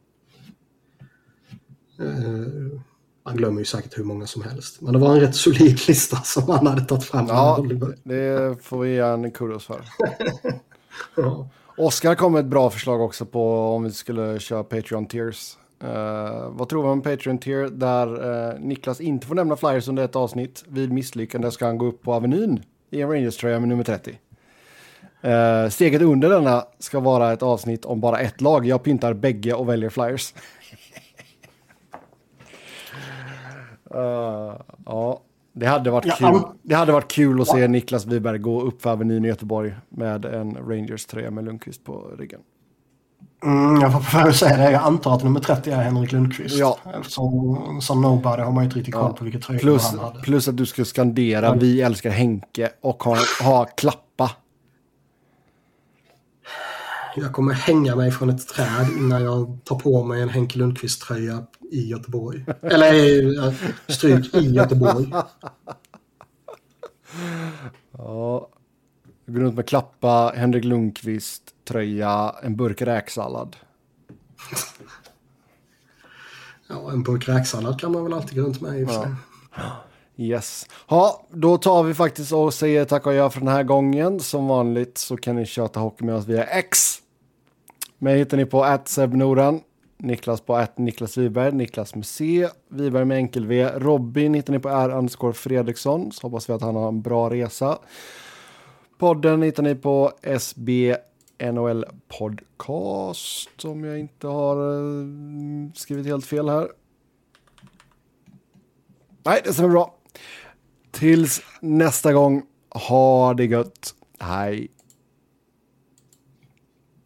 Uh, man glömmer ju säkert hur många som helst. Men det var en rätt solid lista som han hade tagit fram. Ja, det får vi ge en kudos för. Ja. Oskar kom med ett bra förslag också på om vi skulle köra Patreon tiers. Uh, vad tror vi om Patreon tier där uh, Niklas inte får nämna Flyers under ett avsnitt. Vid misslyckande ska han gå upp på Avenyn i en Rangers-tröja med nummer trettio. Uh, steget under denna ska vara ett avsnitt om bara ett lag. Jag pyntar bägge och väljer Flyers. uh, ja, det hade varit ja, kul. Det hade varit kul att ja. se Niklas Wiberg gå upp för Avenyn i Göteborg med en Rangers-tröja med Lundqvist på ryggen. Mm, jag får för säga det. Jag antar att nummer trettio är Henrik Lundqvist. Ja. Som, som nobody har man ju inte riktigt koll ja. på vilket tröja plus, han hade. Plus att du ska skandera ja. vi älskar Henke och ha, ha klappa. Jag kommer hänga mig från ett träd innan jag tar på mig en Henke Lundqvist-tröja i Göteborg. Eller äh, stryk i Göteborg. Ja. Jag går runt med klappa, Henrik Lundqvist, tröja, en burk räksallad. Ja, en burk räksallad kan man väl alltid gå runt med i och för sig. Yes. Ja, då tar vi faktiskt och säger tack och jag för den här gången. Som vanligt så kan ni köta hockey med oss via X. Mig hittar ni på at sebnoran, Niklas på at Niklas Wiberg, Niklas med C, Wiberg med enkel V. Robin hittar ni på R underscore Fredriksson. Så hoppas vi att han har en bra resa. Podden hittar ni på S B N H L Podcast, om jag inte har uh, skrivit helt fel här. Nej, det stämmer bra. Tills nästa gång, ha det gött. Hej.